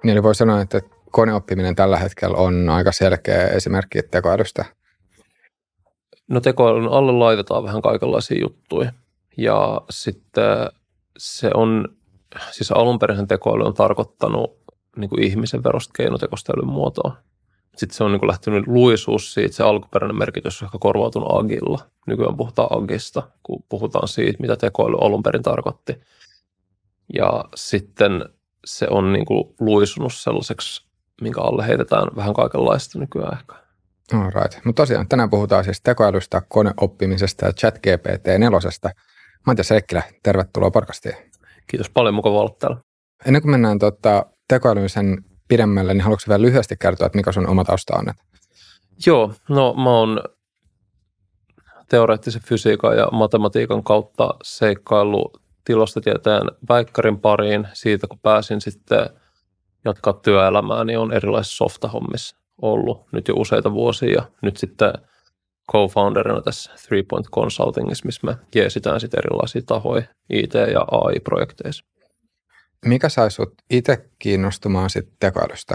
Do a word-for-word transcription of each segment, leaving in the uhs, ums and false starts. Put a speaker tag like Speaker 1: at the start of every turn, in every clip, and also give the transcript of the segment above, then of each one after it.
Speaker 1: Niin eli voi sanoa, että koneoppiminen tällä hetkellä on aika selkeä esimerkki tekoälystä.
Speaker 2: No tekoälyn alle laitetaan vähän kaikenlaisia juttuja. Ja sitten se on, siis alunperin tekoäly on tarkoittanut niin kuin ihmisen verosta keinotekoista älyn muotoa. Sitten se on niin kuin lähtenyt luisuus siitä, se alkuperäinen merkitys on ehkä korvautunut agilla. Nykyään puhutaan agista, kun puhutaan siitä, mitä tekoäly alunperin tarkoitti. Ja sitten se on niin kuin luisunut sellaiseksi, minkä alle heitetään vähän kaikenlaista nykyään ehkä.
Speaker 1: All right. Mutta tosiaan tänään puhutaan siis tekoälystä, koneoppimisesta ja ChatGPT nelosesta. Matias Heikkilä, tervetuloa podcastiin.
Speaker 2: Kiitos paljon, mukava olla täällä.
Speaker 1: Ennen kuin mennään tota, tekoälyyn sen pidemmälle, niin haluatko vielä lyhyesti kertoa, että mikä sun oma tausta on?
Speaker 2: Joo, no mä oon teoreettisen fysiikan ja matematiikan kautta seikkaillut tilastotieteen väikkärin pariin. Siitä kun pääsin sitten jatkaa työelämää, niin on erilaisissa softahommissa ollut nyt jo useita vuosia. Ja nyt sitten co-founderina tässä Three Point Consultingissa, missä me jeesitään sitten erilaisia tahoja I T- ja A I-projekteissa.
Speaker 1: Mikä sai sut itse kiinnostumaan sitten tekoälystä?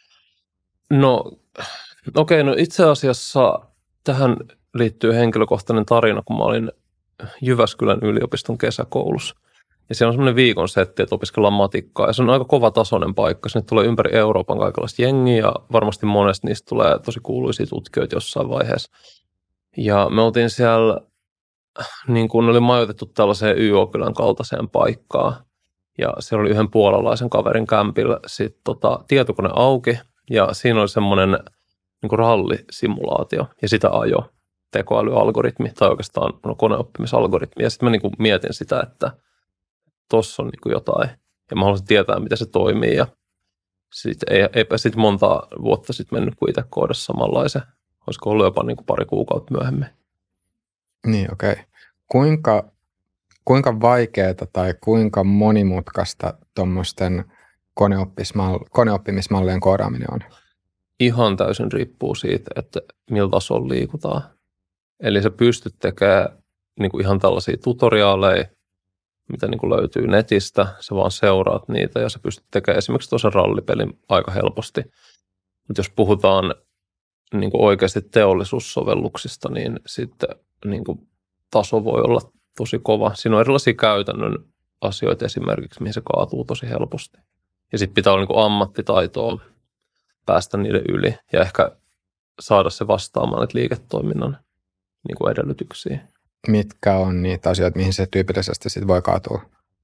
Speaker 2: No okei, okay, no itse asiassa tähän liittyy henkilökohtainen tarina, kun mä olin Jyväskylän yliopiston kesäkoulussa. Ja siellä on semmoinen viikon setti, että opiskellaan matikkaa. Ja se on aika kova tasoinen paikka. Sinne tulee ympäri Euroopan kaikenlaista jengiä ja varmasti monesta niistä tulee tosi kuuluisia tutkijoita jossain vaiheessa. Ja me oltiin siellä, niin kuin oli majoitettu tällaiseen Y O-kylän kaltaiseen paikkaan. Ja siellä oli yhden puolalaisen kaverin kämpillä sitten tota, tietokone auki. Ja siinä oli semmoinen niin kuin rallisimulaatio ja sitä ajo tekoälyalgoritmi tai oikeastaan no, koneoppimisalgoritmi. Ja sitten mä niin kuin mietin sitä, että tuossa on niin kuin jotain ja mä haluaisin tietää, miten se toimii. Ja sitten ei, eipä sitten monta vuotta sitten mennyt kuin itse koodassa samanlaisen. Olisiko ollut jopa niin kuin pari kuukautta myöhemmin.
Speaker 1: Niin, okei. Okay. Kuinka, kuinka vaikeaa tai kuinka monimutkaista tuommoisten koneoppimismallien koodaaminen on?
Speaker 2: Ihan täysin riippuu siitä, että millä tasolla liikutaan. Eli sä pystyt tekemään niin kuin ihan tällaisia tutoriaaleja, mitä niin kuin löytyy netistä. Sä vaan seuraat niitä ja sä pystyt tekemään esimerkiksi tuossa rallipelin aika helposti. Mutta jos puhutaan niin kuin oikeasti teollisuussovelluksista, niin sitten niin kuin taso voi olla tosi kova. Siinä on erilaisia käytännön asioita esimerkiksi, mihin se kaatuu tosi helposti. Ja sitten pitää olla niin kuin ammattitaitoa päästä niiden yli ja ehkä saada se vastaamaan että liiketoiminnan niin kuin edellytyksiä.
Speaker 1: Mitkä on niitä asioita, mihin se tyypillisesti sit voi kaatua?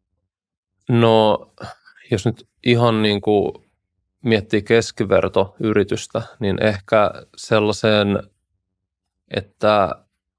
Speaker 2: No, jos nyt ihan niin kuin miettii keskivertoyritystä, niin ehkä sellaiseen, että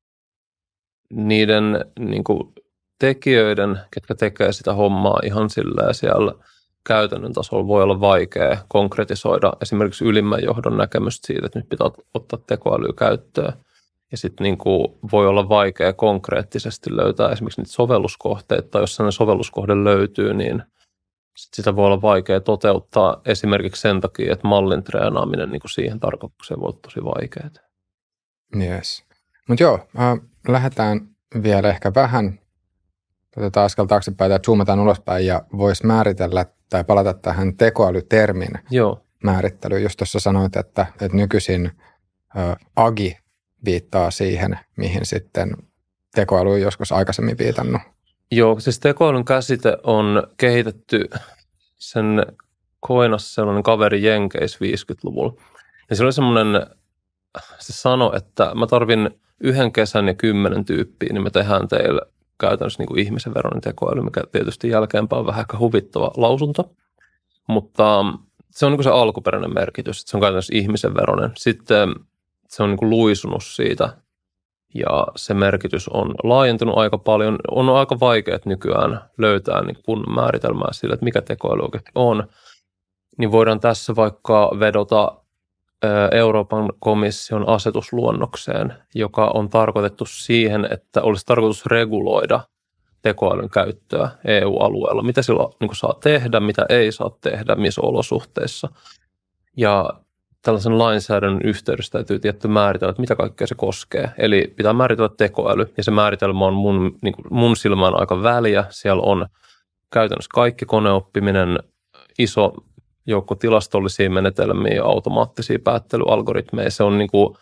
Speaker 2: niiden niin kuin tekijöiden, ketkä tekee sitä hommaa ihan silleen siellä käytännön tasolla voi olla vaikea konkretisoida esimerkiksi ylimmän johdon näkemystä siitä, että nyt pitää ottaa tekoälyä käyttöön. Ja sitten niin kuin voi olla vaikea konkreettisesti löytää esimerkiksi niitä sovelluskohteita, tai jos sellainen sovelluskohde löytyy, niin sit sitä voi olla vaikea toteuttaa esimerkiksi sen takia, että mallin treenaaminen niin kuin siihen tarkoitukseen voi olla tosi vaikeaa.
Speaker 1: Yes. Mutta joo, äh, lähdetään vielä ehkä vähän otetaan askel taaksepäin ja zoomataan ulospäin ja voisi määritellä tai palata tähän tekoälytermin
Speaker 2: Joo.
Speaker 1: määrittelyyn. Just tuossa sanoit, että, että nykyisin ä, agi viittaa siihen, mihin sitten tekoäly on joskus aikaisemmin viitannut.
Speaker 2: Joo, siis tekoälyn käsite on kehitetty sen koinas sellainen kaveri Jenkeissä viisikymmentäluvulla. Ja se oli semmoinen, se sanoi, että mä tarvin yhden kesän ja kymmenen tyyppiä, niin me tehdään teille käytännössä niin kuin ihmisen veroinen tekoäly, mikä tietysti jälkeenpäin on vähän ehkä huvittava lausunto. Mutta se on niin kuin se alkuperäinen merkitys, että se on käytännössä ihmisen veroinen. Sitten se on niin kuin luisunut siitä ja se merkitys on laajentunut aika paljon. On aika vaikeaa nykyään löytää niin kunnon määritelmää sille, että mikä tekoäly oikeasti on. Niin voidaan tässä vaikka vedota Euroopan komission asetusluonnokseen, joka on tarkoitettu siihen, että olisi tarkoitus reguloida tekoälyn käyttöä E U-alueella. Mitä sillä niin kuin saa tehdä, mitä ei saa tehdä, missä olosuhteissa. Ja tällaisen lainsäädännön yhteydessä täytyy tietty määritellä, että mitä kaikkea se koskee. Eli pitää määritellä tekoäly, ja se määritelmä on mun, niin kuin mun silmään aika väliä. Siellä on käytännössä kaikki koneoppiminen, iso joukko tilastollisia menetelmiä ja automaattisia päättelyalgoritmeja. Se on, niin kuin,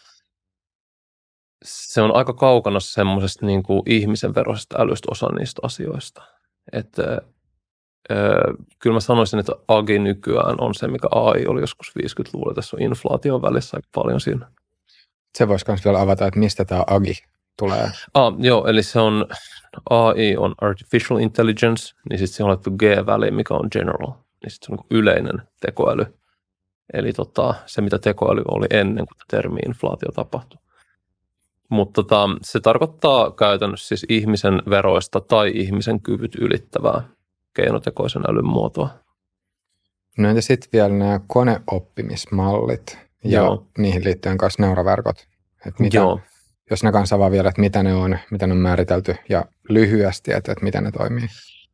Speaker 2: se on aika kaukana semmoisesta niin kuin ihmisen veroisesta älystä osa niistä asioista. Että kyllä mä sanoisin, että agi nykyään on se, mikä A I oli joskus viisikymmentäluvulla. Tässä on inflaation välissä aika paljon siinä.
Speaker 1: Se voisi myös vielä avata, että mistä tämä agi tulee.
Speaker 2: Ah, joo, eli se on, A I on Artificial Intelligence, niin sitten se on laittu G-väliin, mikä on General. Niin sitten se on niin yleinen tekoäly. Eli tota, se, mitä tekoäly oli ennen kuin termi inflaatio tapahtui. Mutta tota, se tarkoittaa käytännössä siis ihmisen veroista tai ihmisen kyvyt ylittävää keinotekoisen älyn muotoa.
Speaker 1: No entä sitten vielä nämä koneoppimismallit ja Joo. niihin liittyen kanssa neuroverkot. Että mitä, Joo. Jos ne kanssa avaa vielä, että mitä ne on, mitä ne on määritelty ja lyhyesti, että, että miten ne toimii.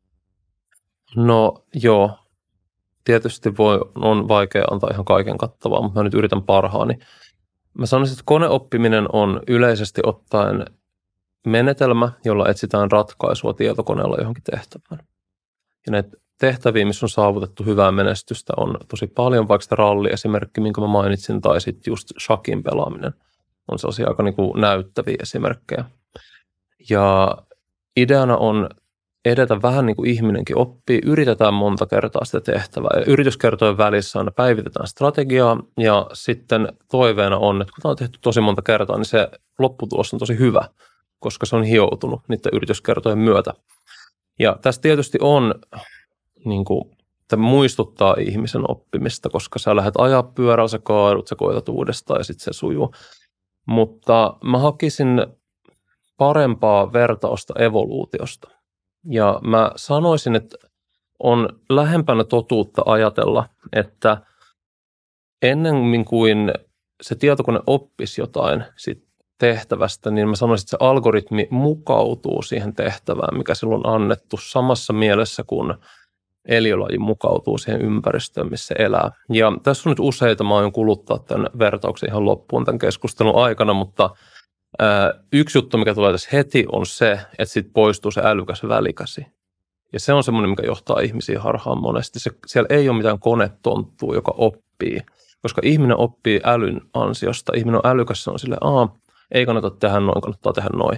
Speaker 2: No joo, tietysti voi, on vaikea antaa ihan kaiken kattavaa, mutta mä nyt yritän parhaani. Mä sanoisin, että koneoppiminen on yleisesti ottaen menetelmä, jolla etsitään ratkaisua tietokoneella johonkin tehtävään. Ja näitä tehtäviä, missä on saavutettu hyvää menestystä, on tosi paljon, vaikka sitä ralli-esimerkki, minkä mä mainitsin, tai sitten just shakin pelaaminen, on sellaisia aika niin kuin näyttäviä esimerkkejä. Ja ideana on edetä vähän niin kuin ihminenkin oppii, yritetään monta kertaa sitä tehtävää, ja yrityskertojen välissä aina päivitetään strategiaa, ja sitten toiveena on, että kun tämä on tehty tosi monta kertaa, niin se lopputulos on tosi hyvä, koska se on hioutunut niiden yrityskertojen myötä. Ja tässä tietysti on, niin kuin, tämä muistuttaa ihmisen oppimista, koska sä lähdet ajaa pyörällä, sä kaadut, sä koetat uudestaan ja sitten se sujuu. Mutta mä hakisin parempaa vertausta evoluutiosta. Ja mä sanoisin, että on lähempänä totuutta ajatella, että ennen kuin se tietokone oppisi jotain sit tehtävästä, niin mä sanoisin, että se algoritmi mukautuu siihen tehtävään, mikä silloin on annettu samassa mielessä, kun eliölaji mukautuu siihen ympäristöön, missä se elää. Ja tässä on nyt useita, mä aion kuluttaa tämän vertauksen ihan loppuun tämän keskustelun aikana, mutta ää, yksi juttu, mikä tulee tässä heti, on se, että sitten poistuu se älykäs välikäsi. Ja se on semmoinen, mikä johtaa ihmisiä harhaan monesti. Se, siellä ei ole mitään konetonttua, joka oppii, koska ihminen oppii älyn ansiosta. Ihminen on älykäs, se on silleen, aah, ei kannata tehdä noin, kannattaa tehdä noin.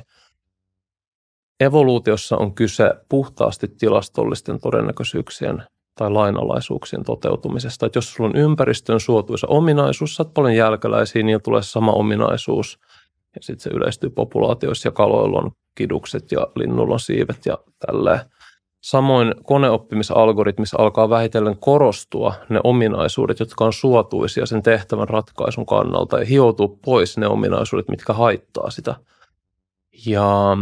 Speaker 2: Evoluutiossa on kyse puhtaasti tilastollisten todennäköisyyksien tai lainalaisuuksien toteutumisesta. Että jos sulla on ympäristön suotuisa ominaisuus, saat paljon jälkeläisiä, niin tulee sama ominaisuus. Ja sitten se yleistyy populaatioissa ja kaloilla on kidukset ja linnulla on siivet ja tälleen. Samoin koneoppimisalgoritmissa alkaa vähitellen korostua ne ominaisuudet, jotka on suotuisia sen tehtävän ratkaisun kannalta ja hioutuu pois ne ominaisuudet, mitkä haittaa sitä. Ja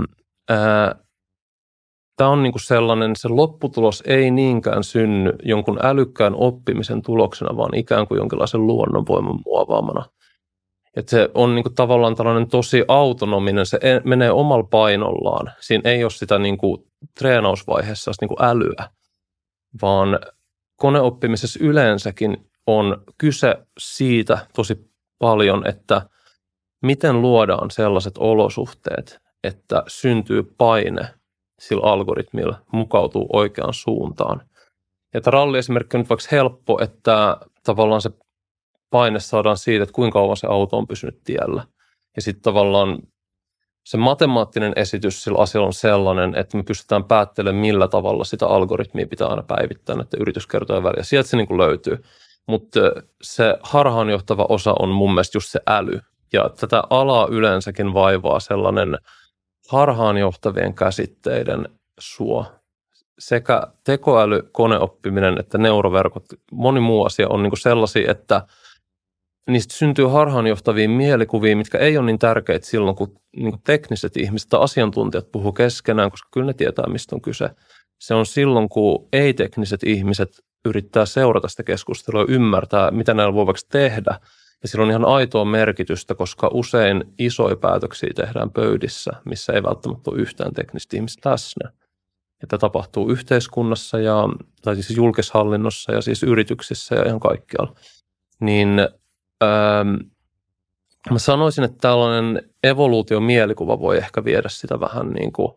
Speaker 2: tämä on niinku sellainen, se lopputulos ei niinkään synny jonkun älykkään oppimisen tuloksena, vaan ikään kuin jonkinlaisen luonnonvoiman muovaamana. Et se on niinku tavallaan tällainen tosi autonominen, se menee omalla painollaan. Siinä ei ole sitä niinku treenausvaiheessa niinku älyä, vaan koneoppimisessa yleensäkin on kyse siitä tosi paljon, että miten luodaan sellaiset olosuhteet, että syntyy paine sillä algoritmilla, mukautuu oikeaan suuntaan. Ja tämä ralliesimerkki on nyt vaikka helppo, että tavallaan se paine saadaan siitä, että kuinka kauan se auto on pysynyt tiellä. Ja sitten tavallaan se matemaattinen esitys sillä asialla on sellainen, että me pystytään päättelemään, millä tavalla sitä algoritmia pitää aina päivittää näiden yrityskertojen väliä. Sieltä se niin kuin löytyy. Mutta se harhaanjohtava osa on mun mielestä just se äly. Ja tätä alaa yleensäkin vaivaa sellainen harhaanjohtavien käsitteiden suo. Sekä tekoäly, koneoppiminen että neuroverkot, moni muu asia on niin kuin sellaisia, että niistä syntyy harhaanjohtavia mielikuvia, mitkä ei ole niin tärkeitä silloin, kun niin kuin tekniset ihmiset tai asiantuntijat puhuu keskenään, koska kyllä ne tietää, mistä on kyse. Se on silloin, kun ei-tekniset ihmiset yrittää seurata sitä keskustelua ja ymmärtää, mitä näillä voi vaikka tehdä. Ja sillä on ihan aitoa merkitystä, koska usein isoja päätöksiä tehdään pöydissä, missä ei välttämättä ole yhtään teknistä ihmistä läsnä. Että tapahtuu yhteiskunnassa, ja, tai siis julkishallinnossa ja siis yrityksissä ja ihan kaikkialla. Niin ähm, mä sanoisin, että tällainen evoluutiomielikuva voi ehkä viedä sitä vähän niin kuin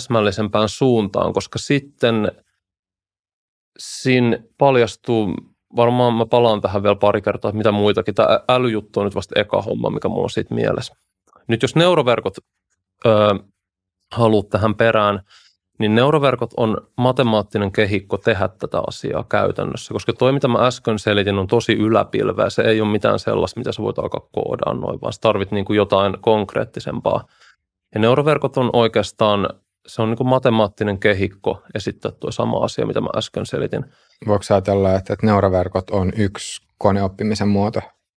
Speaker 2: täsmällisempään suuntaan, koska sitten siinä paljastuu varmaan mä palaan tähän vielä pari kertaa, että mitä muitakin. Tämä älyjuttu on nyt vasta eka homma, mikä mulla on siitä mielessä. Nyt jos neuroverkot öö, haluat tähän perään, niin neuroverkot on matemaattinen kehikko tehdä tätä asiaa käytännössä, koska toi, mitä mä äsken selitin, on tosi yläpilveä. Se ei ole mitään sellaista, mitä sä voit alkaa koodaa noin, vaan sä tarvit niin kuin jotain konkreettisempaa. Ja neuroverkot on oikeastaan, se on niin kuin matemaattinen kehikko esittää tuo sama asia, mitä mä äsken selitin.
Speaker 1: Voiko ajatella, että neuroverkot on yksi koneoppimisen muoto?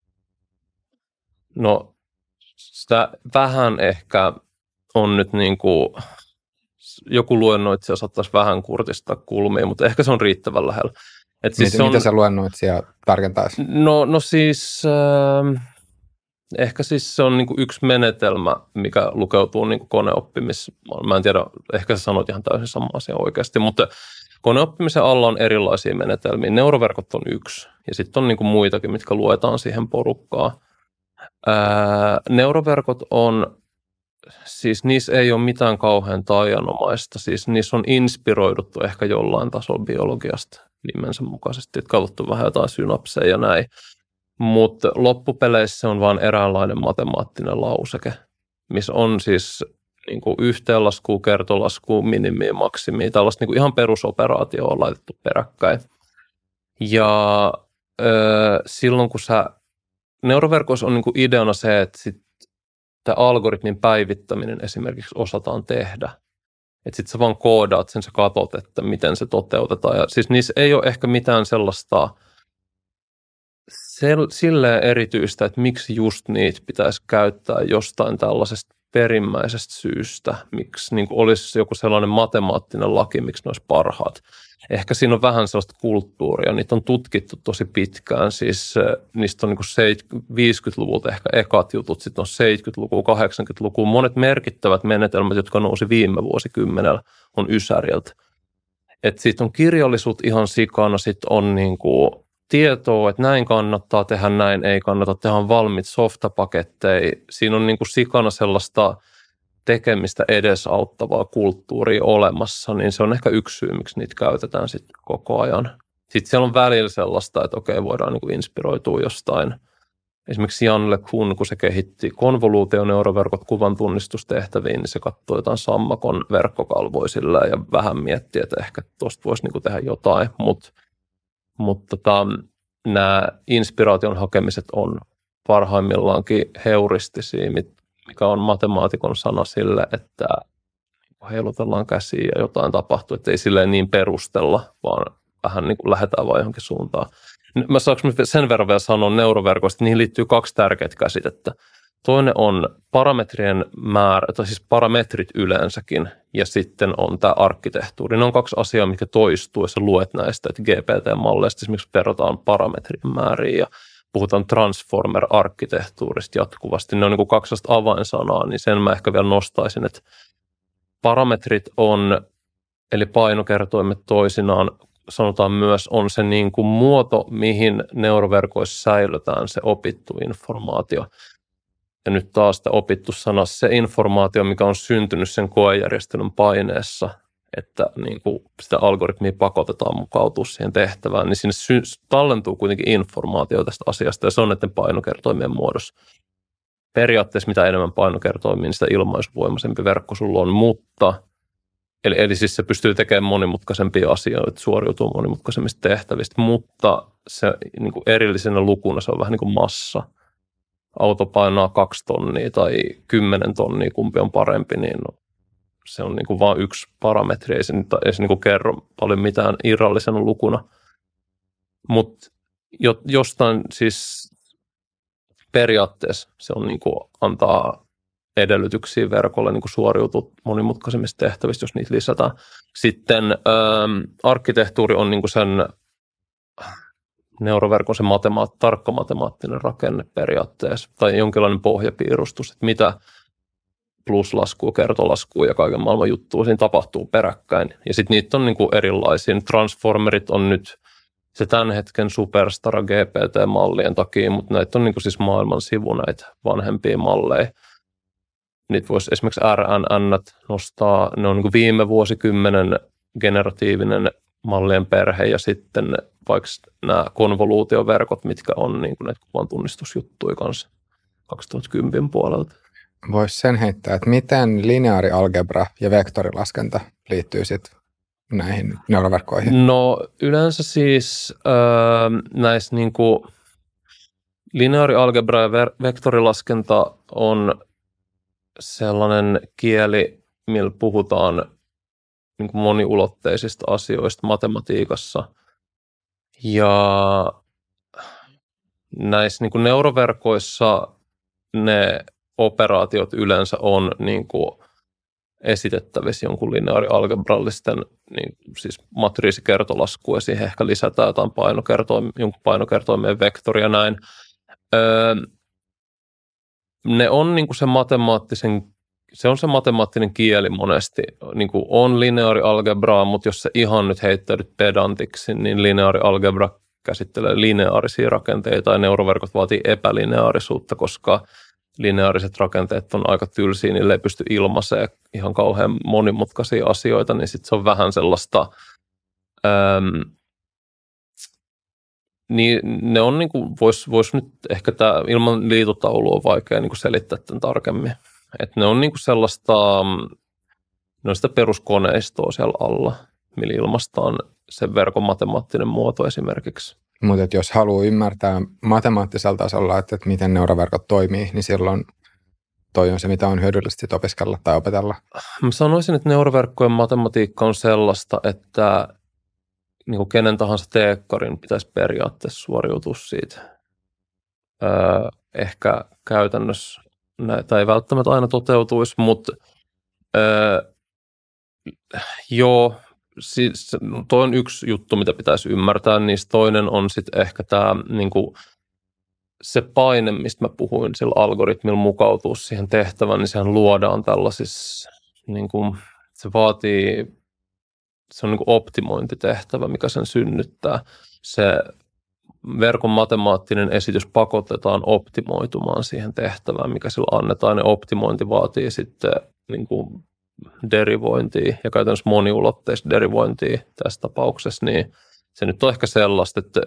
Speaker 2: No, sitä vähän ehkä on nyt niin kuin, joku luennoitsija saattaisi vähän kurtistaa kulmia, mutta ehkä se on riittävän lähellä. Et siis
Speaker 1: mitä,
Speaker 2: se on,
Speaker 1: mitä se luennoitsija tarkentaisi?
Speaker 2: No, no siis, äh, ehkä siis se on niin kuin yksi menetelmä, mikä lukeutuu niin kuin koneoppimiseen. Mä en tiedä, ehkä sä sanoit ihan täysin sama asia oikeasti, mutta koneoppimisen alla on erilaisia menetelmiä. Neuroverkot on yksi, ja sitten on niin kuin muitakin, mitkä luetaan siihen porukkaan. Ää, neuroverkot on, siis niissä ei ole mitään kauhean taianomaista, siis niissä on inspiroiduttu ehkä jollain tasolla biologiasta nimensä mukaisesti, että katsottu vähän jotain synapseja ja näin, mutta loppupeleissä on vain eräänlainen matemaattinen lauseke, missä on siis niin kuin yhteenlaskua, kertolaskua, minimiä, maksimia, tällaista niin kuin ihan perusoperaatioa on laitettu peräkkäin. Ja öö, silloin kun sä, neuroverkoissa on niin kuin ideana se, että sit tämä algoritmin päivittäminen esimerkiksi osataan tehdä. Että sitten sä vaan koodaat sen, sä katot, että miten se toteutetaan. Ja siis niissä ei ole ehkä mitään sellaista sel- silleen erityistä, että miksi just niitä pitäisi käyttää jostain tällaisesta perimmäisestä syystä, miksi niin kuin olisi joku sellainen matemaattinen laki, miksi ne olisi parhaat. Ehkä siinä on vähän sellaista kulttuuria, niitä on tutkittu tosi pitkään, siis niistä on niin kuin viisikymmentäluvulta ehkä ekat jutut, sitten on seitsemänkymmentälukua, kahdeksankymmentälukua, monet merkittävät menetelmät, jotka nousi viime vuosikymmenellä, on Ysäriltä. Että siitä on kirjallisuus ihan sikana, sitten on niin kuin tietoa, että näin kannattaa tehdä, näin ei kannata tehdä, on valmiit softapaketteja, siinä on niin kuin sikana sellaista tekemistä edesauttavaa kulttuuria olemassa, niin se on ehkä yksi syy, miksi niitä käytetään sitten koko ajan. Sitten siellä on välillä sellaista, että okei, voidaan niin kuin inspiroitua jostain. Esimerkiksi Jan LeCun, kun se kehitti konvoluutioneuroverkot kuvan tunnistustehtäviin, niin se katsoi jotain sammakon verkkokalvoisilla ja vähän miettii, että ehkä tuosta voisi niin kuin tehdä jotain, Mut, mutta tota, nämä inspiraation hakemiset on parhaimmillaankin heuristisia, mikä on matemaatikon sana sille, että heilutellaan käsiä ja jotain tapahtuu, että ei silleen niin perustella, vaan vähän niin kuin lähdetään vaan johonkin suuntaan. Mä saanko sen verran vielä sanoa neuroverkoista, niihin liittyy kaksi tärkeää käsitettä. Toinen on parametrien määrä, tai siis parametrit yleensäkin, ja sitten on tämä arkkitehtuuri. Ne on kaksi asiaa, mitkä toistuu, jos sä luet näistä, että G P T-malleista esimerkiksi verrataan parametrien määriin ja puhutaan transformer-arkkitehtuurista jatkuvasti. Ne on niin kuin kaksi avainsanaa, niin sen mä ehkä vielä nostaisin, että parametrit on, eli painokertoimet toisinaan, sanotaan myös, on se niin kuin muoto, mihin neuroverkoissa säilytään se opittu informaatio. Ja nyt taas tämä opittu sana, se informaatio, mikä on syntynyt sen koejärjestelyn paineessa, että niin kuin sitä algoritmia pakotetaan mukautua siihen tehtävään, niin sinne sy- tallentuu kuitenkin informaatio tästä asiasta, ja se on näiden painokertoimien muodossa. Periaatteessa mitä enemmän painokertoimia, niin sitä ilmaisuvoimaisempi verkko sulla on, mutta, eli, eli siis se pystyy tekemään monimutkaisempia asioita, suoriutuu monimutkaisemmista tehtävistä, mutta se niin kuin erillisenä lukuna se on vähän niin kuin massa. Auto painaa kaksi tonnia tai kymmenen tonnia, kumpi on parempi, niin no, se on niin kuin vain yksi parametri, ei se, ei se niin kuin kerro paljon mitään irrallisena lukuna. Mutta jo, jostain siis periaatteessa se on niin kuin antaa edellytyksiä verkolle niin kuin suoriutua monimutkaisemmista tehtävistä, jos niitä lisätään. Sitten ähm, arkkitehtuuri on niin kuin sen neuroverkon se matemaat, tarkka matemaattinen rakenne periaatteessa, tai jonkinlainen pohjapiirustus, että mitä pluslaskua, kertolaskua ja kaiken maailman juttua siinä tapahtuu peräkkäin. Ja sitten niitä on niinku erilaisia. Transformerit on nyt se tämän hetken superstara G P T-mallien takia, mutta näitä on niinku siis maailman sivu näitä vanhempia malleja. Niitä voisi esimerkiksi R N N nostaa, ne on niinku viime vuosikymmenen generatiivinen mallien perhe, ja sitten vaikka nämä konvoluutioverkot, mitkä on niin kuin näitä kuvan tunnistusjuttuja kanssa kaksituhattakymmenen puolelta.
Speaker 1: Voisi sen heittää, että miten lineaarialgebra ja vektorilaskenta liittyy sitten näihin neuroverkkoihin?
Speaker 2: No yleensä siis äh, näissä niin kuin lineaarialgebra ja ver- vektorilaskenta on sellainen kieli, millä puhutaan niin kuin moniulotteisista asioista matematiikassa. Ja näissä niin kuin neuroverkoissa ne operaatiot yleensä on niin kuin esitettävissä jonkun lineaarialgebrallisten niin, siis matriisikertolasku ja siihen ehkä lisätään jotain painokertoimia, jonkun painokertoimien vektori ja näin. Öö, ne on niin kuin se matemaattisen, se on se matemaattinen kieli monesti, niin kuin on lineaarialgebraa, mutta jos se ihan nyt heittäydyt pedantiksi, niin lineaarialgebra käsittelee lineaarisia rakenteita ja neuroverkot vaatii epälineaarisuutta, koska lineaariset rakenteet on aika tylsiä, niille ei pysty ilmaisemaan ihan kauhean monimutkaisia asioita, niin sitten se on vähän sellaista, äm, niin ne on niin kuin, vois, vois nyt ehkä tämä ilman liitutaulua on vaikea niin kuin selittää tämän tarkemmin, että ne on niin kuin sellaista, ne on sitä peruskoneistoa siellä alla, millä ilmaistaan se verkon matemaattinen muoto esimerkiksi.
Speaker 1: Mutta jos haluaa ymmärtää matemaattisella tasolla, että, että miten neuroverkot toimii, niin silloin toi on se, mitä on hyödyllisesti opiskella tai opetella.
Speaker 2: Mä sanoisin, että neuroverkkojen matematiikka on sellaista, että niin kuin kenen tahansa teekkarin pitäisi periaatteessa suoriutua siitä. Öö, ehkä käytännössä näitä ei välttämättä aina toteutuisi, mutta öö, joo, siis toi on yksi juttu, mitä pitäisi ymmärtää, niin toinen on sitten ehkä tämä niinku, se paine, mistä mä puhuin sillä algoritmilla mukautua siihen tehtävään, niin sehän luodaan tällaisissa, niinku, se vaatii, se on niinku optimointitehtävä, mikä sen synnyttää. Se verkon matemaattinen esitys pakotetaan optimoitumaan siihen tehtävään, mikä sillä annetaan, ja optimointi vaatii sitten niinku derivointia ja käytännössä moniulotteista derivointia tässä tapauksessa, niin se nyt on ehkä sellaista, että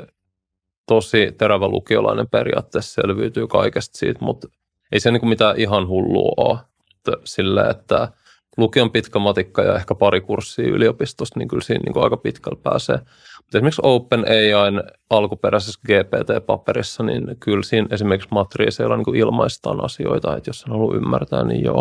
Speaker 2: tosi terävä lukiolainen periaatteessa selviytyy kaikesta siitä, mutta ei se niin kuin mitään ihan hullua ole. Että sillä, että lukion pitkä matikka ja ehkä pari kurssia yliopistosta, niin kyllä siinä niin kuin aika pitkällä pääsee. Mutta esimerkiksi OpenAI:n alkuperäisessä G P T-paperissa, niin kyllä siinä esimerkiksi matriiseilla niin kuin ilmaistaan asioita, että jos sen haluaa ymmärtää, niin joo.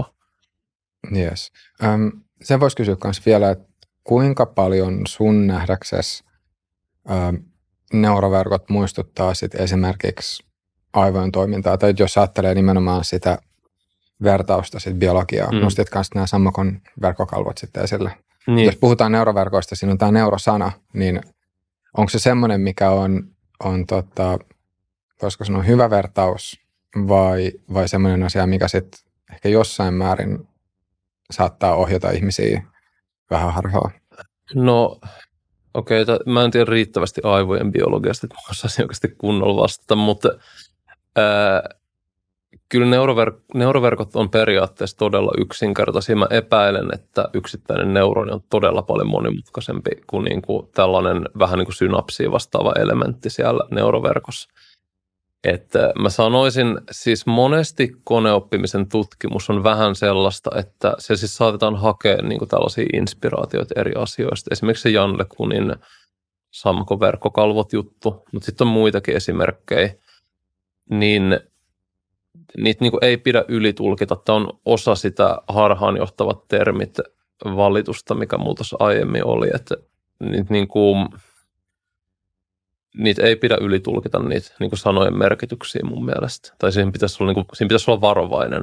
Speaker 1: Yes. Um, sen voisi kysyä myös vielä, että kuinka paljon sun nähdäksesi um, neuroverkot muistuttaa sit esimerkiksi aivojen toimintaa, tai jos ajattelee nimenomaan sitä vertausta, sit biologiaa, mm. nostit kanssa nämä sammakon verkkokalvot sitten esille. Niin. Jos puhutaan neuroverkoista, siinä on tämä neurosana, niin onko se semmoinen, mikä on, on tota, voisiko sanoa hyvä vertaus, vai, vai semmoinen asia, mikä sitten ehkä jossain määrin saattaa ohjata ihmisiä vähän harhaan? No
Speaker 2: okei, okay, mä en tiedä riittävästi aivojen biologiasta, että mä osaisin oikeasti kunnolla vastata, mutta ää, kyllä neurover- neuroverkot on periaatteessa todella yksinkertaisia. Mä epäilen, että yksittäinen neuroni on todella paljon monimutkaisempi kuin, niin kuin tällainen vähän niin kuin synapsia vastaava elementti siellä neuroverkossa. Että mä sanoisin, siis monesti koneoppimisen tutkimus on vähän sellaista, että se siis saatetaan hakea niin kuin tällaisia inspiraatioita eri asioista. Esimerkiksi se Jan LeCunin sammakoverkkokalvot juttu, mutta sitten on muitakin esimerkkejä, niin niitä niin kuin ei pidä ylitulkita. Tämä on osa sitä harhaanjohtavat termit valitusta, mikä mulla tuossa aiemmin oli, että niitä niin kuin niitä ei pidä ylitulkita niitä niin kuin sanojen merkityksiä mun mielestä. Tai siihen pitäisi olla, niin kuin, siinä pitäisi olla varovainen.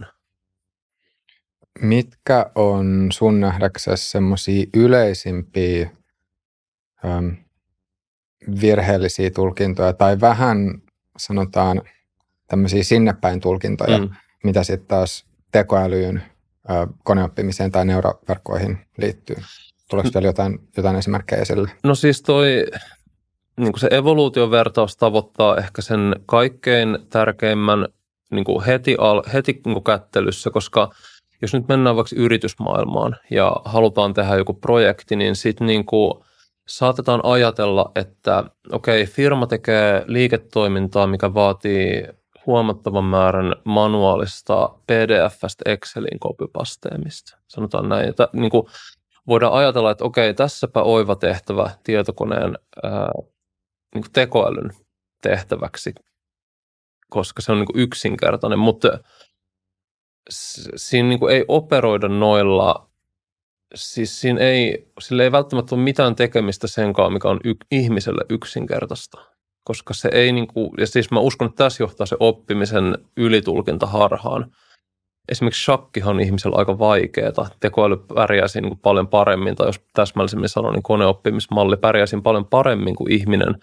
Speaker 1: Mitkä on sun nähdäksesi semmoisia yleisimpiä äm, virheellisiä tulkintoja tai vähän sanotaan tämmöisiä sinnepäin tulkintoja, mm. mitä sitten taas tekoälyyn, ä, koneoppimiseen tai neuroverkkoihin liittyy? Tuleeko vielä jotain, jotain esimerkkejä esille?
Speaker 2: No siis toi niin kuin se evoluutiovertaus tavoittaa ehkä sen kaikkein tärkeimmän niin kuin heti, al, heti niin kuin kättelyssä, koska jos nyt mennään vaikka yritysmaailmaan ja halutaan tehdä joku projekti, niin sitten niin kuin saatetaan ajatella, että okei, firma tekee liiketoimintaa, mikä vaatii huomattavan määrän manuaalista P D F:stä Excelin copypasteemista. Sanotaan näin, että niin kuin voidaan ajatella, että okei, tässäpä oiva tehtävä tietokoneen ää, niin kuin tekoälyn tehtäväksi, koska se on niin kuin yksinkertainen, mutta siinä niin kuin ei operoida noilla, siis siinä ei, sillä ei välttämättä ole mitään tekemistä senkaan, mikä on y- ihmiselle yksinkertaista, koska se ei niin kuin, ja siis mä uskon, että tässä johtaa se oppimisen ylitulkinta harhaan. Esimerkiksi shakkihan on ihmisellä aika vaikeaa. Tekoäly pärjäisi niin kuin paljon paremmin, tai jos täsmällisemmin sanon, niin koneoppimismalli pärjäisi paljon paremmin kuin ihminen.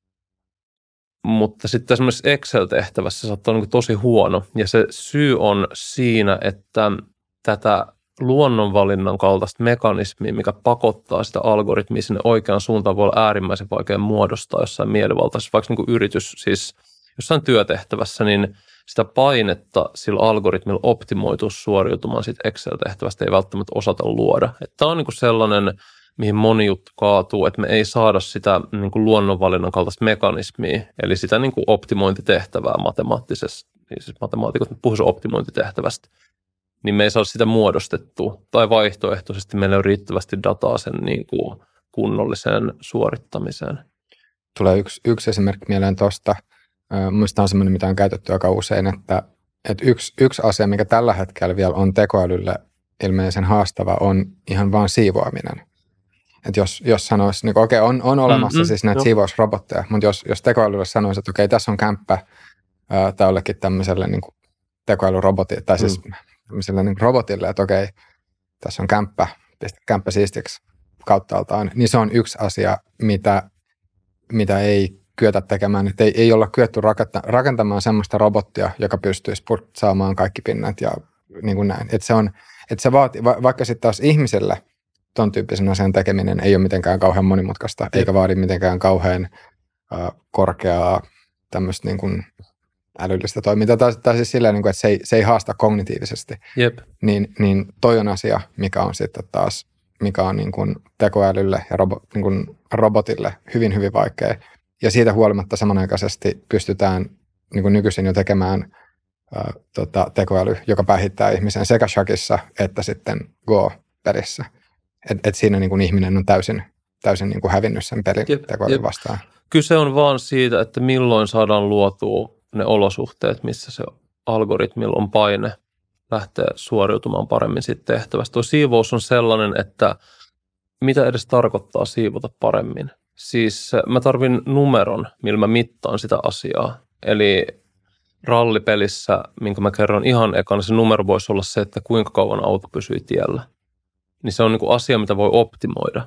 Speaker 2: Mutta sitten esimerkiksi Excel-tehtävässä se saattaa olla niin kuin tosi huono. Ja se syy on siinä, että tätä luonnonvalinnan kaltaista mekanismia, mikä pakottaa sitä algoritmia sinne oikeaan suuntaan, voi olla äärimmäisen vaikea muodostaa jossain mielivaltaisessa, vaikka niin kuin yritys, siis jossain työtehtävässä, niin sitä painetta sillä algoritmilla optimoitua suoriutumaan siitä Excel-tehtävästä ei välttämättä osata luoda. Tämä on niin kuin sellainen, mihin moni juttu kaatuu, että me ei saada sitä niin kuin luonnonvalinnan kaltaista mekanismia, eli sitä niin kuin optimointitehtävää matemaattisessa, siis matemaatikot puhuisivat optimointitehtävästä, niin me ei saa sitä muodostettua, tai vaihtoehtoisesti meillä on riittävästi dataa sen niin kuin kunnolliseen suorittamiseen.
Speaker 1: Tulee yksi, yksi esimerkki mieleen tuosta. Mielestäni on sellainen, mitä on käytetty aika usein, että, että yksi, yksi asia, mikä tällä hetkellä vielä on tekoälylle ilmeisen haastava, on ihan vaan siivoaminen. Että jos, jos sanoisi, niin okei, okay, on, on olemassa mm-hmm, siis näitä jo. siivousrobotteja, mutta jos, jos tekoälylle sanoisi, että okei, okay, tässä on kämppä ää, tai jollekin tämmöiselle niin kuin tekoälyrobotille, tai siis mm. tämmöiselle niin kuin robotille, että okei, okay, tässä on kämppä, pistä kämppä siistiksi kauttaaltaan, niin se on yksi asia, mitä, mitä ei kyetä tekemään, että ei, ei olla kyetty rakentamaan semmoista robottia, joka pystyisi saamaan kaikki pinnat ja niin kuin näin. Että se, on, että se vaatii, va, vaikka sitten taas ihmiselle ton tyyppisen asian tekeminen ei ole mitenkään kauhean monimutkaista, Jep. eikä vaadi mitenkään kauhean äh, korkeaa tämmöistä niin kuin älyllistä toimintaa, tai, tai siis silleen, niin kuin, että se ei, se ei haasta kognitiivisesti.
Speaker 2: Jep.
Speaker 1: Niin, niin toi on asia, mikä on sitten taas, mikä on niin kuin tekoälylle ja robo, niin kuin robotille hyvin, hyvin vaikea. Ja siitä huolimatta samanaikaisesti pystytään niin kuin nykyisin jo tekemään ää, tota, tekoäly, joka päihittää ihmisen sekä shakissa että sitten Go-pelissä. Et, et siinä niin kuin ihminen on täysin, täysin niin kuin hävinnyt sen pelin jep, tekoäly jep. vastaan.
Speaker 2: Kyse on vaan siitä, että milloin saadaan luotua ne olosuhteet, missä se algoritmilla on paine lähteä suoriutumaan paremmin siitä tehtävästä. Tuo siivous on sellainen, että mitä edes tarkoittaa siivota paremmin. Siis mä tarvin numeron, millä mä mittaan sitä asiaa. Eli rallipelissä, minkä mä kerron ihan ekana, se numero voisi olla se, että kuinka kauan auto pysyy tiellä. Niin se on niin kuin asia, mitä voi optimoida.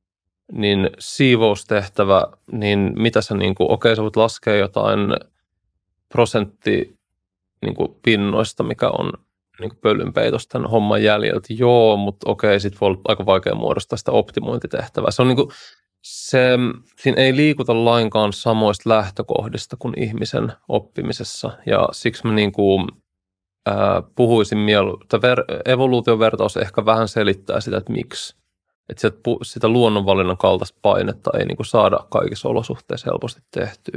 Speaker 2: Niin siivoustehtävä, niin mitä sä niin kuin, okei sä voit laskea jotain prosentti niin kuin pinnoista, mikä on niin kuin pölynpeitosta tämän homman jäljeltä. Joo, mutta okei, sit voi olla aika vaikea muodostaa sitä optimointitehtävää. Se on niin kuin Se, siinä ei liikuta lainkaan samoista lähtökohdista kuin ihmisen oppimisessa, ja siksi mä niin kuin, ää, puhuisin mieluummin, että ver- evoluutiovertaus ehkä vähän selittää sitä, että miksi. Että sitä, sitä luonnonvalinnan kaltaista painetta ei niin kuin saada kaikissa olosuhteissa helposti tehtyä.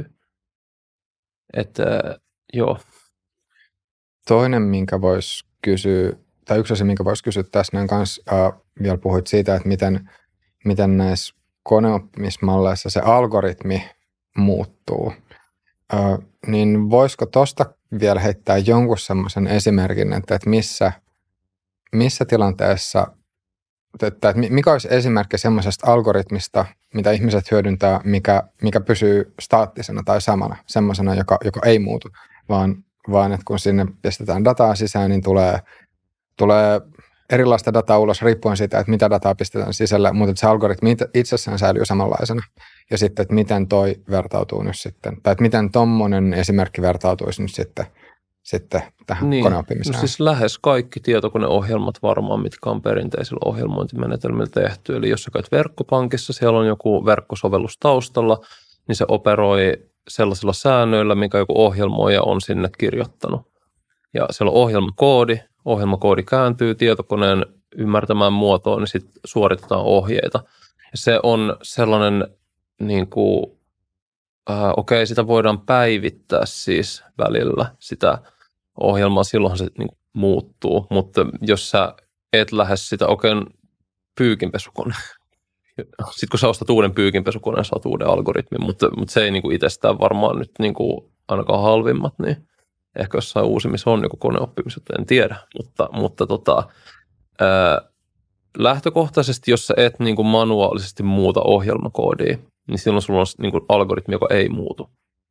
Speaker 2: Että joo.
Speaker 1: Toinen, minkä voisi kysyä, tai yksi asia, minkä voisi kysyä tässä näin kanssa, äh, vielä puhuit siitä, että miten, miten näissä koneoppimismalleissa se algoritmi muuttuu, ö, niin voisiko tuosta vielä heittää jonkun semmoisen esimerkin, että, että missä, missä tilanteessa, että, että mikä olisi esimerkki semmoisesta algoritmista, mitä ihmiset hyödyntää, mikä, mikä pysyy staattisena tai samana, semmoisena, joka, joka ei muutu, vaan, vaan että kun sinne pistetään dataa sisään, niin tulee, tulee erilaista dataa ulos riippuen siitä, että mitä dataa pistetään sisällä, mutta se algoritmi itsessään säilyy samanlaisena. Ja sitten, että miten toi vertautuu nyt sitten, tai että miten tommonen esimerkki vertautuisi nyt sitten, sitten tähän niin, koneoppimiseen.
Speaker 2: No siis lähes kaikki tietokoneohjelmat varmaan, mitkä on perinteisillä ohjelmointimenetelmillä tehty. Eli jos sä käyt verkkopankissa, siellä on joku verkkosovellus taustalla, niin se operoi sellaisilla säännöillä, mikä joku ohjelmoija on sinne kirjoittanut. Ja siellä on ohjelmakoodi, ohjelmakoodi kääntyy tietokoneen ymmärtämään muotoon, niin sitten suoritetaan ohjeita. Se on sellainen, niin kuin, äh, okei, okay, sitä voidaan päivittää siis välillä, sitä ohjelmaa, silloinhan se niin kuin, muuttuu, mutta jos sä et lähde sitä, okei, okay, pyykinpesukone. Sitten kun sä ostat uuden pyykinpesukoneen, saat uuden algoritmin, mutta, mutta se ei niin kuin itsestään varmaan nyt niin kuin ainakaan halvimmat, niin ehkä jossain uusimmissa on joku koneoppimiset, en tiedä, mutta, mutta tota, ää, lähtökohtaisesti, jos sä et niin kuin manuaalisesti muuta ohjelmakoodia, niin silloin sulla on niin kuin algoritmi, joka ei muutu.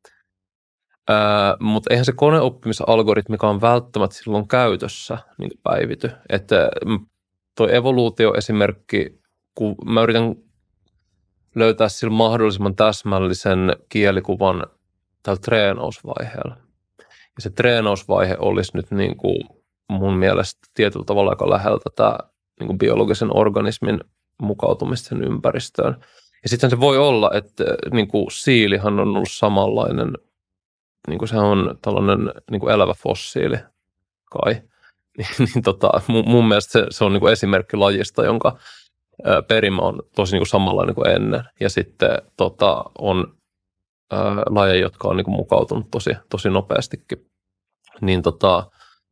Speaker 2: Ää, mutta eihän se koneoppimisalgoritmikaan välttämättä silloin käytössä niin kuin päivity. Että tuo evoluutioesimerkki, kun mä yritän löytää sillä mahdollisimman täsmällisen kielikuvan tällä treenausvaiheella. Ja se treenausvaihe olisi nyt niin kuin mun mielestä tietyllä tavalla aika läheltä tämä niin kuin biologisen organismin mukautumista sen ympäristöön. Ja sitten se voi olla, että niin kuin siilihan on ollut samanlainen, niin kuin se on tällainen niin kuin elävä fossiili kai. niin, tota, mun, mun mielestä se, se on niin kuin esimerkki lajista, jonka ä, perimä on tosi niin kuin samanlainen kuin ennen. Ja sitten tota, on ä, lajeja, jotka on niin kuin mukautunut tosi, tosi nopeastikin. Niin tota,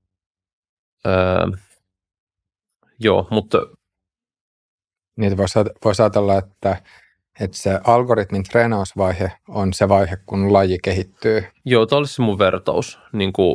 Speaker 2: ää, joo, mutta...
Speaker 1: Niitä voisi, voisi ajatella, että, että se algoritmin treenausvaihe on se vaihe, kun laji kehittyy.
Speaker 2: Joo, tämä olisi se mun vertaus. Niin kuin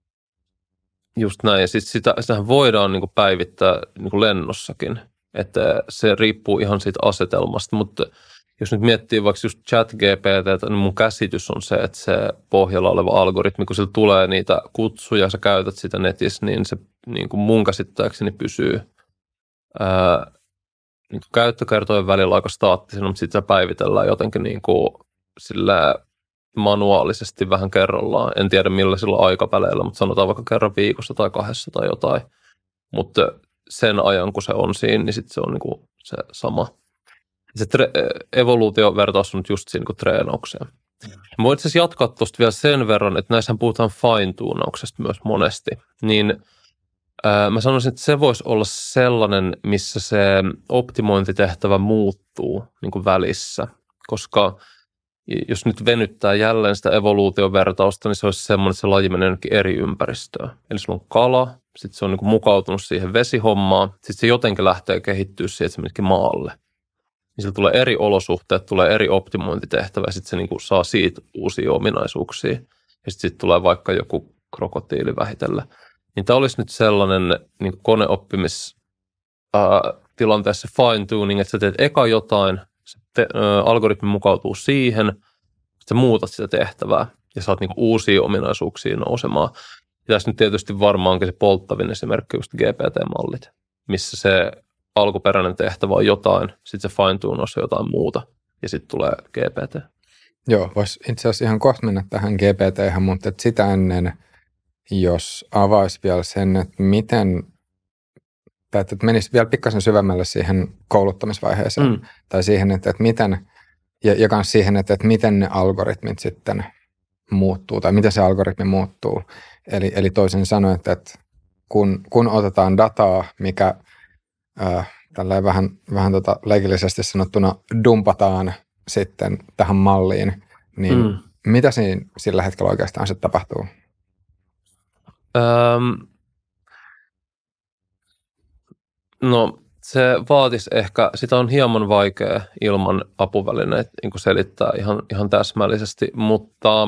Speaker 2: just näin. Ja sit sitä, sitähän voidaan niin kuin päivittää niin kuin lennossakin. Että se riippuu ihan siitä asetelmasta. Mutta jos nyt miettii vaikka just ChatGPT, niin mun käsitys on se, että se pohjalla oleva algoritmi, kun sillä tulee niitä kutsuja, sä käytät sitä netissä, niin se niin kuin mun käsittääkseni pysyy ää, niin kuin käyttökertojen välillä aika staattisena, mutta sitten se päivitellään jotenkin niin kuin sillä manuaalisesti vähän kerrallaan. En tiedä millaisilla aikaväleillä, mutta sanotaan vaikka kerran viikossa tai kahdessa tai jotain. Mutta sen ajan, kun se on siinä, niin sitten se on niin kuin se sama. Se tre- evoluutiovertaus on nyt just siinä niin kuin treenaukseen. Mä voin itse asiassa jatkaa tuosta vielä sen verran, että näissähän puhutaan fine-tunauksesta myös monesti. Niin ää, mä sanoisin, että se voisi olla sellainen, missä se optimointitehtävä muuttuu niin kuin välissä. Koska jos nyt venyttää jälleen sitä evoluutiovertausta, niin se olisi semmoinen, että se laji menee jonnekin eri ympäristöön. Eli sulla on kala, sitten se on niin kuin mukautunut siihen vesihommaan, sitten se jotenkin lähtee kehittyä siihen, että se menetkin maalle. Niin sillä tulee eri olosuhteet, tulee eri optimointitehtävä ja sitten se niinku saa siitä uusia ominaisuuksia. Ja sitten sit tulee vaikka joku krokotiili vähitellen. Niin tämä olisi nyt sellainen niin koneoppimistilanteessa fine tuning, että sä teet eka jotain, se te, ä, algoritmi mukautuu siihen, sitten sä muutat sitä tehtävää ja saat niinku uusia ominaisuuksia nousemaan. Ja tässä nyt tietysti varmaankin se polttavin esimerkki just G P T-mallit, missä se alkuperäinen tehtävä on jotain, sitten se fine-tunaus on jotain muuta, ja sitten tulee G P T.
Speaker 1: Joo, voisi itse asiassa ihan kohta mennä tähän G P T:hän, mutta että sitä ennen, jos avaisi vielä sen, että miten, tai että menisi vielä pikkasen syvemmälle siihen kouluttamisvaiheeseen, mm. tai siihen, että, että miten, ja, ja myös siihen, että, että miten ne algoritmit sitten muuttuu, tai miten se algoritmi muuttuu. Eli, eli toisin sanoen, että, että kun, kun otetaan dataa, mikä Äh, tälleen vähän, vähän tota leikillisesti sanottuna dumpataan sitten tähän malliin, niin mm. mitä siinä sillä hetkellä oikeastaan sitten tapahtuu?
Speaker 2: Öm, no se vaatisi ehkä, sitä on hieman vaikea ilman apuvälineitä niin kuin selittää ihan, ihan täsmällisesti, mutta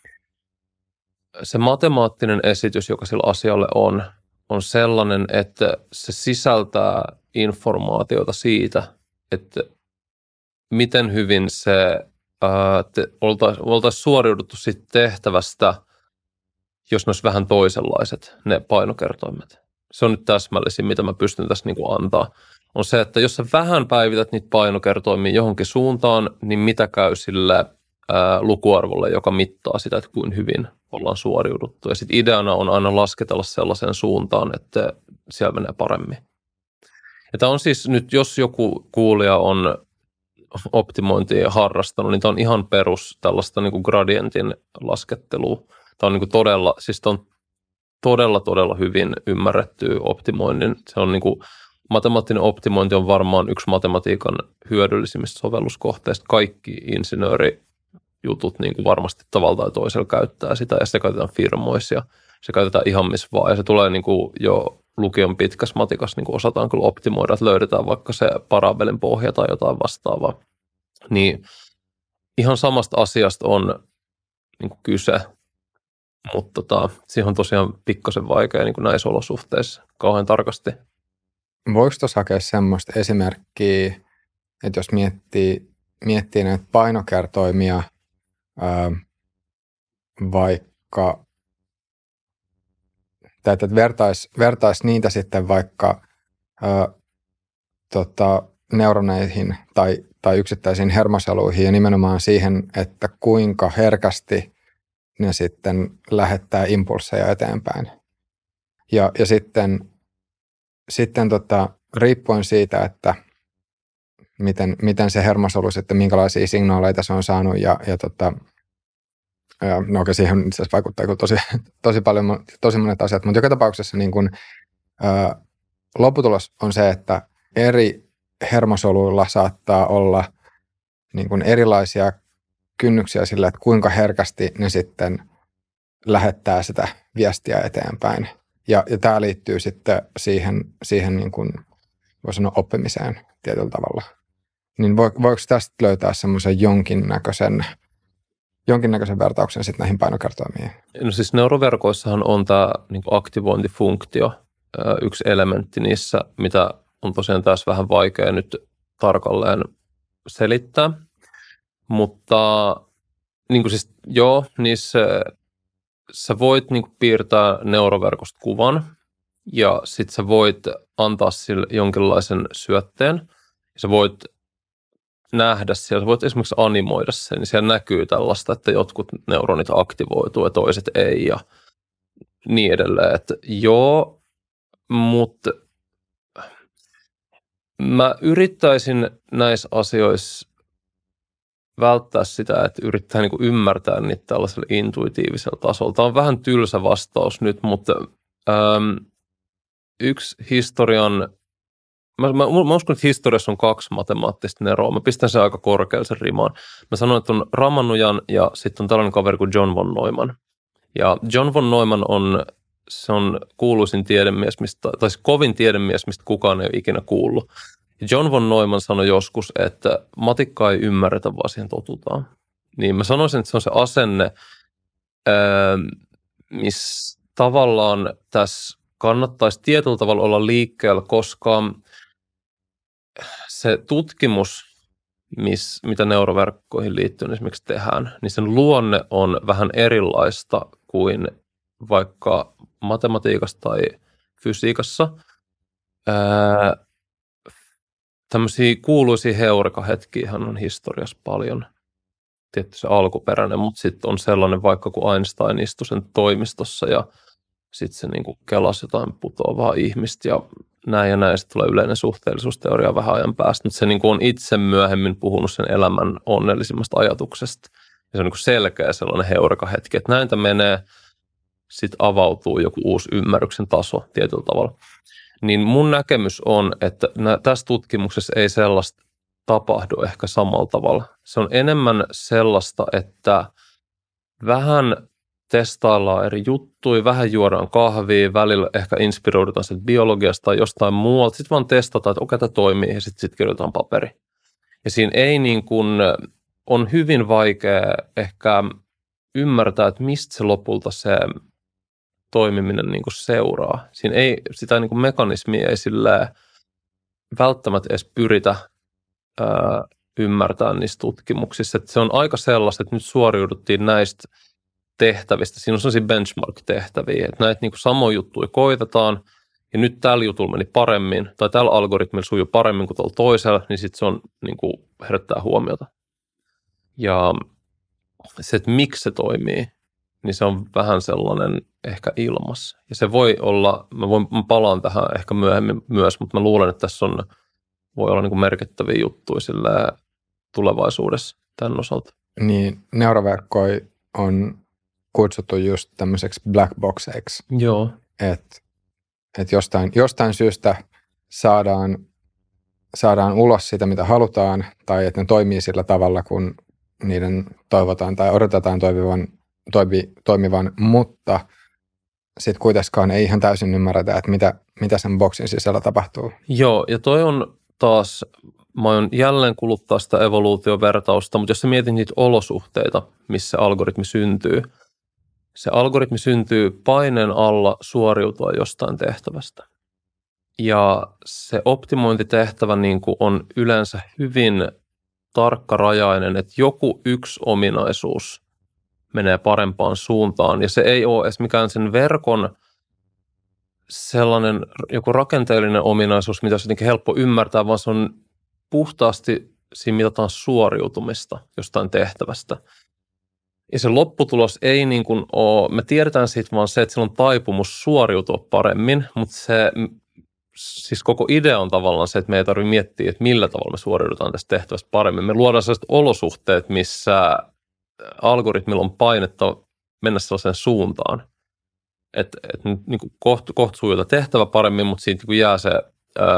Speaker 2: se matemaattinen esitys, joka sillä asialle on, on sellainen, että se sisältää informaatiota siitä, että miten hyvin se oltaisiin oltais suoriuduttu siitä tehtävästä, jos ne olisi vähän toisenlaiset, ne painokertoimet. Se on nyt täsmällisin, mitä mä pystyn tässä niin kuin antaa. On se, että jos sä vähän päivität niitä painokertoimia johonkin suuntaan, niin mitä käy sille ää, lukuarvolle, joka mittaa sitä, että kuinka hyvin ollaan suoriuduttu. Ja sitten ideana on aina lasketella sellaiseen suuntaan, että siellä menee paremmin. Ja tämä on siis nyt, jos joku kuulija on optimointia harrastanut, niin tämä on ihan perus tällaista niin kuin gradientin laskettelua. Tämä on niin kuin todella, siis tämä on todella, todella hyvin ymmärretty optimoinnin. Se on niin kuin matemaattinen optimointi on varmaan yksi matematiikan hyödyllisimmistä sovelluskohteista. Kaikki insinöörijutut niin kuin varmasti tavalla tai toisella käyttää sitä, ja se käytetään firmoissa, ja se käytetään ihan missä vaan, ja se tulee niin kuin jo lukion pitkässä matikassa, niin kuin osataan kyllä optimoida, että löydetään vaikka se parabelin pohja tai jotain vastaavaa. Niin ihan samasta asiasta on niin kuin kyse, mutta tota, siihen on tosiaan pikkasen vaikea niin kuin näissä olosuhteissa kauhean tarkasti.
Speaker 1: Voiko tuossa hakea semmoista esimerkkiä, että jos miettii, miettii näitä painokertoimia, ää, vaikka, tai että vertaisi vertais niitä sitten vaikka ää, tota, neuroneihin tai, tai yksittäisiin hermosoluihin ja nimenomaan siihen, että kuinka herkästi ne sitten lähettää impulsseja eteenpäin. Ja, ja sitten, sitten tota, riippuen siitä, että miten, miten se hermosolu sitten, minkälaisia signaaleita se on saanut ja, ja tota, ja, no okei, siihen itse asiassa vaikuttaa kyllä tosi, tosi paljon, tosi monet asiat, mutta joka tapauksessa niin kun, ää, lopputulos on se, että eri hermosoluilla saattaa olla niin kun erilaisia kynnyksiä sille, että kuinka herkästi ne sitten lähettää sitä viestiä eteenpäin. Ja, ja tämä liittyy sitten siihen, siihen niin kuin voi sanoa oppimiseen tietyllä tavalla. Niin vo, voiko tästä löytää semmoisen jonkinnäköisen, jonkinnäköisen vertauksen sitten näihin painokertoimiin?
Speaker 2: No siis neuroverkoissahan on tämä niin kuin aktivointifunktio, yksi elementti niissä, mitä on tosiaan tässä vähän vaikea nyt tarkalleen selittää. Mutta niin kuin siis, joo, niissä sä voit niin kuin piirtää neuroverkosta kuvan ja sit sä voit antaa sille jonkinlaisen syötteen. Sä voit nähdä siellä, sä voit esimerkiksi animoida sen, niin siellä näkyy tällaista, että jotkut neuronit aktivoituu ja toiset ei ja niin edelleen. Että joo, mutta mä yrittäisin näissä asioissa välttää sitä, että yrittää niin kuin ymmärtää niitä tällaisella intuitiivisella tasolla. Tämä on vähän tylsä vastaus nyt, mutta äm, yksi historian, mä, mä, mä uskon, että historiassa on kaksi matemaattista neroa. Mä pistän sen aika korkealle sen rimaan. Mä sanoin, että on Ramanujan ja sitten on tällainen kaveri kuin John von Neumann. Ja John von Neumann on, se on kuuluisin tiedemies, mistä, tai kovin tiedemies, mistä kukaan ei ole ikinä kuullut. John von Neumann sanoi joskus, että matikkaa ei ymmärretä, vaan siihen totutaan. Niin mä sanoisin, että se on se asenne, missä tavallaan tässä kannattaisi tietyllä tavalla olla liikkeellä, koska se tutkimus, miss, mitä neuroverkkoihin liittyen esimerkiksi tehdään, niin sen luonne on vähän erilaista kuin vaikka matematiikassa tai fysiikassa. Ää, Tämmöisiä kuuluisia heureka-hetkiä on historiassa paljon. Tietty se alkuperäinen, mutta sitten on sellainen vaikka kun Einstein istui sen toimistossa ja sitten se niinku kelasi jotain putoavaa ihmistä ja näin ja näin. Sitten tulee yleinen suhteellisuusteoria vähän ajan päästä, mutta se niinku on itse myöhemmin puhunut sen elämän onnellisimmasta ajatuksesta. Ja se on niinku selkeä sellainen heureka-hetki, että näin tämä menee, sitten avautuu joku uusi ymmärryksen taso tietyllä tavalla. Niin mun näkemys on, että tässä tutkimuksessa ei sellaista tapahdu ehkä samalla tavalla. Se on enemmän sellaista, että vähän testaillaan eri juttuja, vähän juodaan kahvia, välillä ehkä inspiroidutaan sieltä biologiasta tai jostain muualta. Sitten vaan testataan, että okei, tämä toimii ja sitten sit kirjoitetaan paperi. Ja siinä ei niin kuin, on hyvin vaikea ehkä ymmärtää, että mistä se lopulta se toimiminen niin kuin seuraa. Siinä ei, sitä niin kuin mekanismia ei silleen välttämättä edes pyritä ää, ymmärtämään niissä tutkimuksissa. Että se on aika sellaista, että nyt suoriuduttiin näistä tehtävistä. Siinä on sellaisia benchmark-tehtäviä, että näitä niin kuin samoja juttuja koitetaan, ja nyt tällä jutulla meni paremmin, tai tällä algoritmilla sujuu paremmin kuin tuolla toisella, niin sitten se on niin kuin herättää huomiota. Ja se, että miksi se toimii, niin se on vähän sellainen ehkä ilmassa. Ja se voi olla, mä, voin, mä palaan tähän ehkä myöhemmin myös, mutta mä luulen, että tässä on, voi olla niin kuin merkittäviä juttuja sillä tulevaisuudessa tämän osalta.
Speaker 1: Niin, neuroverkkoja on kutsuttu just tämmöiseksi black boxeiksi.
Speaker 2: Joo.
Speaker 1: Että et jostain, jostain syystä saadaan, saadaan ulos sitä, mitä halutaan, tai että ne toimii sillä tavalla, kun niiden toivotaan tai odotetaan toimivan, toimi, toimivan, mutta sitten kuitenkaan ei ihan täysin ymmärretä, että mitä, mitä sen boksin sisällä tapahtuu.
Speaker 2: Joo, ja toi on taas, mä oon jälleen kuluttaa sitä evoluutiovertausta, mutta jos sä mietit niitä olosuhteita, missä algoritmi syntyy, se algoritmi syntyy paineen alla suoriutua jostain tehtävästä. Ja se optimointitehtävä niin kuin on yleensä hyvin tarkkarajainen, että joku yksi ominaisuus menee parempaan suuntaan. Ja se ei ole edes mikään sen verkon sellainen joku rakenteellinen ominaisuus, mitä on jotenkin helppo ymmärtää, vaan se on puhtaasti, siinä mitataan suoriutumista jostain tehtävästä. Ja se lopputulos ei niin kuin ole, me tiedetään siitä vaan se, että sillä on taipumus suoriutua paremmin, mutta se, siis koko idea on tavallaan se, että me ei tarvitse miettiä, että millä tavalla me suoriudutaan tästä tehtävästä paremmin. Me luodaan sellaiset olosuhteet, missä algoritmilla on painetta mennä sellaiseen suuntaan, että, että niin kuin kohta, kohta sujuta tehtävä paremmin, mutta siitä niin kuin jää se ää,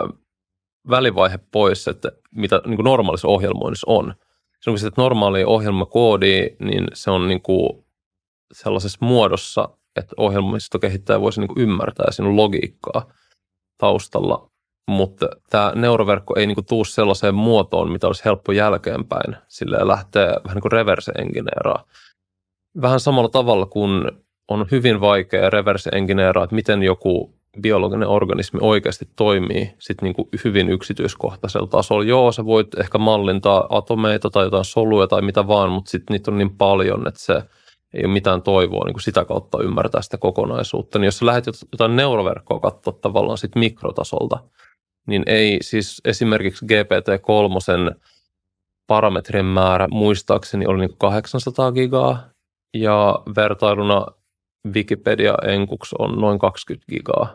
Speaker 2: välivaihe pois, että mitä niin kuin normaalissa ohjelmoinnissa on. Silloin kun sitä normaalia ohjelmakoodia, niin se on niin kuin sellaisessa muodossa, että ohjelmistokehittäjä voisi niin kuin ymmärtää ja siinä on logiikkaa taustalla, mutta tämä neuroverkko ei niin kuin tuu sellaiseen muotoon, mitä olisi helppo jälkeenpäin. Silleen lähtee vähän niin kuin reverse engineeraa. Vähän samalla tavalla kuin on hyvin vaikea reverse engineeraa, että miten joku biologinen organismi oikeasti toimii sit niin kuin hyvin yksityiskohtaisella tasolla. Joo, sä voit ehkä mallintaa atomeita tai jotain soluja tai mitä vaan, mutta sitten niitä on niin paljon, että se ei ole mitään toivoa niin kuin sitä kautta ymmärtää sitä kokonaisuutta. Niin jos sä lähdet jotain neuroverkkoa katsoa tavallaan sit mikrotasolta, niin ei siis esimerkiksi G P T kolme parametrien määrä muistaakseni oli niin kuin kahdeksansataa gigaa ja vertailuna Wikipedia enkuksi on noin kaksikymmentä gigaa.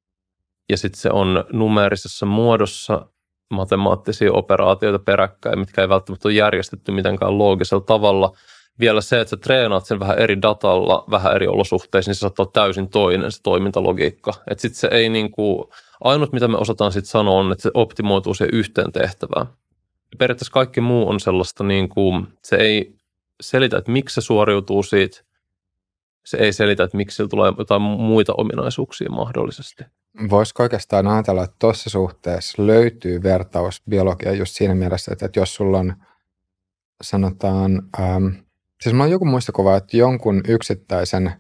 Speaker 2: Ja sitten se on numeerisessa muodossa matemaattisia operaatioita peräkkäin, mitkä ei välttämättä ole järjestetty mitenkään loogisella tavalla. Vielä se, että sä treenaat sen vähän eri datalla, vähän eri olosuhteissa, niin se saattaa olla täysin toinen se toimintalogiikka. Että sitten se ei niinku, ainut mitä me osataan sitten sanoa on, että se optimoituu siihen yhteen tehtävään. Periaatteessa kaikki muu on sellaista, niinku, se ei selitä, että miksi se suoriutuu siitä. Se ei selitä, että miksi sillä tulee jotain muita ominaisuuksia mahdollisesti.
Speaker 1: Voisiko oikeastaan ajatella, että tuossa suhteessa löytyy vertaus biologiaan just siinä mielessä, että, että jos sulla on, sanotaan, ähm, siis mulla on joku muistikuva, että jonkun yksittäisen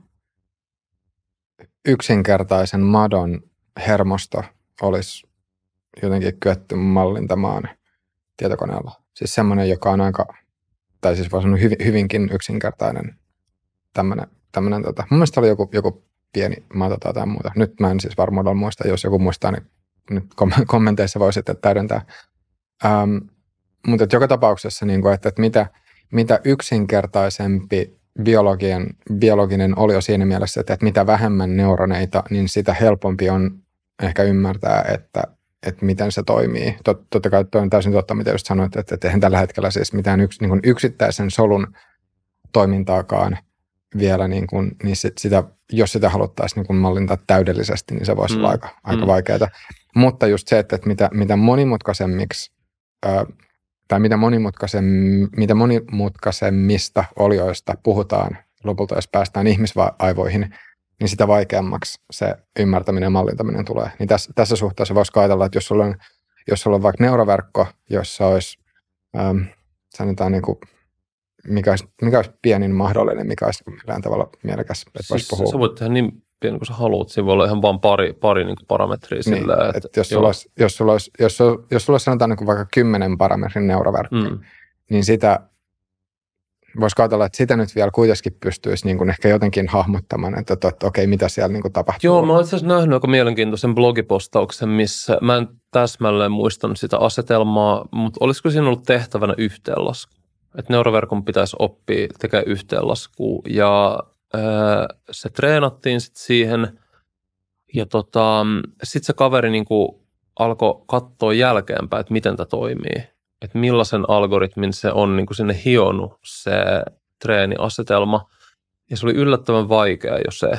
Speaker 1: yksinkertaisen madon hermosto olisi jotenkin kyetty mallintamaan tietokoneella. Siis semmoinen, joka on aika, tai siis voi sanoa hyvin, hyvinkin yksinkertainen tämmöinen. Tämmönen, tota, mun mielestä oli joku, joku pieni mato tai jotain muuta. Nyt mä en siis varmuudella muista, jos joku muistaa, niin nyt kommenteissa voi sitten täydentää. Ähm, mutta joka tapauksessa, niin kuin, että, että mitä, mitä yksinkertaisempi biologian, biologinen olio siinä mielessä, että, että mitä vähemmän neuroneita, niin sitä helpompi on ehkä ymmärtää, että, että miten se toimii. Tot, totta kai toi on täysin totta, mitä just sanoit, että, että eihän tällä hetkellä siis mitään yks, niin kuin yksittäisen solun toimintaakaan vielä, niin, kuin, niin sit sitä, jos sitä haluttaisiin niin kuin mallintaa täydellisesti, niin se voisi mm. olla aika, aika mm. vaikeaa. Mutta just se, että, että mitä, mitä monimutkaisemmiksi ö, tai mitä, monimutkaisem, mitä monimutkaisemmista olioista puhutaan lopulta, jos päästään ihmisaivoihin, niin sitä vaikeammaksi se ymmärtäminen ja mallintaminen tulee. Niin tässä, tässä suhteessa voisi ajatella, että jos sulla on, jos sulla on vaikka neuroverkko, jossa olisi, ähm, sanotaan niin kuin Mikä olisi, mikä olisi pienin mahdollinen, mikä olisi millään tavalla mielekäs, että siis voisi puhua.
Speaker 2: Sä voit tehdä niin pieni kuin sä haluat. Siinä voi olla ihan vaan pari, pari niin parametria
Speaker 1: niin,
Speaker 2: sillä. Että,
Speaker 1: että jos, sulla olisi, jos, sulla olisi, jos, sulla, jos sulla olisi sanotaan niin vaikka kymmenen parametrin neuroverkko, mm. niin sitä voisi ajatella, että sitä nyt vielä kuitenkin pystyisi niin kuin ehkä jotenkin hahmottamaan, että, että, että okei, mitä siellä niin kuin tapahtuu.
Speaker 2: Joo, mä olen itse asiassa nähnyt aika mielenkiintoisen blogipostauksen, missä mä en täsmälleen muistanut sitä asetelmaa, mutta olisiko siinä ollut tehtävänä yhteenlasku? Että neuroverkon pitäisi oppia tekemään yhteenlaskua ja ää, se treenattiin sitten siihen ja tota, sitten se kaveri niinku alkoi katsoa jälkeenpäin, että miten tämä toimii. Että millaisen algoritmin se on niinku sinne hionut se treeniasetelma ja se oli yllättävän vaikea jo se.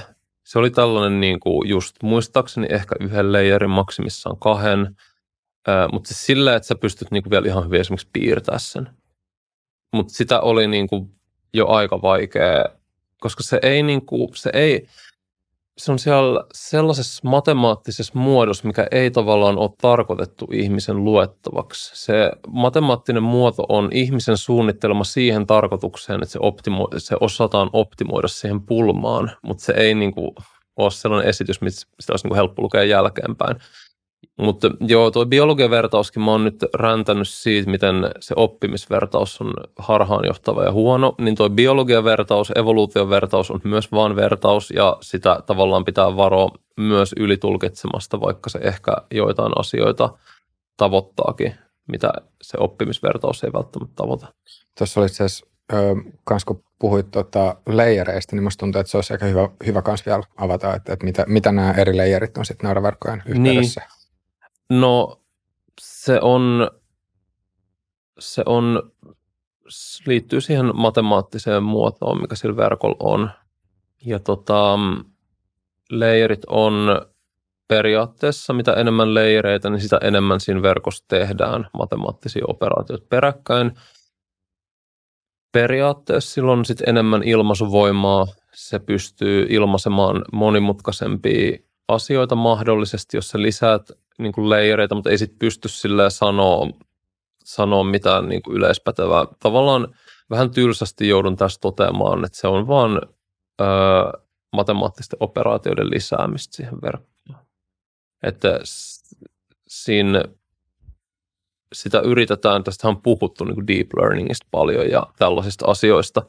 Speaker 2: Se oli tällainen niin kuin just muistaakseni ehkä yhden leijerin, maksimissaan kahden, mutta siis sillä, että sä pystyt niin kuin vielä ihan hyvin esimerkiksi piirtää sen. Mutta sitä oli niin kuin jo aika vaikea, koska se ei, niin kuin, se ei, se on siellä sellaisessa matemaattisessa muodossa, mikä ei tavallaan ole tarkoitettu ihmisen luettavaksi. Se matemaattinen muoto on ihmisen suunnittelema siihen tarkoitukseen, että se, optimo, se osataan optimoida siihen pulmaan, mutta se ei niin kuin ole sellainen esitys, mistä sitä olisi niin kuin helppo lukea jälkeenpäin. Mutta joo, tuo biologian vertauskin, mä oon nyt räntänyt siitä, miten se oppimisvertaus on harhaanjohtava ja huono, niin tuo biologian vertaus, evoluution vertaus on myös vaan vertaus, ja sitä tavallaan pitää varoa myös ylitulkitsemasta, vaikka se ehkä joitain asioita tavoittaakin, mitä se oppimisvertaus ei välttämättä tavoita.
Speaker 1: Tuossa oli itse asiassa, kans kun puhuit tuota leijereistä, niin musta tuntuu, että se olisi aika hyvä, hyvä kans vielä avata, että, että mitä, mitä nämä eri leijerit on sitten neuroverkkojen yhteydessä. Niin.
Speaker 2: No se on, se on, liittyy siihen matemaattiseen muotoon, mikä sillä verkolla on. Ja tota, leijerit on periaatteessa, mitä enemmän leijereitä, niin sitä enemmän siinä verkossa tehdään matemaattisia operaatioita peräkkäin. Periaatteessa sillä on sitten enemmän ilmaisuvoimaa, se pystyy ilmaisemaan monimutkaisempia asioita mahdollisesti, jos sä lisäät niin kuin leijereitä, mutta ei sitten pysty silleen sanoa, sanoa mitään niin kuin yleispätevää. Tavallaan vähän tylsästi joudun tässä toteamaan, että se on vaan öö, matemaattisten operaatioiden lisäämistä siihen verkkoon. Että siinä sitä yritetään, tästä on puhuttu niin kuin deep learningista paljon ja tällaisista asioista,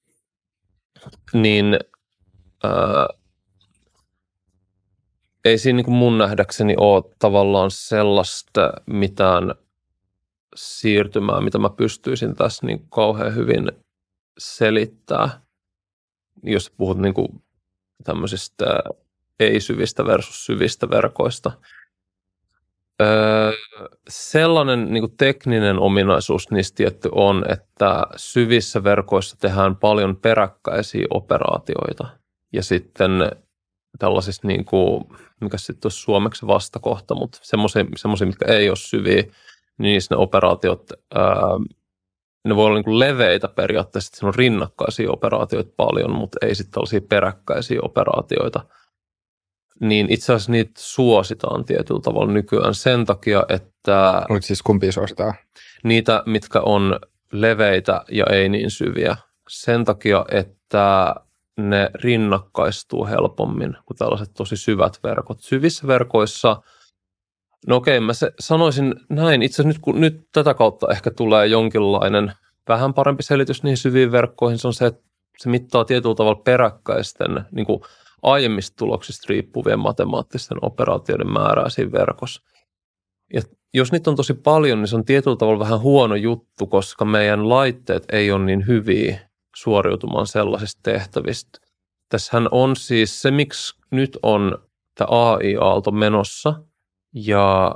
Speaker 2: niin öö, ei siinä niin kuin mun nähdäkseni ole tavallaan sellaista mitään siirtymää, mitä mä pystyisin tässä niin kuin kauhean hyvin selittää, jos puhut niin kuin tämmöisistä ei-syvistä versus syvistä verkoista. Öö, sellainen niin kuin tekninen ominaisuus niistä tietty on, että syvissä verkoissa tehdään paljon peräkkäisiä operaatioita ja sitten tällaisissa, niin kuin, mikä sitten olisi suomeksi vastakohta, mutta semmoisia, mitkä ei ole syviä, niin niissä ne operaatiot, ää, ne voi olla niin kuin leveitä periaatteessa, siinä on rinnakkaisia operaatioita paljon, mutta ei sitten tällaisia peräkkäisiä operaatioita. Niin itse asiassa niitä suositaan tietyllä tavalla nykyään sen takia, että
Speaker 1: Oliko siis kumpia suositaan?
Speaker 2: Niitä, mitkä on leveitä ja ei niin syviä. Sen takia, että ne rinnakkaistuu helpommin kuin tällaiset tosi syvät verkot. Syvissä verkoissa, no okei, mä se, sanoisin näin, itse asiassa nyt, kun, nyt tätä kautta ehkä tulee jonkinlainen vähän parempi selitys niihin syviin verkkoihin, se on se, että se mittaa tietyllä tavalla peräkkäisten, niin kuin aiemmista tuloksista riippuvien matemaattisten operaatioiden määrää siinä verkossa. Ja jos niitä on tosi paljon, niin se on tietyllä tavalla vähän huono juttu, koska meidän laitteet ei ole niin hyviä suoriutumaan sellaisista tehtävistä. Tässähän on siis se, miksi nyt on tämä A I-aalto menossa ja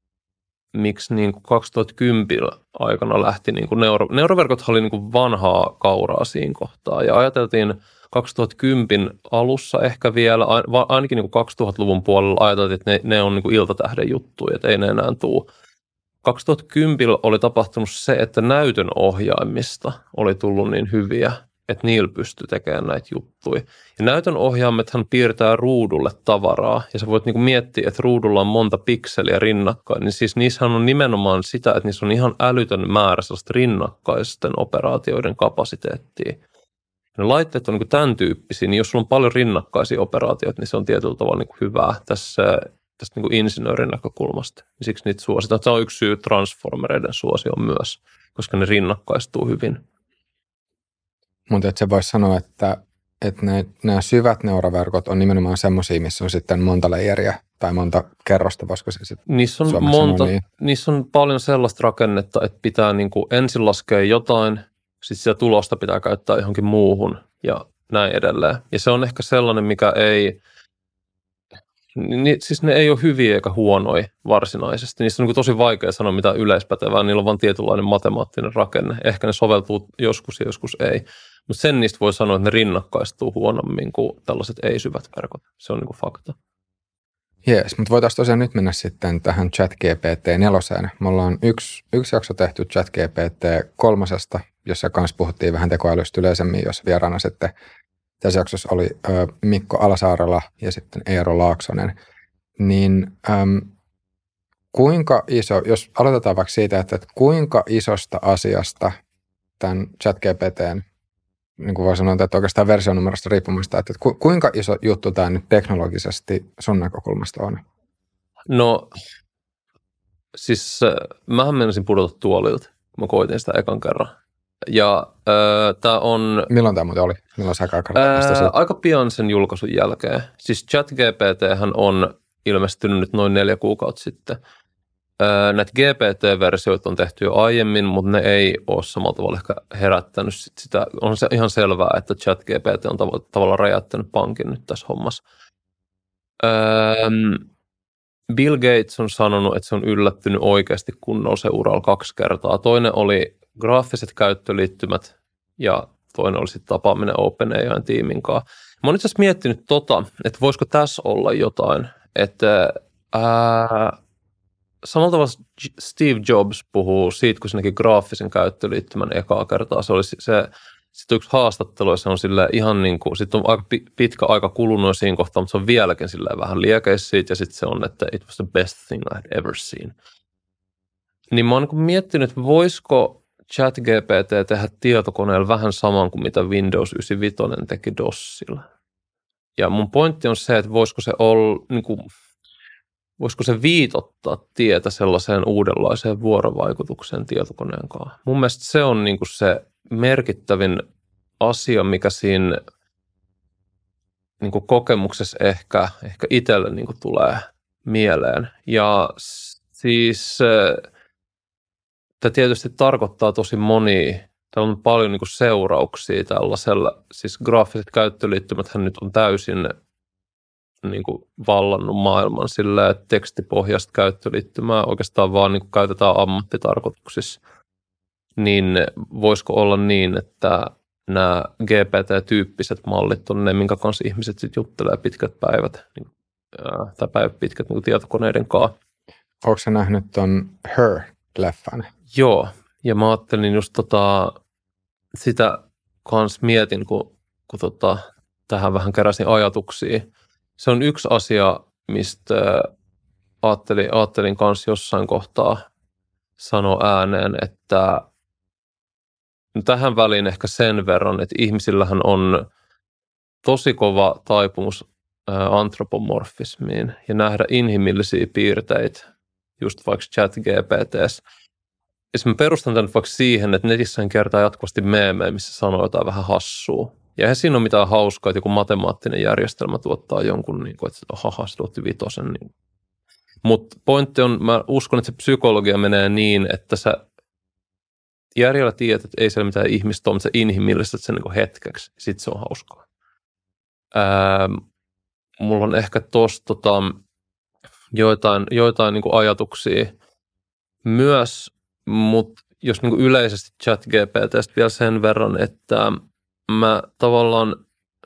Speaker 2: miksi niin kuin kaksituhattakymmenen aikana lähti, niin kuin neuro, neuroverkot oli niin kuin vanhaa kauraa siinä kohtaa ja ajateltiin kaksituhattakymmenen alussa ehkä vielä, ainakin niin kuin kaksituhattaluvun puolella ajateltiin, että ne, ne on niin kuin iltatähden juttuja, että ei ne enää tule. kaksituhattakymmenen oli tapahtunut se, että näytön ohjaimista oli tullut niin hyviä, että niillä pystyi tekemään näitä juttuja. Ja näytön ohjaimethan piirtää ruudulle tavaraa, ja sä voit niinku miettiä, että ruudulla on monta pikseliä rinnakkain, niin siis niissähän on nimenomaan sitä, että niissä on ihan älytön määrä sellaista rinnakkaisten operaatioiden kapasiteettia. Ne laitteet on niinku tämän tyyppisiä, niin jos sulla on paljon rinnakkaisia operaatioita, niin se on tietyllä tavalla niinku hyvää tässä tästä niin kuin insinöörin näkökulmasta. Siksi niitä suositaan. Tämä on yksi syy transformereiden suosioon myös, koska ne rinnakkaistuu hyvin.
Speaker 1: Mutta se voisi sanoa, että, että ne, nämä syvät neuroverkot on nimenomaan semmoisia, missä on sitten monta leijeriä tai monta kerrosta, voisiko se sitten
Speaker 2: niissä on, monta, niin? niissä on paljon sellaista rakennetta, että pitää niin kuin ensin laskea jotain, sitten sitä tulosta pitää käyttää johonkin muuhun ja näin edelleen. Ja se on ehkä sellainen, mikä ei Ni, siis ne ei ole hyviä eikä huonoja varsinaisesti. Niistä on niin tosi vaikea sanoa mitään yleispätevää. Niillä on vain tietynlainen matemaattinen rakenne. Ehkä ne soveltuu joskus ja joskus ei. Mutta sen niistä voi sanoa, että ne rinnakkaistuu huonommin kuin tällaiset ei-syvät verkot. Se on niin kuin fakta.
Speaker 1: Jees, mutta voitaisiin tosiaan nyt mennä sitten tähän ChatGPT neloseen. Me ollaan yksi, yksi jakso tehty ChatGPT kolmosesta, jossa kanssa puhuttiin vähän tekoälystä yleisemmin, jos vieraana sitten tässä jaksossa oli ö, Mikko Alasaarela ja sitten Eero Laaksonen. Niin äm, kuinka iso, jos aloitetaan vaikka siitä, että, että kuinka isosta asiasta tämän ChatGPTn, niin kuin voi sanoa, että oikeastaan versionumerosta riippumasta, että ku, kuinka iso juttu tämä nyt teknologisesti sun näkökulmasta on?
Speaker 2: No, siis mähän menisin pudota tuolilta, kun mä koitin sitä ekan kerran. Ja äh, tämä on...
Speaker 1: Milloin tämä muuten oli? Milloin sä aikaa
Speaker 2: äh, Aika pian sen julkaisun jälkeen. Siis ChatGPThän on ilmestynyt nyt noin neljä kuukautta sitten. Äh, näitä G P T-versioita on tehty jo aiemmin, mutta ne ei ole samalla tavalla ehkä herättänyt sit sitä. On se ihan selvää, että ChatGPT on tav- tavallaan räjäyttänyt pankin nyt tässä hommassa. Ähm, Bill Gates on sanonut, että se on yllättynyt oikeasti kunnolla seuraalla kaksi kertaa. Toinen oli graafiset käyttöliittymät ja toinen oli sitten tapaaminen OpenAI:n tiimin kanssa. Mä oon itse asiassa miettinyt tota, että voisiko tässä olla jotain, että ää, samalla tavalla Steve Jobs puhuu siitä, kun se näki graafisen käyttöliittymän ekaa kertaa. Se oli se, sitten yksi haastattelu ja se on silleen ihan niin kuin, sitten on aika pitkä aika kulunut siinä kohtaa, mutta se on vieläkin silleen vähän liekeissä siitä ja sitten se on, että it was the best thing I had ever seen. Niin mä oon niin miettinyt, että voisiko ChatGPT tehdä tietokoneella vähän saman kuin mitä Windows yhdeksänkymmentäviisi teki DOSilla. Ja mun pointti on se, että voisiko se olla, niin kuin, voisiko se viitottaa tietä sellaiseen uudenlaiseen vuorovaikutukseen tietokoneen kanssa. Mun mielestä se on niin kuin se merkittävin asia, mikä siinä niin kuin kokemuksessa ehkä, ehkä itselle niin kuin tulee mieleen. Ja siis tämä tietysti tarkoittaa tosi monia, täällä on paljon niin kuin seurauksia tällaisella, siis graafiset käyttöliittymäthän nyt on täysin niin kuin vallannut maailman sillä, että tekstipohjaista käyttöliittymää oikeastaan vaan niin kuin käytetään ammattitarkoituksissa. Niin voisiko olla niin, että nämä G P T-tyyppiset mallit on ne, minkä kanssa ihmiset sitten juttelee pitkät päivät, niin, ää, tai päivät pitkät niin kuin tietokoneiden kanssa.
Speaker 1: Oletko sä nähnyt ton Her-leffan?
Speaker 2: Joo, ja mä ajattelin just tota, sitä kans mietin, kun, kun tota, tähän vähän keräsin ajatuksia. Se on yksi asia, mistä ajattelin, ajattelin kanssa jossain kohtaa sanoa ääneen, että tähän väliin ehkä sen verran, että ihmisillähän on tosi kova taipumus antropomorfismiin ja nähdä inhimillisiä piirteitä, just vaikka ChatGPT:ssä. Ja mä perustan tämän vaikka siihen, että netissä kertaa jatkuvasti meemejä, missä sanoo jotain vähän hassua. Ja eihän siinä ole mitään hauskaa, että joku matemaattinen järjestelmä tuottaa jonkun, niin kuin, että haha, se tuotti vitosen. Niin. Mutta pointti on, mä uskon, että se psykologia menee niin, että sä järjellä tiedät, että ei siellä mitään ihmistä ole, mutta sä inhimillistät sen niin kuin hetkeksi. Sitten se on hauskaa. Ää, mulla on ehkä tossa tota, joitain, joitain niin kuin ajatuksia myös, mutta jos niin kuin yleisesti ChatGPT:stä vielä sen verran, että mä tavallaan,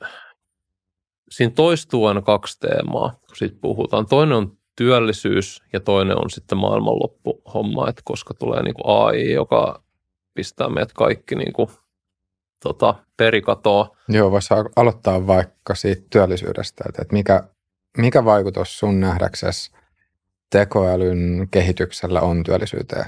Speaker 2: siinä toistuu aina kaksi teemaa, kun siitä puhutaan. Toinen on työllisyys ja toinen on sitten maailmanloppuhomma, että koska tulee niin kuin A I, joka pistää meidät kaikki niin kuin, tota, perikatoa.
Speaker 1: Joo, voisi aloittaa vaikka siitä työllisyydestä, että mikä, mikä vaikutus sun nähdäksesi tekoälyn kehityksellä on työllisyyteen?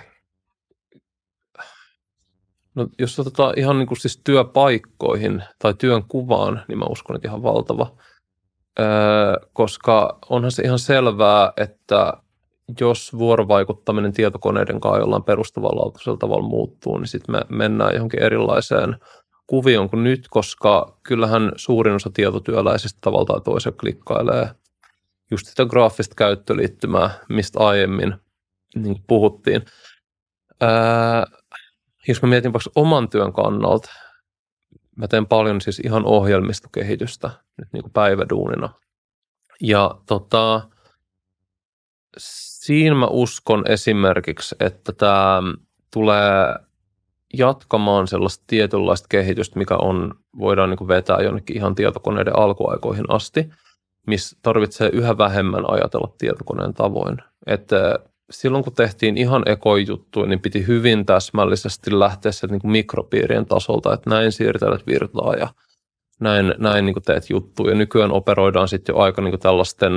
Speaker 2: No, jos otetaan ihan niin kuin siis työpaikkoihin tai työn kuvaan, niin mä uskon, että ihan valtava. Öö, koska onhan se ihan selvää, että jos vuorovaikuttaminen tietokoneiden kanssa jollain perustavanlaatuisella tavalla muuttuu, niin sitten me mennään johonkin erilaiseen kuvioon kuin nyt, koska kyllähän suurin osa tietotyöläisistä tavalla tai toisella klikkailee just sitä graafista käyttöliittymää, mistä aiemmin niin puhuttiin. Öö, Jos mä mietin vaikka oman työn kannalta, mä teen paljon siis ihan ohjelmistokehitystä nyt niin kuin päiväduunina. Ja tota, siinä mä uskon esimerkiksi, että tämä tulee jatkamaan sellaista tietynlaista kehitystä, mikä on, voidaan niin kuin vetää jonnekin ihan tietokoneiden alkuaikoihin asti, missä tarvitsee yhä vähemmän ajatella tietokoneen tavoin. Että silloin kun tehtiin ihan ekojuttuja, niin piti hyvin täsmällisesti lähteä sieltä niin kuin mikropiirien tasolta, että näin siirtelet virtaa ja näin, näin niin kuin teet juttuja. Ja nykyään operoidaan sitten jo aika niin kuin tällaisten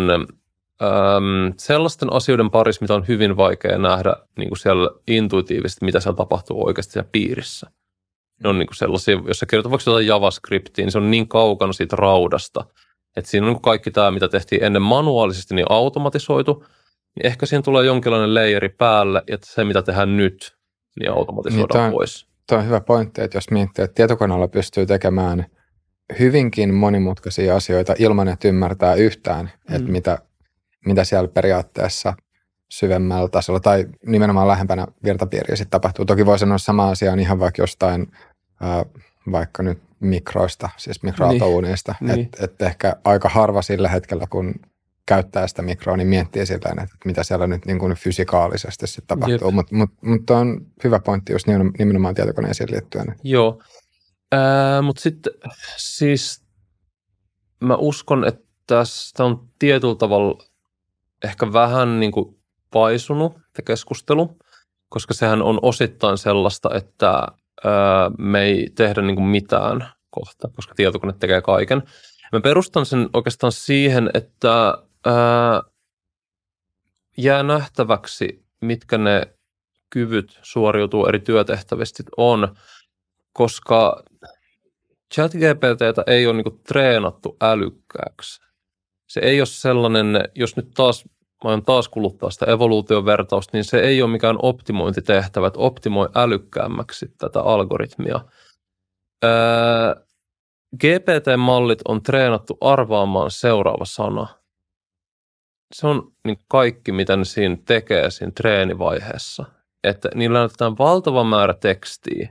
Speaker 2: äm, sellaisten asioiden parissa, mitä on hyvin vaikea nähdä niin kuin siellä intuitiivisesti, mitä siellä tapahtuu oikeasti siellä piirissä. Ne on niin kuin sellaisia, jos sä kirjoitat vaikka jotain JavaScriptiin, niin se on niin kaukana siitä raudasta, että siinä on kaikki tämä, mitä tehtiin ennen manuaalisesti, niin automatisoitu, niin ehkä siinä tulee jonkinlainen leijeri päälle, ja se, mitä tehdään nyt, niin automatisoidaan niin pois.
Speaker 1: Tuo on hyvä pointti, että jos miettii, että tietokoneella pystyy tekemään hyvinkin monimutkaisia asioita ilman, että ymmärtää yhtään, mm. että mitä, mitä siellä periaatteessa syvemmällä tasolla tai nimenomaan lähempänä virtapiiriä sitten tapahtuu. Toki voi sanoa sama asia ihan vaikka jostain, äh, vaikka nyt mikroista, siis mikroaaltouuneista, niin. että et ehkä aika harva sillä hetkellä, kun käyttää sitä mikroa, niin miettii silleen, että mitä siellä nyt niin kuin fysikaalisesti sitten tapahtuu. Mutta mut, mut on hyvä pointti just nimenomaan tietokoneisiin liittyen.
Speaker 2: Joo, äh, mutta sitten siis mä uskon, että tästä on tietyllä tavalla ehkä vähän niin kuin paisunut tämä keskustelu, koska sehän on osittain sellaista, että ää, me ei tehdä niin kuin mitään kohta, koska tietokone tekee kaiken. Mä perustan sen oikeastaan siihen, että ää, jää nähtäväksi, mitkä ne kyvyt suoriutuu eri työtehtävistä on, koska ChatGPT:tä ei ole niin kuin treenattu älykkääksi. Se ei ole sellainen, jos nyt taas, mä oon taas kuluttaa sitä evoluutiovertausta, niin se ei ole mikään optimointitehtävä, että optimoi älykkäämmäksi tätä algoritmia. Öö, G P T-mallit on treenattu arvaamaan seuraava sana. Se on niin kaikki, mitä ne siinä tekee siinä treenivaiheessa. Että niillä näytetään valtava määrä tekstiä,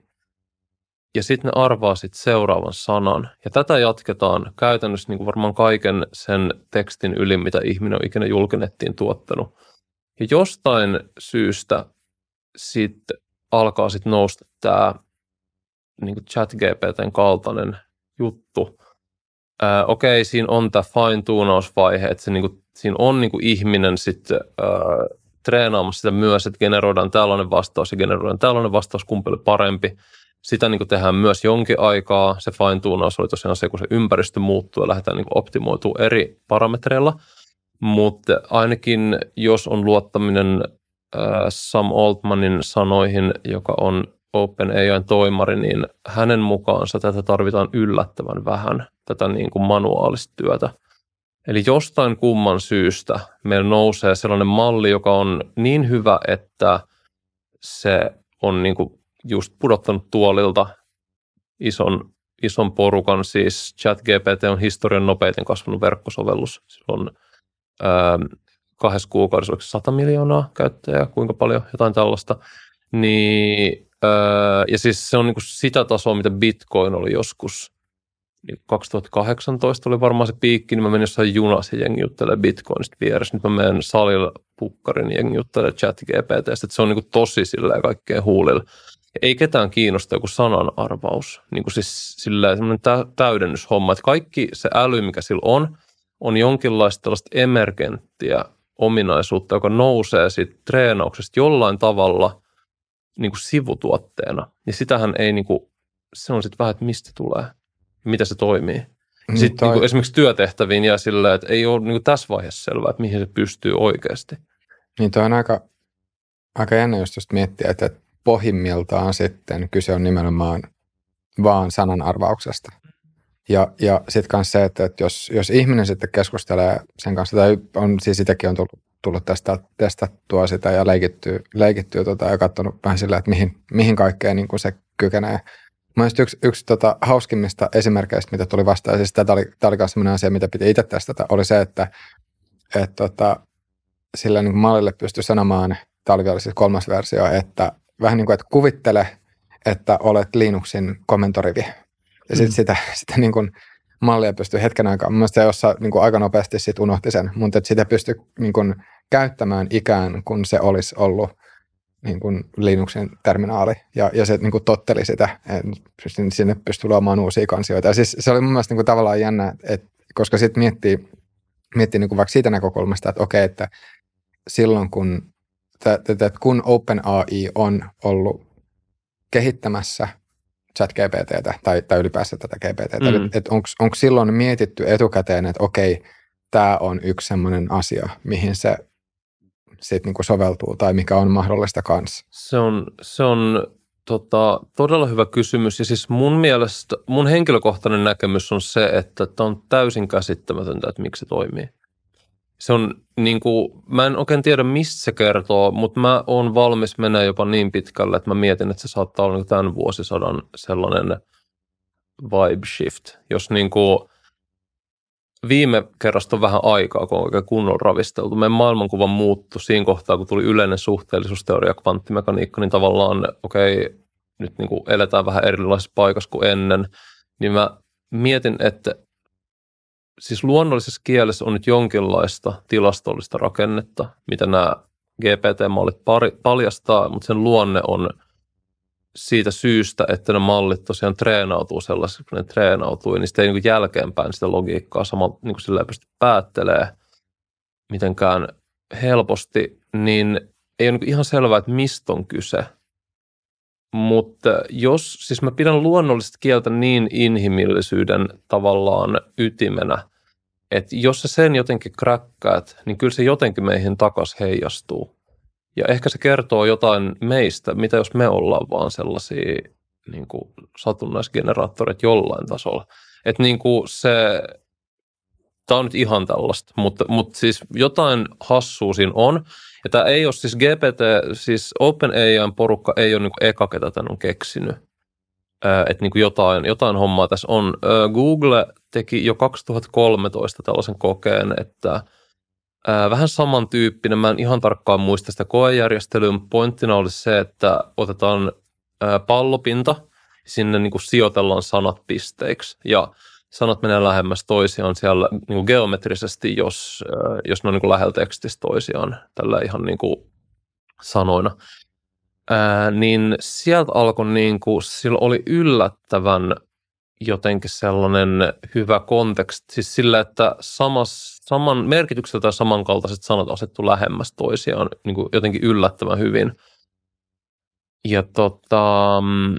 Speaker 2: ja sitten ne arvaa sit seuraavan sanan. Ja tätä jatketaan käytännössä niin kuin varmaan kaiken sen tekstin yli, mitä ihminen on ikinä julkinettiin tuottanut. Ja jostain syystä sitten alkaa sitten nousta tämä niin kuin ChatGPTn kaltainen juttu. Ää, okei, siinä on tämä fine-tuunausvaihe, että se, niin kuin, siinä on niin kuin ihminen sitten ää, treenaamassa sitä myös, että generoidaan tällainen vastaus ja generoidaan tällainen vastaus, kumpi oli parempi. Sitä niin kuin tehdään myös jonkin aikaa. Se fine-tuunaus oli tosiaan se, kun se ympäristö muuttuu ja lähdetään niin kuin optimoitumaan eri parametreilla. Mutta ainakin jos on luottaminen äh, Sam Altmanin sanoihin, joka on OpenAI:n toimari, niin hänen mukaansa tätä tarvitaan yllättävän vähän, tätä niin kuin manuaalista työtä. Eli jostain kumman syystä meillä nousee sellainen malli, joka on niin hyvä, että se on niin kuin just pudottanut tuolilta ison, ison porukan, siis ChatGPT on historian nopeiten kasvanut verkkosovellus. Se on ää, kahdessa kuukaudessa, oliko sata miljoonaa käyttäjää, kuinka paljon, jotain tällaista. Niin, ää, ja siis se on niinku sitä tasoa, mitä Bitcoin oli joskus. kaksituhattakahdeksantoista oli varmaan se piikki, niin mä menin jossain junassa ja jengi juttelee Bitcoinista vieressä. Nyt mä menen salilla pukkarin ja jengi juttelee ChatGPTstä, että se on niinku tosi silleen kaikkeen huulilla. Ei ketään kiinnosta joku sananarvaus, niin kuin siis silleen semmoinen täydennyshomma, että kaikki se äly, mikä sillä on, on jonkinlaista tällaista emergenttiä ominaisuutta, joka nousee siitä treenauksesta jollain tavalla niin kuin sivutuotteena. Ja sitähän ei, niin kuin, se on sitten vähän, että mistä tulee, mitä se toimii. Niin sitten toi... niin kuin esimerkiksi työtehtäviin jää silleen, että ei ole niin kuin tässä vaiheessa selvää, että mihin se pystyy oikeasti.
Speaker 1: Niin toi on aika, aika jännä just just miettiä, että pohjimmiltaan sitten kyse on nimenomaan vaan sananarvauksesta. Ja, ja sitten myös se, että, että jos, jos ihminen sitten keskustelee sen kanssa, tai on, siis sitäkin on tullut, tullut tästä testattua sitä ja leikittyä, leikittyä tota, ja katsonut vähän sillä, että mihin, mihin kaikkeen niin kuin se kykenee. Mielestäni yksi, yksi tota, hauskimmista esimerkkeistä, mitä tuli vastaan, siis tämä oli, tämä oli myös sellainen asia, mitä piti itse testata, oli se, että et, tota, sillä niin kuin mallille pystyi sanomaan, tämä oli vielä siis kolmas versio, että vähän niin kuin, että kuvittele, että olet Linuxin komentorivi. Ja sitten mm. sitä, sitä niin kuin mallia pystyi hetken aikaa. Mielestäni se jossa niin kuin aika nopeasti sit unohti sen, mutta että sitä pystyi niin kuin käyttämään ikään kuin se olisi ollut niin kuin Linuxin terminaali, ja, ja se niin kuin totteli sitä, että sinne pystyi luomaan uusia kansioita. Ja siis se oli mun mielestä niin kuin tavallaan jännä, että, koska sitten miettii, miettii niin kuin vaikka siitä näkökulmasta, että okei, että silloin kun, että kun OpenAI on ollut kehittämässä ChatGPTtä tai, tai ylipäänsä tätä G P T:tä, mm. että et onko silloin mietitty etukäteen, että okei, tämä on yksi semmoinen asia, mihin se sitten niinku soveltuu tai mikä on mahdollista kanssa?
Speaker 2: Se on, se on tota, todella hyvä kysymys, ja siis mun mielestä, mun henkilökohtainen näkemys on se, että tämä on täysin käsittämätöntä, että miksi se toimii. Se on niin kuin, mä en oikein tiedä mistä se kertoo, mutta mä oon valmis mennä jopa niin pitkälle, että mä mietin, että se saattaa olla tämän vuosisadan sellainen vibe shift. Jos niin kuin viime kerrasta on vähän aikaa, kun on oikein kunnolla ravisteltu. Meidän maailmankuva muuttui siinä kohtaa, kun tuli yleinen suhteellisuusteoria, kvanttimekaniikka, niin tavallaan okei, okay, nyt niin kuin eletään vähän erilaisessa paikassa kuin ennen. Niin mä mietin, että siis luonnollisessa kielessä on nyt jonkinlaista tilastollista rakennetta, mitä nämä G P T-mallit paljastaa, mutta sen luonne on siitä syystä, että ne mallit tosiaan treenautuu sellaisiksi, kun ne treenautuu, niin sitten ei niin kuin jälkeenpäin sitä logiikkaa samalla niin kuin sillä ei pysty päättelemään mitenkään helposti, niin ei ole niin ihan selvää, että mistä on kyse. Mutta jos, siis mä pidän luonnollista kieltä niin inhimillisyyden tavallaan ytimenä, että jos sä sen jotenkin kräkkäät, niin kyllä se jotenkin meihin takas heijastuu. Ja ehkä se kertoo jotain meistä, mitä jos me ollaan vaan sellaisia niin kuin satunnaisgeneraattoreita jollain tasolla. Että niin kuin se, tää on nyt ihan tällaista, mutta, mutta siis jotain hassua siinä on. Ja tämä ei ole siis G P T, siis OpenAI:n porukka ei ole niin kuin eka, ketä tämän on keksinyt. Että niin kuin jotain, jotain hommaa tässä on. Google teki jo kaksituhattakolmetoista tällaisen kokeen, että vähän samantyyppinen, mä en ihan tarkkaan muista sitä koejärjestelyä, mutta pointtina olisi se, että otetaan pallopinta, sinne niin kuin sijoitellaan sanat pisteiksi, ja sanat menee lähemmäs toisiaan siellä niin kuin geometrisesti, jos, jos ne on niin kuin lähellä tekstistä toisiaan, tällä ihan niin kuin sanoina. Ää, niin sieltä alkoi, niin kuin, sillä oli yllättävän jotenkin sellainen hyvä konteksti, siis sillä, että samas, saman merkitykseltä ja samankaltaiset sanat asettu lähemmäs toisiaan niin kuin jotenkin yllättävän hyvin. Ja tota,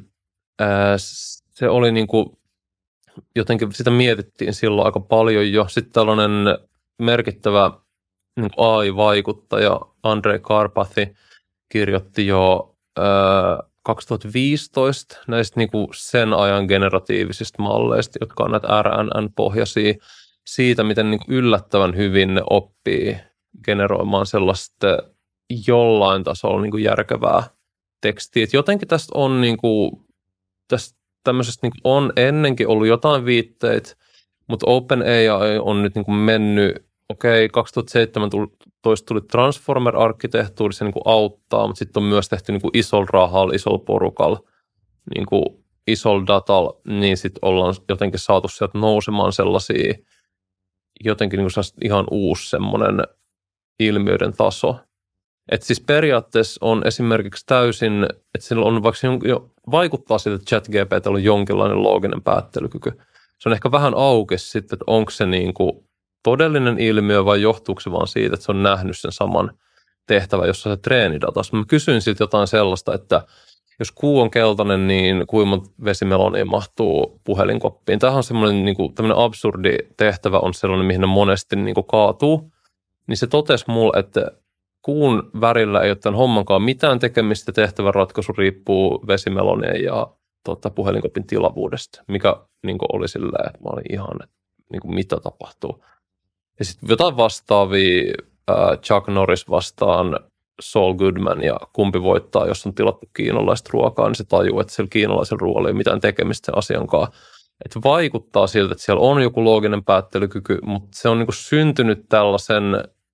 Speaker 2: ää, se oli niin kuin, jotenkin sitä mietittiin silloin aika paljon jo. Sitten tällainen merkittävä niin kuin A I-vaikuttaja Andrei Karpathy kirjoitti jo ää, kaksituhattaviisitoista näistä niin kuin sen ajan generatiivisista malleista, jotka on näitä R N N-pohjaisia, siitä, miten niin kuin yllättävän hyvin ne oppii generoimaan sellaista jollain tasolla niin kuin järkevää tekstiä. Et jotenkin tästä on, niin kuin, tästä tämmöisestä niin kuin on ennenkin ollut jotain viitteitä, mutta OpenAI on nyt niin kuin mennyt, okei, okay, kaksituhattaseitsemäntoista tuli Transformer-arkkitehtuuri, se niin kuin auttaa, mutta sitten on myös tehty niin kuin isolla rahalla, isolla porukalla, niin kuin isolla datalla, niin sitten ollaan jotenkin saatu sieltä nousemaan sellaisia, jotenkin niin kuin ihan uusi semmoinen ilmiöiden taso. Että siis periaatteessa on esimerkiksi täysin, että sillä on vaikka jo vaikuttaa siltä, että ChatGPT on jonkinlainen looginen päättelykyky. Se on ehkä vähän auki sitten, että onko se niin kuin todellinen ilmiö vai johtuuko se vaan siitä, että se on nähnyt sen saman tehtävän, jossa se treenidatassa. Mä kysyin siltä jotain sellaista, että jos kuu on keltainen, niin kuinka monta vesimelonia mahtuu puhelinkoppiin. Tämähän on semmoinen niin kuin, tämmöinen absurdi tehtävä on sellainen, mihin ne monesti niin kuin kaatuu. Niin se totesi mulle, että kuun värillä ei ole tämän hommankaan mitään tekemistä, tehtävän ratkaisu riippuu vesimelonien ja tota, puhelinkopin tilavuudesta, mikä niin kuin oli silleen, että mä olin ihan, että niin kuin, mitä tapahtuu. Ja sitten jotain vastaavia, äh, Chuck Norris vastaan Saul Goodman, ja kumpi voittaa, jos on tilattu kiinalaista ruokaa, niin se tajuu, että sillä kiinalaisella ruoalla ei ole mitään tekemistä sen asiankaan. Että vaikuttaa siltä, että siellä on joku looginen päättelykyky, mutta se on niin kuin syntynyt tällaisen,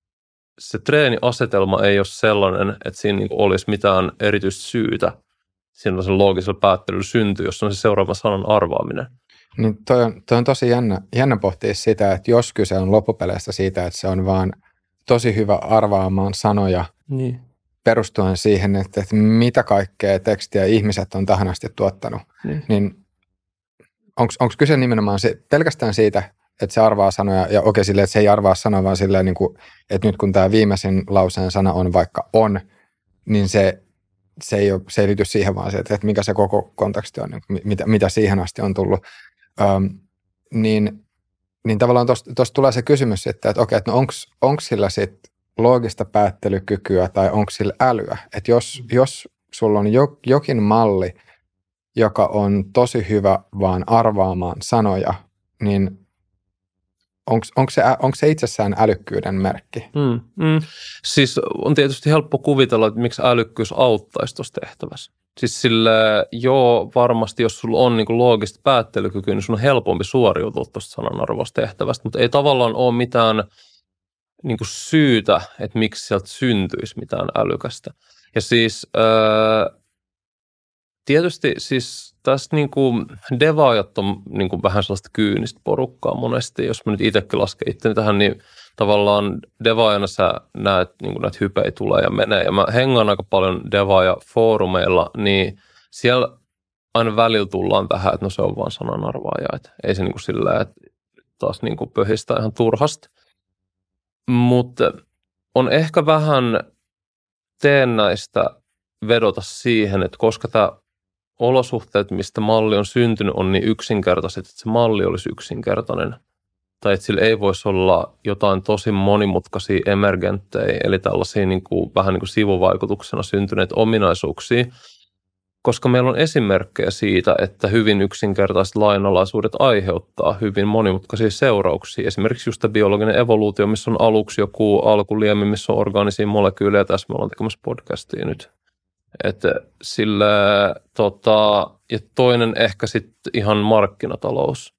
Speaker 2: se treeniasetelma ei ole sellainen, että siinä niin kuin olisi mitään erityistä syytä sellaisen loogisella päättelyllä syntyy, jos on se seuraava sanan arvaaminen.
Speaker 1: Niin toi on, toi on tosi jännä, jännä pohtia sitä, että jos kyse on loppupeleistä siitä, että se on vaan tosi hyvä arvaamaan sanoja
Speaker 2: Niin.
Speaker 1: perustuen siihen, että, että mitä kaikkea tekstiä ihmiset on tähän asti tuottanut,
Speaker 2: Niin.
Speaker 1: niin onko kyse nimenomaan se, pelkästään siitä, että se arvaa sanoja, ja okei silleen, että se ei arvaa sanoja, vaan silleen, niin kuin, että nyt kun tämä viimeisin lauseen sana on vaikka on, niin se, se, ei, ole, se ei liity siihen, vaan se, että, että mikä se koko konteksti on, niin mitä, mitä siihen asti on tullut. Öm, niin, niin tavallaan tuosta tulee se kysymys, että, että okei, että no onko sillä sitten loogista päättelykykyä tai onko sillä älyä, että jos, jos sulla on jo, jokin malli, joka on tosi hyvä vaan arvaamaan sanoja, niin onko se, onko se itsessään älykkyyden merkki?
Speaker 2: Mm, mm. Siis on tietysti helppo kuvitella, että miksi älykkyys auttaisi tuossa tehtävässä. Siis sille, joo, varmasti jos sulla on niin loogista päättelykykyä, niin sun on helpompi suoriutua tuosta sananarvoista tehtävästä, mutta ei tavallaan ole mitään niin syytä, että miksi sieltä syntyisi mitään älykästä. Ja siis äh, tietysti siis tässä niin kuin devaajat on niin kuin vähän sellaista kyynistä porukkaa monesti. Jos mä nyt itsekin lasken itteni tähän, niin tavallaan devaajana sä näet, niin kuin näitä hypejä tulee ja menee. Ja mä hengaan aika paljon devaaja-foorumeilla, niin siellä aina välillä tullaan tähän, että no se on vaan sananarvaaja. Että ei se niin kuin sillä, että taas niin kuin pöhistää ihan turhasti. Mutta on ehkä vähän teennäistä vedota siihen, että koska tämä olosuhteet, mistä malli on syntynyt, on niin yksinkertaiset, että se malli olisi yksinkertainen. Tai että sillä ei voisi olla jotain tosi monimutkaisia emergenttejä, eli tällaisia niin kuin, vähän niin kuin sivuvaikutuksena syntyneitä ominaisuuksia, koska meillä on esimerkkejä siitä, että hyvin yksinkertaiset lainalaisuudet aiheuttaa hyvin monimutkaisia seurauksia. Esimerkiksi just tämä biologinen evoluutio, missä on aluksi joku alkuliemi, missä on orgaanisia molekyylejä. Tässä me ollaan tekemässä podcastia nyt. Että sillä, tota, ja toinen ehkä sitten ihan markkinatalous.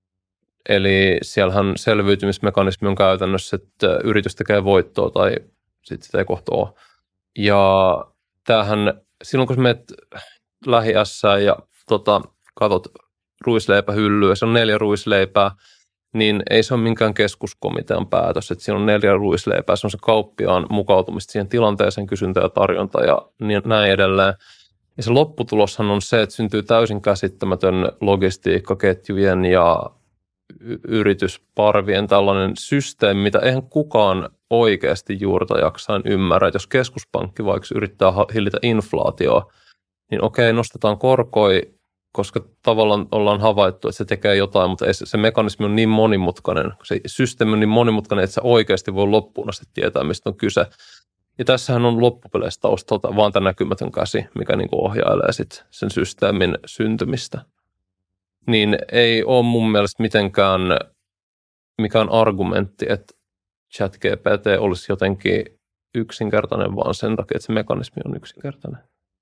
Speaker 2: Eli siellähän selviytymismekanismi on käytännössä, että yritys tekee voittoa tai sitten sitä ei kohta ole. Ja tämähän, silloin kun sä menet lähi-ässään ja tota, katot ruisleipähyllyä, se on neljä ruisleipää, niin ei se ole minkään keskuskomitean päätös, että siinä on neljä ruisleipää, se on se kauppiaan mukautumista siihen tilanteeseen, kysyntä ja tarjonta ja näin edelleen. Ja se lopputuloshan on se, että syntyy täysin käsittämätön logistiikkaketjujen ja yritysparvien tällainen systeemi, mitä eihän kukaan oikeasti juurta jaksain ymmärrä. Että jos keskuspankki vaikka yrittää hillitä inflaatioa, niin okei, nostetaan korkoja, koska tavallaan ollaan havaittu, että se tekee jotain, mutta se mekanismi on niin monimutkainen, se systeemi on niin monimutkainen, että se oikeasti voi loppuun asti tietää, mistä on kyse. Ja tässähän on loppupeleissä taustalta vaan tämä näkymätön käsi, mikä niin kuin ohjailee sit sen systeemin syntymistä. Niin ei ole mun mielestä mitenkään mikään argumentti, että ChatGPT olisi jotenkin yksinkertainen, vaan sen takia, että se mekanismi on yksinkertainen.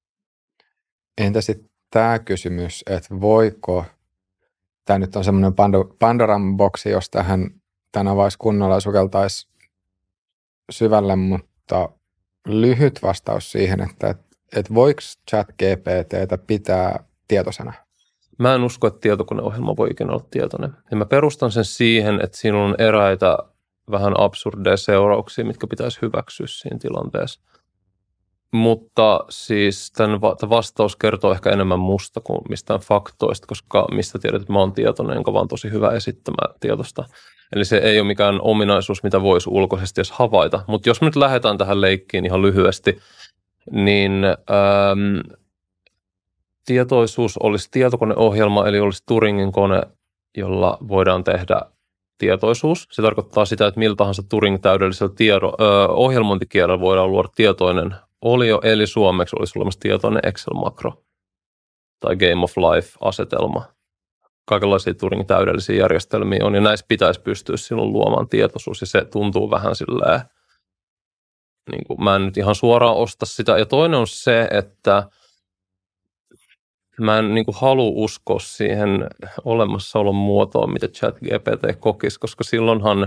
Speaker 1: Entä sitten tämä kysymys, että voiko, tämä nyt on semmoinen Pandoran boksi, jos tähän tämän avaisi kunnolla ja sukeltaisi syvälle, mutta lyhyt vastaus siihen, että, että voiko ChatGPTtä pitää tietoisena?
Speaker 2: Mä en usko, että tietokoneohjelma voi ikinä olla tietoinen. Ja mä perustan sen siihen, että siinä on eräitä vähän absurdeja seurauksia, mitkä pitäisi hyväksyä siinä tilanteessa. Mutta siis tämän vastaus kertoo ehkä enemmän musta kuin mistään faktoista, koska mistä tiedät, että mä oon tietoinen, jonka vaan tosi hyvä esittämään tietosta. Eli se ei ole mikään ominaisuus, mitä voisi ulkoisesti edes havaita. Mutta jos me nyt lähdetään tähän leikkiin ihan lyhyesti, niin ähm, tietoisuus olisi tietokoneohjelma, eli olisi Turingin kone, jolla voidaan tehdä tietoisuus. Se tarkoittaa sitä, että miltä tahansa Turing-täydellisellä tiedo, ö, ohjelmointikielellä voidaan luoda tietoinen olio, eli suomeksi olisi olemassa tietoinen Excel-makro tai Game of Life-asetelma. Kaikenlaisia Turing-täydellisiä järjestelmiä on, ja näissä pitäisi pystyä silloin luomaan tietoisuus, ja se tuntuu vähän silleen, niin kuin mä en nyt ihan suoraan osta sitä. Ja toinen on se, että mä en niin kuin halua uskoa siihen olemassaolon muotoon, mitä ChatGPT kokisi, koska silloinhan,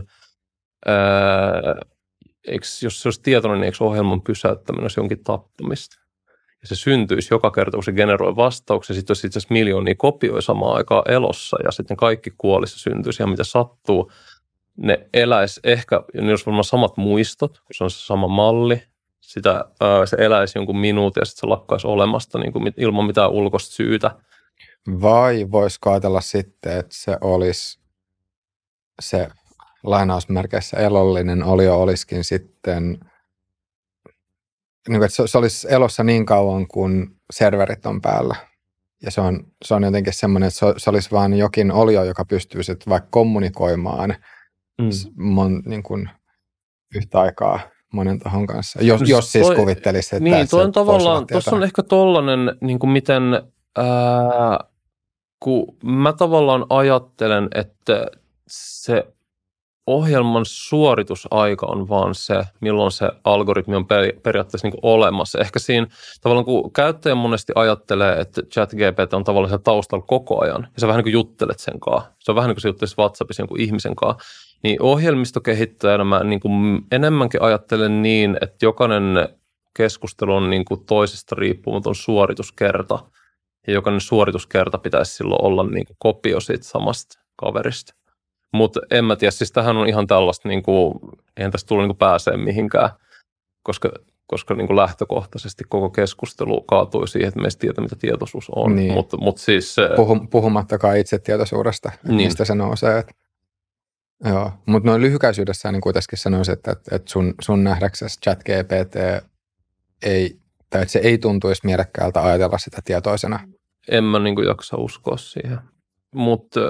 Speaker 2: ää, eikö, jos se olisi tietoinen, niin eikö ohjelman pysäyttäminen olisi jonkin tappamista? ja se syntyisi joka kerta, kun se generoi vastauksia. Sitten jos itse asiassa miljoonia kopioi samaan aikaan elossa ja sitten kaikki kuolisi ja syntyisi ihan mitä sattuu. Ne eläisi ehkä, ne olisi varmaan samat muistot, kun se on se sama malli. Sitä, ää, se eläisi jonkun minuutin ja sitten se lakkaisi olemasta niin kuin ilman mitään ulkoista syytä.
Speaker 1: Vai voisiko ajatella sitten, että se olisi se lainausmerkeissä elollinen olio olisikin sitten, niin kuin, että se olisi elossa niin kauan, kun serverit on päällä. Ja se on, se on jotenkin semmoinen, että se, se olisi vaan jokin olio, joka pystyy sitten vaikka kommunikoimaan mm. mon, niin kuin, yhtä aikaa monen tahon kanssa. Jos,
Speaker 2: no,
Speaker 1: jos siis
Speaker 2: toi,
Speaker 1: kuvittelisi, että
Speaker 2: niin,
Speaker 1: se
Speaker 2: on tavallaan,
Speaker 1: tuossa
Speaker 2: on ehkä tollainen, niin kuin miten, ää, kun mä tavallaan ajattelen, että se ohjelman suoritusaika on vaan se, milloin se algoritmi on periaatteessa niin kuin olemassa. Ehkä siinä tavallaan, kun käyttäjä monesti ajattelee, että ChatGPT on tavallaan siellä taustalla koko ajan, ja sä vähän niin kuin juttelet sen kanssa. Se on vähän niin kuin sä juttelisit WhatsAppissa jonkun ihmisen kanssa. Niin ohjelmistokehittäjänä mä niin kuin enemmänkin ajattelen niin, että jokainen keskustelu on niin kuin toisesta riippumaton suorituskerta, ja jokainen suorituskerta pitäisi silloin olla niin kuin kopio siitä samasta kaverista. Mutta en mä tiedä, siis tähän on ihan tällaista, niin kuin, eihän tästä tule niin kuin pääsee mihinkään, koska, koska niin kuin lähtökohtaisesti koko keskustelu kaatui siihen, että meistä tietää, mitä tietoisuus on.
Speaker 1: Niin.
Speaker 2: Mut, mut siis,
Speaker 1: Puhum, puhumattakaan itsetietoisuudesta, niin. mistä se nousee. Et, joo. Mutta noin lyhykäisyydessään niin kuitenkin sanoisin, että, että, että sun, sun nähdäksesi ChatGPT ei, tai että se ei tuntuisi mielekkäältä ajatella sitä tietoisena.
Speaker 2: En mä niin kuin jaksa uskoa siihen, mutta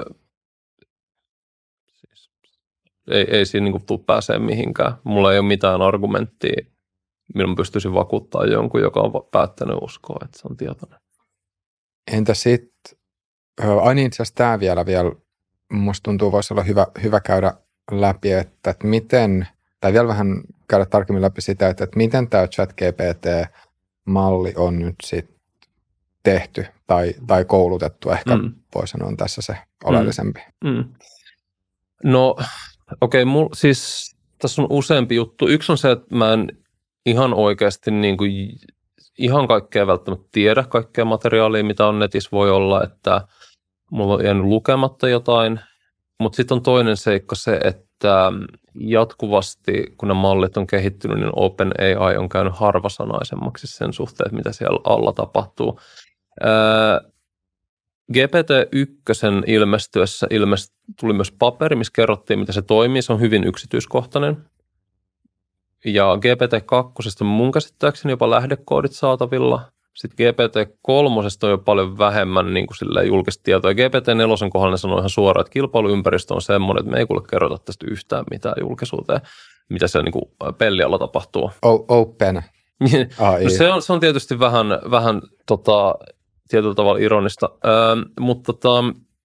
Speaker 2: Ei, ei siinä niin kuin tule pääsee mihinkään. Mulla ei ole mitään argumenttia, millä pystyisin vakuuttaa jonkun, joka on päättänyt uskoa, että se on tietoinen.
Speaker 1: Entä sitten, aina itse asiassa tämä vielä, vielä musta tuntuu, voisi olla hyvä, hyvä käydä läpi, että, että miten, tai vielä vähän käydä tarkemmin läpi sitä, että, että miten tämä ChatGPT-malli on nyt sitten tehty tai, tai koulutettu, ehkä mm. voi sanoa on tässä se oleellisempi.
Speaker 2: Mm. Mm. No okei, okay, siis tässä on useampi juttu. Yksi on se, että mä en ihan oikeasti niin kuin, ihan kaikkea välttämättä tiedä, kaikkea materiaalia, mitä on netissä. Voi olla, että mulla on jäänyt lukematta jotain, mutta sitten on toinen seikka se, että jatkuvasti, kun ne mallit on kehittynyt, niin OpenAI on käynyt harvasanaisemmaksi sen suhteen, että mitä siellä alla tapahtuu. Ää, G P T yksi ilmestyessä ilmest, tuli myös paperi, missä kerrottiin, miten se toimii. Se on hyvin yksityiskohtainen. Ja G P T kaksi on mun käsittääkseni jopa lähdekoodit saatavilla. Sitten G P T kolme on jo paljon vähemmän niin kuin julkista tietoa. Ja G P T neljä kohdalla ne sanoo ihan suoraan, että kilpailuympäristö on semmoinen, että me ei kuule kerrota tästä yhtään mitään julkisuuteen, mitä siellä niin kuin pellialla tapahtuu.
Speaker 1: Open.
Speaker 2: No se, on, se on tietysti vähän, vähän tota, tietyllä tavalla ironista, öö, mutta tota,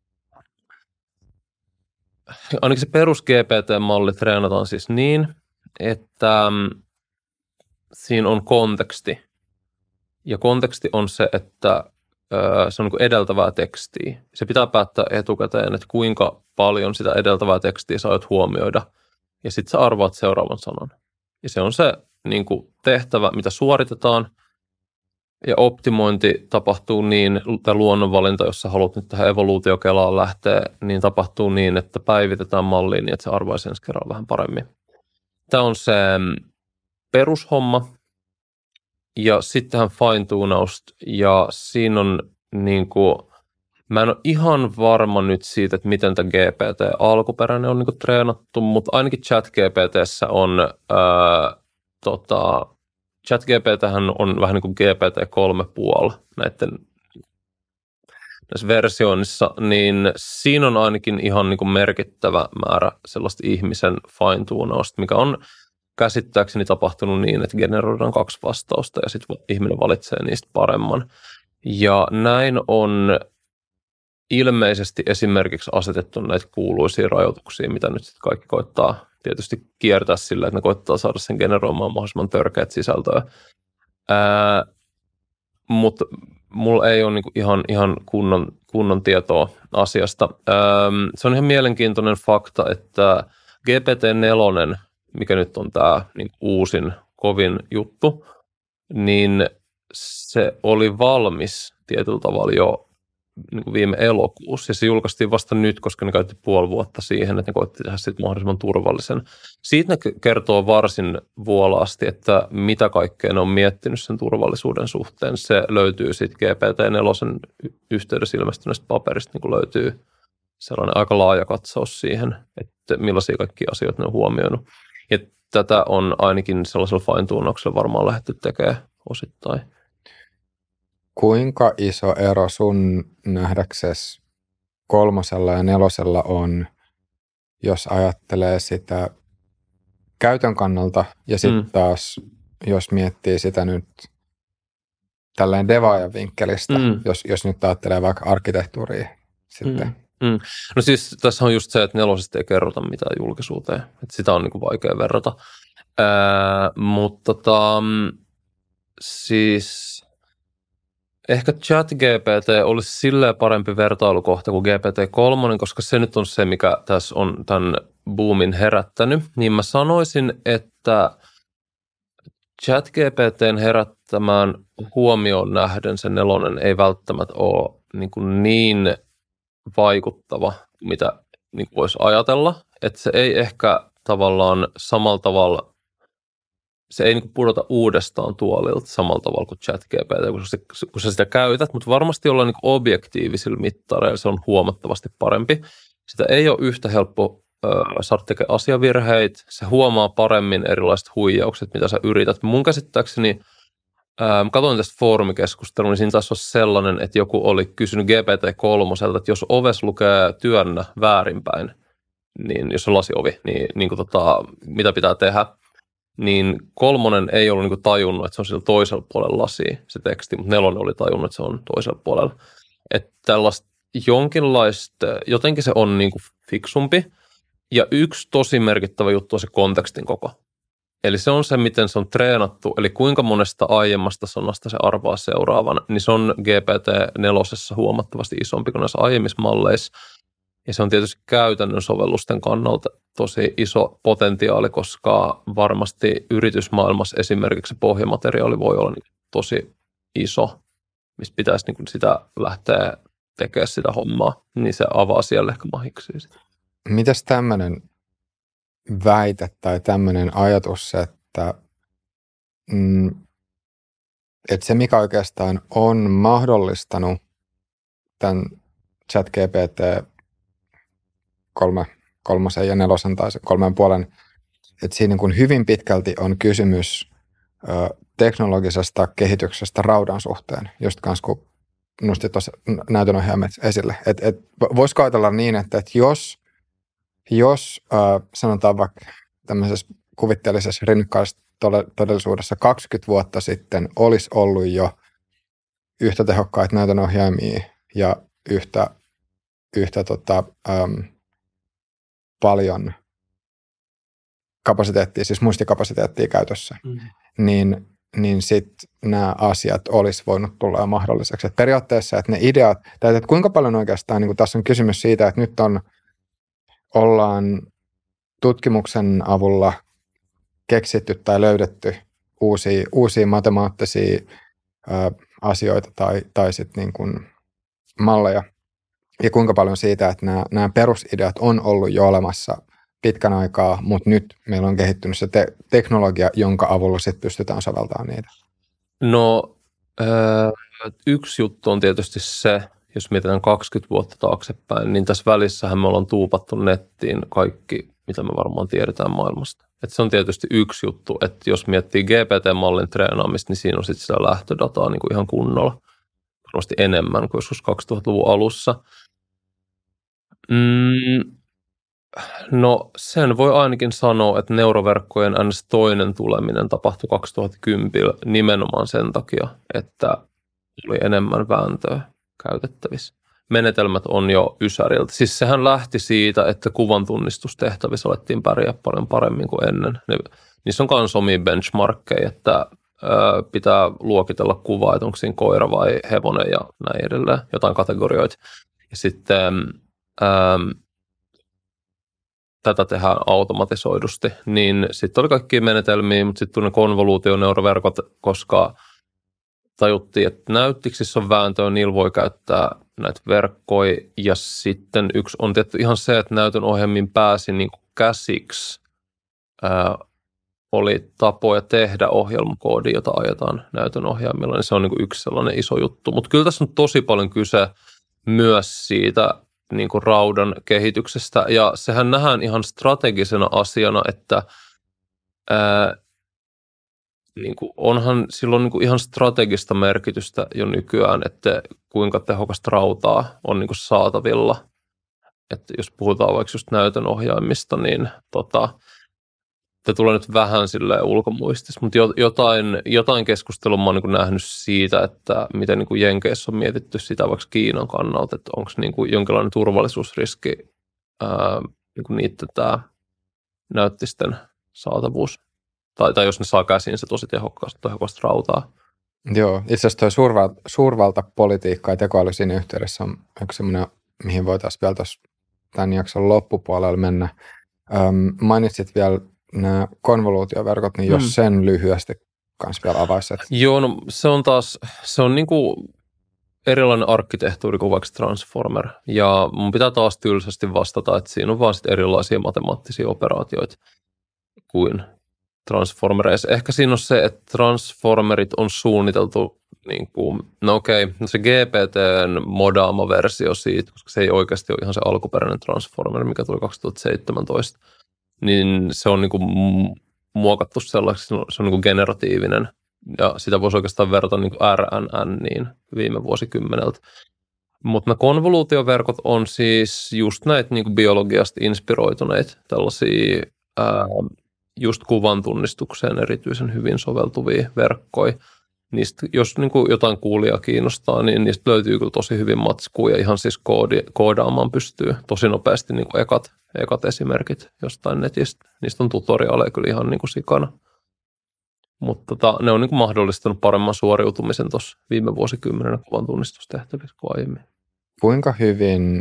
Speaker 2: ainakin se perus G P T-malli treenataan siis niin, että siinä on konteksti. Ja konteksti on se, että öö, se on niin kuin edeltävää tekstiä. Se pitää päättää etukäteen, että kuinka paljon sitä edeltävää tekstiä sä aiot huomioida. Ja sitten sä arvaat seuraavan sanan. Ja se on se niin kuin tehtävä, mitä suoritetaan. Ja optimointi tapahtuu niin, tai luonnonvalinta, jos sä haluat nyt tähän evoluutiokelaan lähteä, niin tapahtuu niin, että päivitetään malliin niin, että se arvaisi ensi kerralla vähän paremmin. Tämä on se perushomma. Ja sittenhän fine-tunausta, ja siinä on niin kuin, mä en ole ihan varma nyt siitä, että miten tämä G P T alkuperäinen on niin kuin treenattu, mutta ainakin ChatGPT:ssä on, ää, tota, ChatGPThän on vähän niin kuin G P T kolme puoli näiden näissä versioinnissa, niin siinä on ainakin ihan niin kuin merkittävä määrä sellaista ihmisen fine-tunausta, mikä on käsittääkseni tapahtunut niin, että generoidaan kaksi vastausta ja sitten ihminen valitsee niistä paremman. Ja näin on ilmeisesti esimerkiksi asetettu näitä kuuluisia rajoituksia, mitä nyt sitten kaikki koittaa tietysti kiertää sillä, että ne koittaa saada sen generoimaan mahdollisimman törkeät sisältöä. Ää, mutta mulla ei ole niinku ihan, ihan kunnon, kunnon tietoa asiasta. Ää, se on ihan mielenkiintoinen fakta, että G P T neljä, mikä nyt on tämä niin uusin kovin juttu, niin se oli valmis tietyllä tavalla jo niin kuin viime elokuussa, ja se julkaistiin vasta nyt, koska ne käytti puoli vuotta siihen, että ne koitti tehdä siitä mahdollisimman turvallisen. Siitä ne kertoo varsin vuolaasti, että mitä kaikkea ne on miettinyt sen turvallisuuden suhteen. Se löytyy sitten G P T neljä yhteydessä ilmestyneestä paperista, niin kuin löytyy sellainen aika laaja katsaus siihen, että millaisia kaikkia asioita ne on huomioinut. Ja tätä on ainakin sellaisella fine-tunauksella varmaan lähdetty tekemään osittain.
Speaker 1: Kuinka iso ero sun nähdäksesi kolmosella ja nelosella on, jos ajattelee sitä käytön kannalta ja sitten mm. taas, jos miettii sitä nyt tällainen devaajan vinkkelistä, mm. jos, jos nyt ajattelee vaikka arkkitehtuuria sitten.
Speaker 2: Mm. Mm. No siis tässä on just se, että nelosesta ei kerrota mitään julkisuuteen, että sitä on niin kuin vaikea verrata, Ää, mutta tota, siis ehkä ChatGPT olisi silleen parempi vertailukohta kuin G P T kolme, koska se nyt on se, mikä tässä on tämän boomin herättänyt. Niin mä sanoisin, että ChatGPTn herättämään huomioon nähden se nelonen ei välttämättä ole niin, kuin niin vaikuttava, mitä niin kuin voisi ajatella. Että se ei ehkä tavallaan samalla tavalla, se ei niin kuin pudota uudestaan tuolilta samalla tavalla kuin ChatGPT, kun sä, kun sä sitä käytät, mutta varmasti ollaan niin kuin objektiivisilla mittareilla se on huomattavasti parempi. Sitä ei ole yhtä helppo äh, saada tekemään asiavirheitä, se huomaa paremmin erilaiset huijaukset, mitä sä yrität. Mun käsittääkseni, äh, katsoin tästä foorumikeskustelua, niin siinä taas olisi sellainen, että joku oli kysynyt G P T kolme, että jos oves lukee työnnä väärinpäin, niin jos on lasiovi, niin, niin kuin tota, mitä pitää tehdä, niin kolmonen ei ollut niinku tajunnut, että se on sillä toisella puolella lasia, se teksti, mutta nelonen oli tajunnut, että se on toisella puolella. Että tällaista jonkinlaista, jotenkin se on niinku fiksumpi, ja yksi tosi merkittävä juttu on se kontekstin koko. Eli se on se, miten se on treenattu, eli kuinka monesta aiemmasta sanasta se arvaa seuraavan, niin se on G P T neljä huomattavasti isompi kuin näissä aiemmissa malleissa. Ja se on tietysti käytännön sovellusten kannalta tosi iso potentiaali, koska varmasti yritysmaailmassa esimerkiksi se pohjamateriaali voi olla niin tosi iso, mistä pitäisi niin sitä lähteä tekemään sitä hommaa, niin se avaa siellä ehkä mahiksia sitä.
Speaker 1: Mitäs tämmöinen väite tai tämmöinen ajatus, että, mm, että se mikä oikeastaan on mahdollistanut tämän ChatGPT kolme, kolmosen ja nelosen tai kolmen puolen, että siinä kun hyvin pitkälti on kysymys ö, teknologisesta kehityksestä raudan suhteen, just kanssa kun nostit tuossa näytönohjaimet esille. Et, et, voisiko ajatella niin, että et jos, jos ö, sanotaan vaikka tämmöisessä kuvitteellisessa rinnakkaisessa todellisuudessa kaksikymmentä vuotta sitten olisi ollut jo yhtä tehokkaita näytönohjaimia ja yhtä, yhtä tota, äm, paljon kapasiteettia, siis muistikapasiteettia käytössä, mm. niin, niin sitten nämä asiat olisi voinut tulla jo mahdolliseksi. Et periaatteessa, että ne ideat, tai että kuinka paljon oikeastaan, niin kuin tässä on kysymys siitä, että nyt on, ollaan tutkimuksen avulla keksitty tai löydetty uusia, uusia matemaattisia ä, asioita tai, tai sitten niin kuin malleja, ja kuinka paljon siitä, että nämä, nämä perusideat on ollut jo olemassa pitkän aikaa, mutta nyt meillä on kehittynyt se te- teknologia, jonka avulla sitten pystytään soveltamaan niitä.
Speaker 2: No äh, yksi juttu on tietysti se, jos mietitään kaksikymmentä vuotta taaksepäin, niin tässä välissähän me ollaan tuupattu nettiin kaikki, mitä me varmaan tiedetään maailmasta. Et se on tietysti yksi juttu, että jos miettii G P T-mallin treenaamista, niin siinä on sitten sitä lähtödataa niin kuin ihan kunnolla. Varmasti enemmän kuin joskus kaksituhattaluvun alussa. Mm, no sen voi ainakin sanoa, että neuroverkkojen ns. Toinen tuleminen tapahtui kaksituhattakymmenen nimenomaan sen takia, että oli enemmän vääntöä käytettävissä. Menetelmät on jo ysäriltä. Siis sehän lähti siitä, että kuvan tunnistustehtävissä alettiin pärjää paljon paremmin kuin ennen. Ne, niissä on myös omia benchmarkkeja, että ö, pitää luokitella kuvaa, että onko siinä koira vai hevonen ja näin edelleen, jotain kategorioita. Ja sitten ö, tätä tehdään automatisoidusti, niin sitten oli kaikkia menetelmiä, mutta sitten tuli ne konvoluutioneuroverkot, koska tajuttiin, että näyttiksissä on vääntöä, niillä voi käyttää näitä verkkoja. Ja sitten yksi on tietty ihan se, että näytön ohjelmiin pääsi niin kuin käsiksi. Ää, oli tapoja tehdä ohjelmakoodi, jota ajetaan näytön ohjaimilla, niin se on niin kuin yksi sellainen iso juttu. Mutta kyllä tässä on tosi paljon kyse myös siitä niin kuin raudan kehityksestä, ja sehän nähdään ihan strategisena asiana, että ää, niin kuin onhan silloin niin kuin ihan strategista merkitystä jo nykyään, että kuinka tehokasta rautaa on niin kuin saatavilla. Että jos puhutaan vaikka just näytön ohjaimista, niin tota, tämä tulee nyt vähän silleen ulkomuistissa, mutta jotain, jotain keskustelua mä oon niin nähnyt siitä, että miten niin kuin Jenkeissä on mietitty sitä vaikka Kiinan kannalta, että onko niin kuin jonkinlainen turvallisuusriski ää, niin kuin niiden tämä näyttisten saatavuus. Tai, tai jos ne saa käsiin se tosi tehokkaasti, tehokkaasti rautaa.
Speaker 1: Joo, itse asiassa tuo suurvalta, suurvaltapolitiikka ja tekoäly siinä yhteydessä on yksi sellainen, mihin voitaisiin vielä tuossa tämän jakson loppupuolella mennä. Öm, mainitsit vielä nämä konvoluutioverkot, niin jos hmm. sen lyhyesti kanssa vielä avaiset.
Speaker 2: Joo, no se on taas, se on niinku erilainen arkkitehtuuri kuin vaikka Transformer. Ja mun pitää taas tylsästi vastata, että siinä on vaan sit erilaisia matemaattisia operaatioita kuin Transformereissa. Ehkä siinä on se, että Transformerit on suunniteltu, niin kuin, no okei, okay, se G P T:n modaama versio siitä, koska se ei oikeasti ole ihan se alkuperäinen Transformer, mikä tuli kaksituhattaseitsemäntoista, niin se on niin kuin muokattu sellaiseksi, se on niin kuin generatiivinen, ja sitä voisi oikeastaan verrata niin kuin R N Niin viime vuosikymmeneltä. Mutta nämä konvoluutioverkot on siis just näitä niin kuin biologiasta inspiroituneita, tällaisia ää, just kuvan tunnistukseen erityisen hyvin soveltuvia verkkoja. Niistä, jos niin kuin jotain kuulijaa kiinnostaa, niin niistä löytyy kyllä tosi hyvin matskua ja ihan siis koodi, koodaamaan pystyy tosi nopeasti niin kuin ekat, ekat esimerkit jostain netistä. Niistä on tutoriaaleja kyllä ihan niin kuin sikana. Mutta tota, ne on niin kuin mahdollistanut paremman suoriutumisen tuossa viime vuosikymmenenä kuvan tunnistustehtävissä kuin aiemmin.
Speaker 1: Kuinka hyvin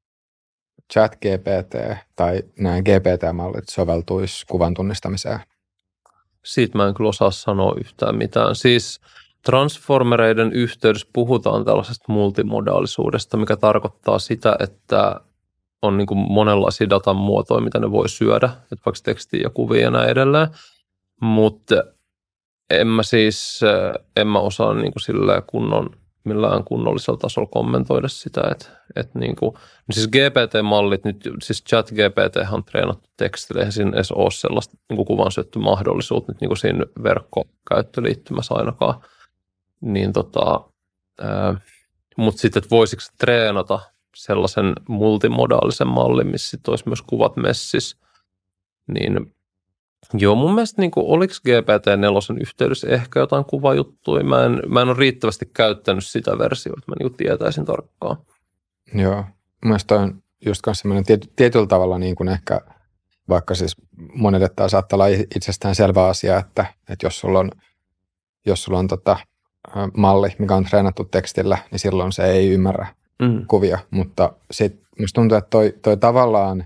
Speaker 1: ChatGPT tai nämä G P T-mallit soveltuisi kuvan tunnistamiseen?
Speaker 2: Siitä mä en kyllä osaa sanoa yhtään mitään. Siis transformereiden yhteydessä puhutaan tällaisesta multimodaalisuudesta, mikä tarkoittaa sitä, että on niin kuin monenlaisia datan muotoja, mitä ne voi syödä, että vaikka tekstiä ja kuvia ja näin edelleen. Mutta en mä siis, en mä osaa niin kuin silleen kunnon, millään kunnollisella tasolla kommentoida sitä, että, että niin kuin, niin siis G P T-mallit, nyt siis ChatGPT on treenattu tekstille, eihän siinä edes ole sellaista niin kuin kuvan syötty mahdollisuutta nyt niin kuin siinä verkkokäyttöliittymässä ainakaan. Niin tota, mutta sitten, että voisiko treenata sellaisen multimodaalisen mallin, missä sitten olisi myös kuvat messissä, niin joo, mun mielestä niin kuin, oliko G P T neljä yhteydessä ehkä jotain kuvajuttuja. Mä en, mä en ole riittävästi käyttänyt sitä versiota, että mä niin kuin tietäisin tarkkaan.
Speaker 1: Joo, mun mielestä on just myös semmoinen tiety, tietyllä tavalla niin kuin ehkä, vaikka siis monelle tämä saattaa olla itsestään selvä asia, että, että jos sulla on, jos sulla on tota, malli, mikä on treenattu tekstillä, niin silloin se ei ymmärrä mm. kuvia. Mutta sitten musta tuntuu, että toi, toi tavallaan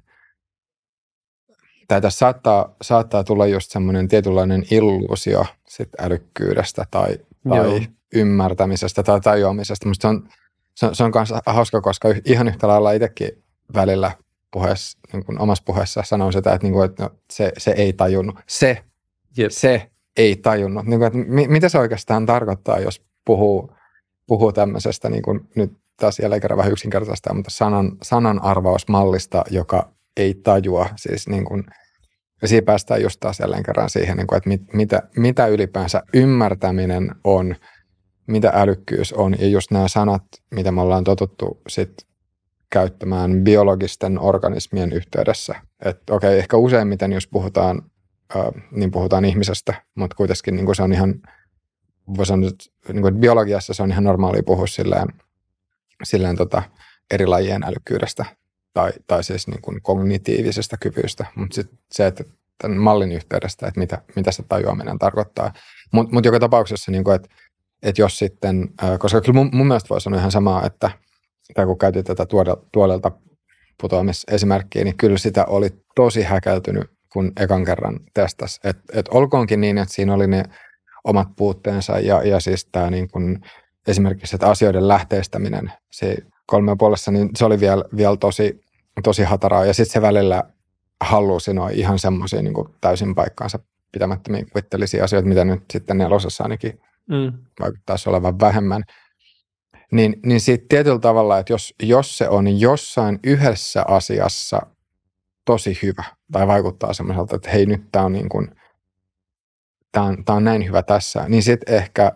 Speaker 1: tai tässä saattaa, saattaa tulla just semmoinen tietynlainen illuusio sit älykkyydestä tai, tai ymmärtämisestä tai tajuamisesta. Musta se on, se on, se on myös hauska, koska ihan yhtä lailla itsekin välillä puheessa, niin kuin omassa puheessa sanon sitä, että, niin kuin, että no, se, se ei tajunnut. Se, Jep. se ei tajunnut. Niin kuin, että mi, mitä se oikeastaan tarkoittaa, jos puhuu, puhuu tämmöisestä, niin kuin nyt taas jälleen kerran vähän yksinkertaista, mutta sanan, sananarvausmallista, joka ei tajua. Siis niin kuin, ja siinä päästään just taas jälleen kerran siihen, niin kuin, että mit, mitä, mitä ylipäänsä ymmärtäminen on, mitä älykkyys on. Ja just nämä sanat, mitä me ollaan totuttu sit käyttämään biologisten organismien yhteydessä. Että okei, ehkä useimmiten, jos puhutaan, äh, niin puhutaan ihmisestä, mutta kuitenkin niin kuin se on ihan, voi sanoa, niin kuin, että biologiassa se on ihan normaalia puhua silleen, silleen tota, eri lajien älykkyydestä. Tai, tai siis niin kuin kognitiivisesta kyvystä, mutta sitten se, että tämän mallin yhteydestä, että mitä, mitä se tajuaminen tarkoittaa. Mutta mut joka tapauksessa, niin kuin, että, että jos sitten, koska kyllä mun, mun mielestä voi sanoa ihan samaa, että tai kun käytin tätä tuolelta putoamisesimerkkiä, niin kyllä sitä oli tosi häkeltynyt, kun ekan kerran testasi. Että et olkoonkin niin, että siinä oli ne omat puutteensa ja, ja siis tämä niin kuin esimerkiksi että asioiden lähteistäminen se kolme puolessa, niin se oli vielä, vielä tosi, tosi hataraa ja sitten se välillä hallusinoi ihan semmoisia niin kuin täysin paikkaansa pitämättömiä kuvittelisia asioita, mitä nyt sitten nelosessa ainakin mm. vaikuttaisi olevan vähemmän. Niin, niin siitä tietyllä tavalla, että jos, jos se on jossain yhdessä asiassa tosi hyvä tai vaikuttaa semmoiselta, että hei nyt tämä on, niin kuin, tää on, tää on näin hyvä tässä, niin sitten ehkä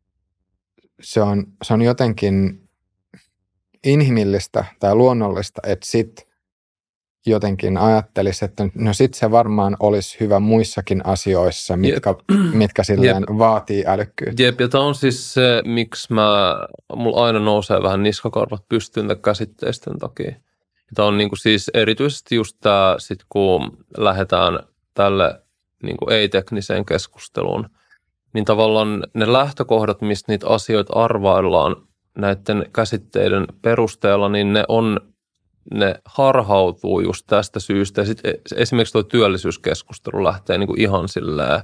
Speaker 1: se on, se on jotenkin inhimillistä tai luonnollista, että sitten jotenkin ajattelisi, että no sitten se varmaan olisi hyvä muissakin asioissa, mitkä, mitkä silleen Jep. vaatii älykkyyttä.
Speaker 2: Jep, ja tämä on siis se, miksi mä, mulla aina nousee vähän niskakarvat pystyyn tämän käsitteisten takia. Tämä on niinku siis erityisesti just tämä, sit kun lähdetään tälle niinku ei-tekniseen keskusteluun, niin tavallaan ne lähtökohdat, mistä niitä asioita arvaillaan näiden käsitteiden perusteella, niin ne on ne harhautuu just tästä syystä. Ja sitten esimerkiksi tuo työllisyyskeskustelu lähtee niin kuin ihan silleen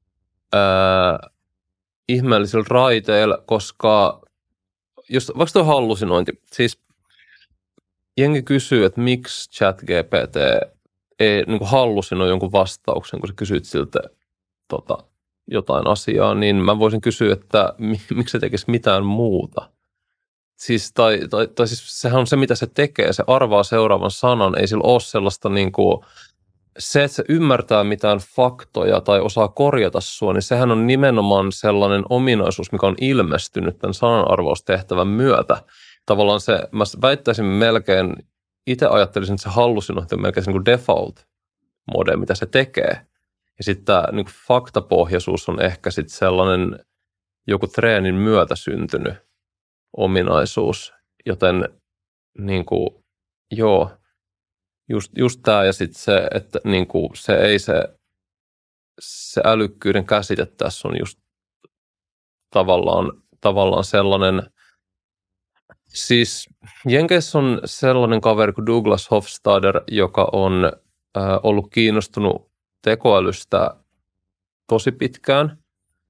Speaker 2: ää, ihmeellisillä raiteilla, koska jos, vaikka tuo hallusinointi, siis jengi kysyy, että miksi ChatGPT ei niin kuin hallusinoi jonkun vastauksen, kun sä kysyt siltä tota, jotain asiaa, niin mä voisin kysyä, että mi, miksi se tekisi mitään muuta. Siis, tai, tai, tai siis sehän on se, mitä se tekee. Se arvaa seuraavan sanan. Ei sillä ole sellaista niin kuin, se, että se ymmärtää mitään faktoja tai osaa korjata sua, niin sehän on nimenomaan sellainen ominaisuus, mikä on ilmestynyt tämän sananarvaustehtävän myötä. Tavallaan se, mä väittäisin melkein, itse ajattelisin, että se hallusinointi on melkein se niin kuin default-mode, mitä se tekee. Ja sitten tämä niin kuin faktapohjaisuus on ehkä sitten sellainen joku treenin myötä syntynyt ominaisuus, joten niin kuin, joo, just, just tämä ja sitten se, että niin kuin, se ei se, se älykkyyden käsite tässä on just tavallaan, tavallaan sellainen, siis Jenkeissä on sellainen kaveri kuin Douglas Hofstadter, joka on äh, ollut kiinnostunut tekoälystä tosi pitkään.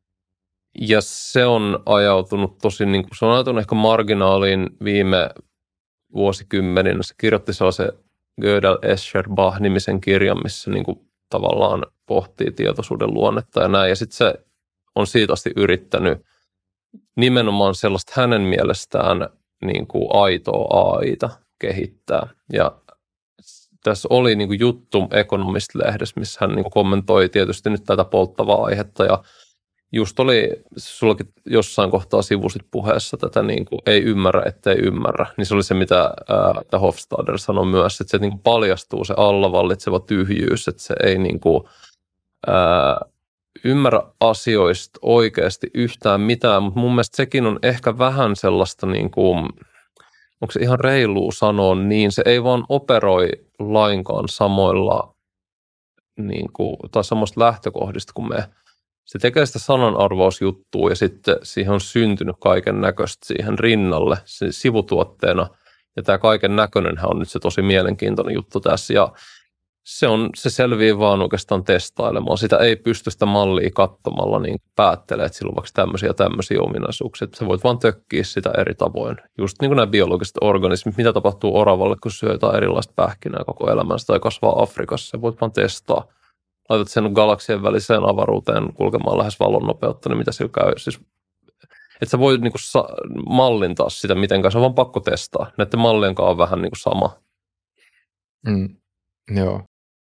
Speaker 2: Ja se on ajautunut tosi, niin kuin, se on ajautunut ehkä marginaaliin viime vuosikymmeninä. Se kirjoitti sellaisen Gödel Escher-Bach-nimisen kirjan, missä niin kuin, tavallaan pohtii tietoisuuden luonnetta ja näin. Ja sitten se on siitä asti yrittänyt nimenomaan sellaista hänen mielestään niin kuin aitoa A I:ta kehittää. Ja tässä oli niin kuin juttu Economist-lehdessä, missä hän niin kuin kommentoi tietysti nyt tätä polttavaa aihetta ja just oli, sullakin jossain kohtaa sivusit puheessa tätä niin kuin, ei ymmärrä, ettei ymmärrä. Niin se oli se, mitä ää, Hofstadter sanoi myös, että se niin kuin paljastuu se alla vallitseva tyhjyys, että se ei niin kuin, ää, ymmärrä asioista oikeasti yhtään mitään, mutta mun mielestä sekin on ehkä vähän sellaista, niin kuin, onko se ihan reilua sanoa niin, se ei vaan operoi lainkaan samoilla niin kuin, tai samoista lähtökohdista kuin me. Se tekee sitä sananarvausjuttua ja sitten siihen on syntynyt kaiken näköistä siihen rinnalle sivutuotteena. Ja tämä kaiken näköinenhän on nyt se tosi mielenkiintoinen juttu tässä. Ja se, on, se selvii vaan oikeastaan testailemaan. Sitä ei pysty sitä mallia katsomalla niin päättelemään, että sillä on vaikka tämmöisiä ja tämmöisiä ominaisuuksia. Sä voit vaan tökkiä sitä eri tavoin. Just niin kuin nämä biologiset organismit, mitä tapahtuu oravalle, kun syö jotain erilaista pähkinää koko elämänsä tai kasvaa Afrikassa. Sä voit vaan testaa. Laitat sen galaksien väliseen avaruuteen kulkemaan lähes valon nopeutta, niin mitä sillä käy. Siis, että sä voit niinku sa- mallintaa sitä mitenkään, se on vaan pakko testaa. Näiden mallien kanssa on vähän niinku sama.
Speaker 1: Mm, joo.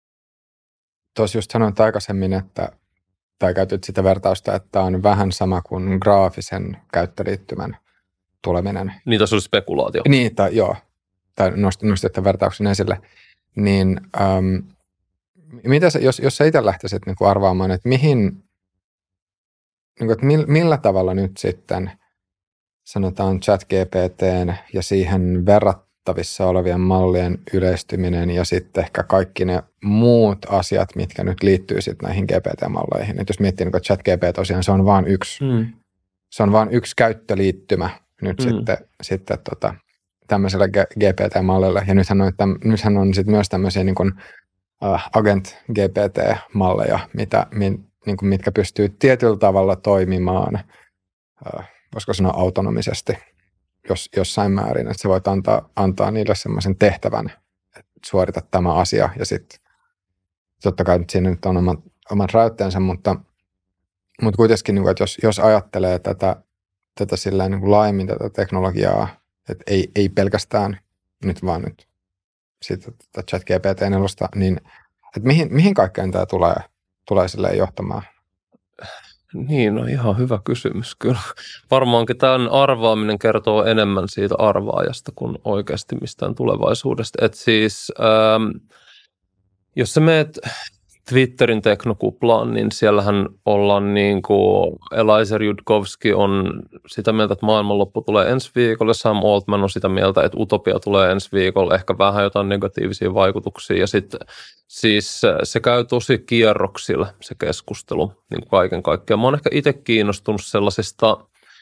Speaker 1: Tuossa just sanoin aikaisemmin, että, tai käytit sitä vertausta, että on vähän sama kuin graafisen käyttöliittymän tuleminen.
Speaker 2: Niin, tässä oli spekulaatio.
Speaker 1: Niin, tai joo. Tai nostitte vertauksen esille. Niin... Um, Mitä sä, jos, jos sä itse lähtisit niin kuin arvaamaan, että mihin, niin kuin, että millä, millä tavalla nyt sitten sanotaan ChatGPT:n ja siihen verrattavissa olevien mallien yleistyminen ja sitten ehkä kaikki ne muut asiat, mitkä nyt liittyy sitten näihin G P T-malleihin. Että jos miettii, niin ChatGPT tosiaan se on vain yksi, mm. se on vain yksi käyttöliittymä nyt mm. sitten, sitten tota, tämmöiselle G P T-mallille. Ja nythän on, täm, nythän on sitten myös tämmöisiä niin kuin Agent G P T-malleja, mitä, niin kuin mitkä pystyy tietyllä tavalla toimimaan, äh, voisiko sanoa autonomisesti, jos, jossain määrin, että sä voit antaa, antaa niille semmoisen tehtävän, että suorita tämä asia, ja sitten totta kai siinä nyt on omat, omat rajoitteensa, mutta, mutta kuitenkin, niin kuin, että jos, jos ajattelee tätä, tätä sillä niin kuin laajemmin tätä teknologiaa, että ei, ei pelkästään nyt vaan nyt siitä tätä ChatGPT neljä, niin että mihin, mihin kaikkeen tämä tulee, tulee silleen johtamaan?
Speaker 2: Niin, no ihan hyvä kysymys kyllä. Varmaankin tämän arvaaminen kertoo enemmän siitä arvaajasta kuin oikeasti mistään tulevaisuudesta. Että siis, ähm, jos sä meet Twitterin teknokuplaan, niin siellähän ollaan niin kuin Eliezer Yudkowsky on sitä mieltä, että maailmanloppu tulee ensi viikolla, Sam Altman on sitä mieltä, että utopia tulee ensi viikolla, ehkä vähän jotain negatiivisia vaikutuksia, ja sitten siis se käy tosi kierroksilla se keskustelu niin kuin kaiken kaikkiaan. Mä oon ehkä itse kiinnostunut sellaisista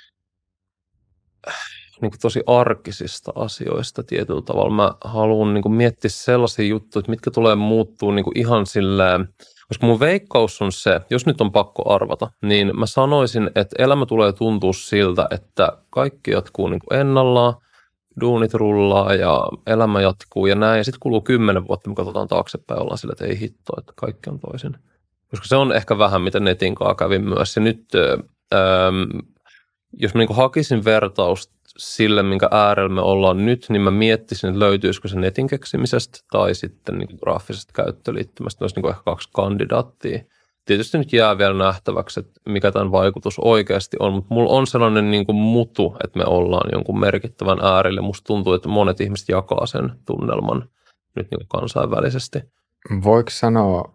Speaker 2: niin kuin tosi arkisista asioista tietyllä tavalla. Mä haluan niin kuin miettiä sellaisia juttuja, että mitkä tulee muuttuu niin kuin ihan silleen, koska mun veikkaus on se, jos nyt on pakko arvata, niin mä sanoisin, että elämä tulee tuntua siltä, että kaikki jatkuu niin kuin ennallaan, duunit rullaa ja elämä jatkuu ja näin. Ja sitten kuluu kymmenen vuotta, me katsotaan taaksepäin, ollaan sillä, että ei hittoa, että kaikki on toisin. Koska se on ehkä vähän, mitä netin kanssa kävin myös. Ja nyt, ähm, jos mä niin kuin hakisin vertausta sille, minkä äärellä me ollaan nyt, niin mä miettisin, että löytyisikö se netin keksimisestä tai sitten niin kuin graafisesta käyttöliittymästä. Ne olisi niin kuin ehkä kaksi kandidaattia. Tietysti nyt jää vielä nähtäväksi, että mikä tämän vaikutus oikeasti on, mutta mulla on sellainen niin kuin mutu, että me ollaan jonkun merkittävän äärelle. Musta tuntuu, että monet ihmiset jakaa sen tunnelman nyt niin kuin kansainvälisesti.
Speaker 1: Voiko sanoa,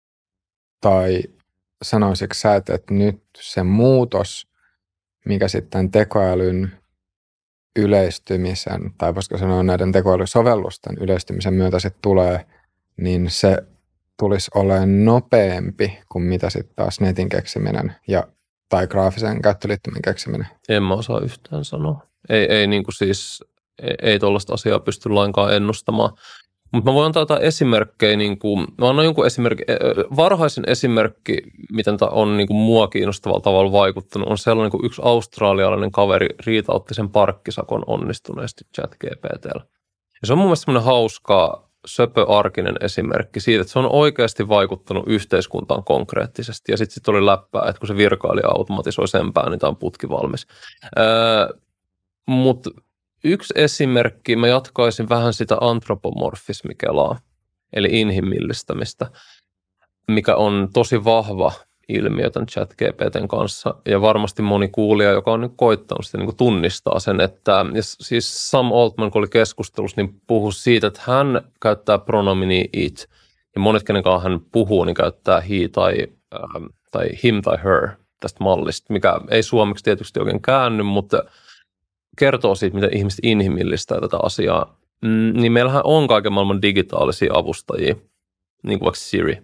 Speaker 1: tai sanoisitko sä, että nyt se muutos, mikä sitten tekoälyn yleistymisen, tai voisiko sanoa näiden tekoälysovellusten yleistymisen myötä sitten tulee, niin se tulisi olemaan nopeampi kuin mitä sitten taas netin keksiminen ja, tai graafisen käyttöliittymän keksiminen?
Speaker 2: En mä osaa yhtään sanoa. Ei, ei, niin kuin siis, ei, ei tuollaista asiaa pysty lainkaan ennustamaan. Mutta mä voin antaa jotain esimerkkejä, niin kuin, mä annan jonkun esimerkki, varhaisin esimerkki, miten tämä on niin kuin mua kiinnostavalla tavalla vaikuttanut, on sellainen, kun yksi australialainen kaveri riitautti sen parkkisakon onnistuneesti ChatGPT:llä. Ja se on mun mielestä semmoinen hauska, söpöarkinen esimerkki siitä, että se on oikeasti vaikuttanut yhteiskuntaan konkreettisesti. Ja sitten sit oli läppää, että kun se virkailija automatisoi sen päin, niin tämä on putki valmis. Öö, Mutta yksi esimerkki, mä jatkaisin vähän sitä antropomorfismikelaa, eli inhimillistämistä, mikä on tosi vahva ilmiö tämän ChatGPTn kanssa. Ja varmasti moni kuulija, joka on nyt koittanut sitä, niin kuin tunnistaa sen, että ja siis Sam Altman, kun oli keskustelussa, niin puhui siitä, että hän käyttää pronomini it. Ja monet, kenen kanssa hän puhuu, niin käyttää he tai, ähm, tai him tai her tästä mallista, mikä ei suomeksi tietysti oikein käänny, mutta kertoo siitä, miten ihmiset inhimillistää tätä asiaa, mm, niin meillähän on kaiken maailman digitaalisia avustajia, niin kuin vaikka Siri.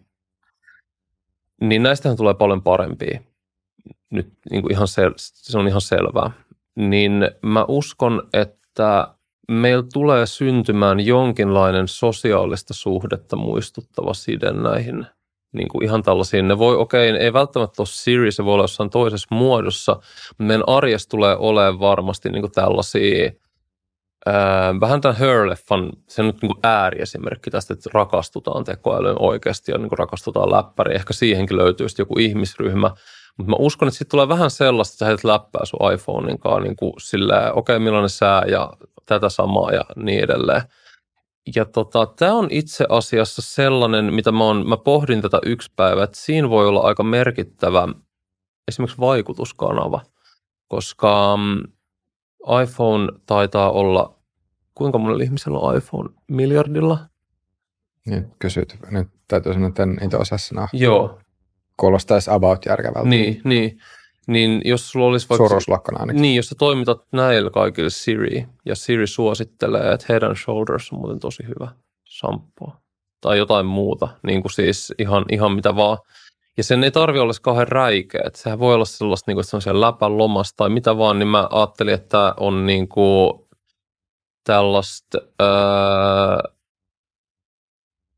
Speaker 2: Niin näistähän tulee paljon parempia. Nyt niin kuin ihan sel- se on ihan selvää. Niin mä uskon, että meillä tulee syntymään jonkinlainen sosiaalista suhdetta muistuttava side näihin niin kuin ihan tällaisiin. Ne voi, okei, okay, ei välttämättä ole Siri, se voi olla jossain toisessa muodossa, mutta meidän arjessa tulee olemaan varmasti niin kuin tällaisia, ää, vähän tämän Her-leffan, se on nyt niin kuin ääriesimerkki tästä, että rakastutaan tekoälyyn oikeasti ja niin kuin rakastutaan läppäriin. Ehkä siihenkin löytyy joku ihmisryhmä, mutta mä uskon, että sitten tulee vähän sellaista, että sä heität läppää sun iPhonein kanssa niin kuin silleen, okei, okay, millainen sää ja tätä samaa ja niin edelleen. Ja tota, tämä on itse asiassa sellainen, mitä mä, on, mä pohdin tätä yksi päivä, että siinä voi olla aika merkittävä esimerkiksi vaikutuskanava, koska iPhone taitaa olla, kuinka monella ihmisellä on iPhone? Miljardilla?
Speaker 1: Nyt kysyt, nyt täytyy sanoa, että en itse osaa sanoa.
Speaker 2: Joo.
Speaker 1: Kuulostaisi about järkevältä.
Speaker 2: Niin, niin. Niin jos sulla olisi vaikka...
Speaker 1: Suuruusluokkana ainakin.
Speaker 2: Niin, jos sä toimitat näille kaikille Siri, ja Siri suosittelee, että Head and Shoulders on muuten tosi hyvä shampoo, tai jotain muuta, niin kuin siis ihan, ihan mitä vaan. Ja sen ei tarvitse olla kauhean räikeä, että sehän voi olla sellaista, niin kuin, että se on siellä läpän lomassa tai mitä vaan, niin mä ajattelin, että on niin kuin tällaista... Öö,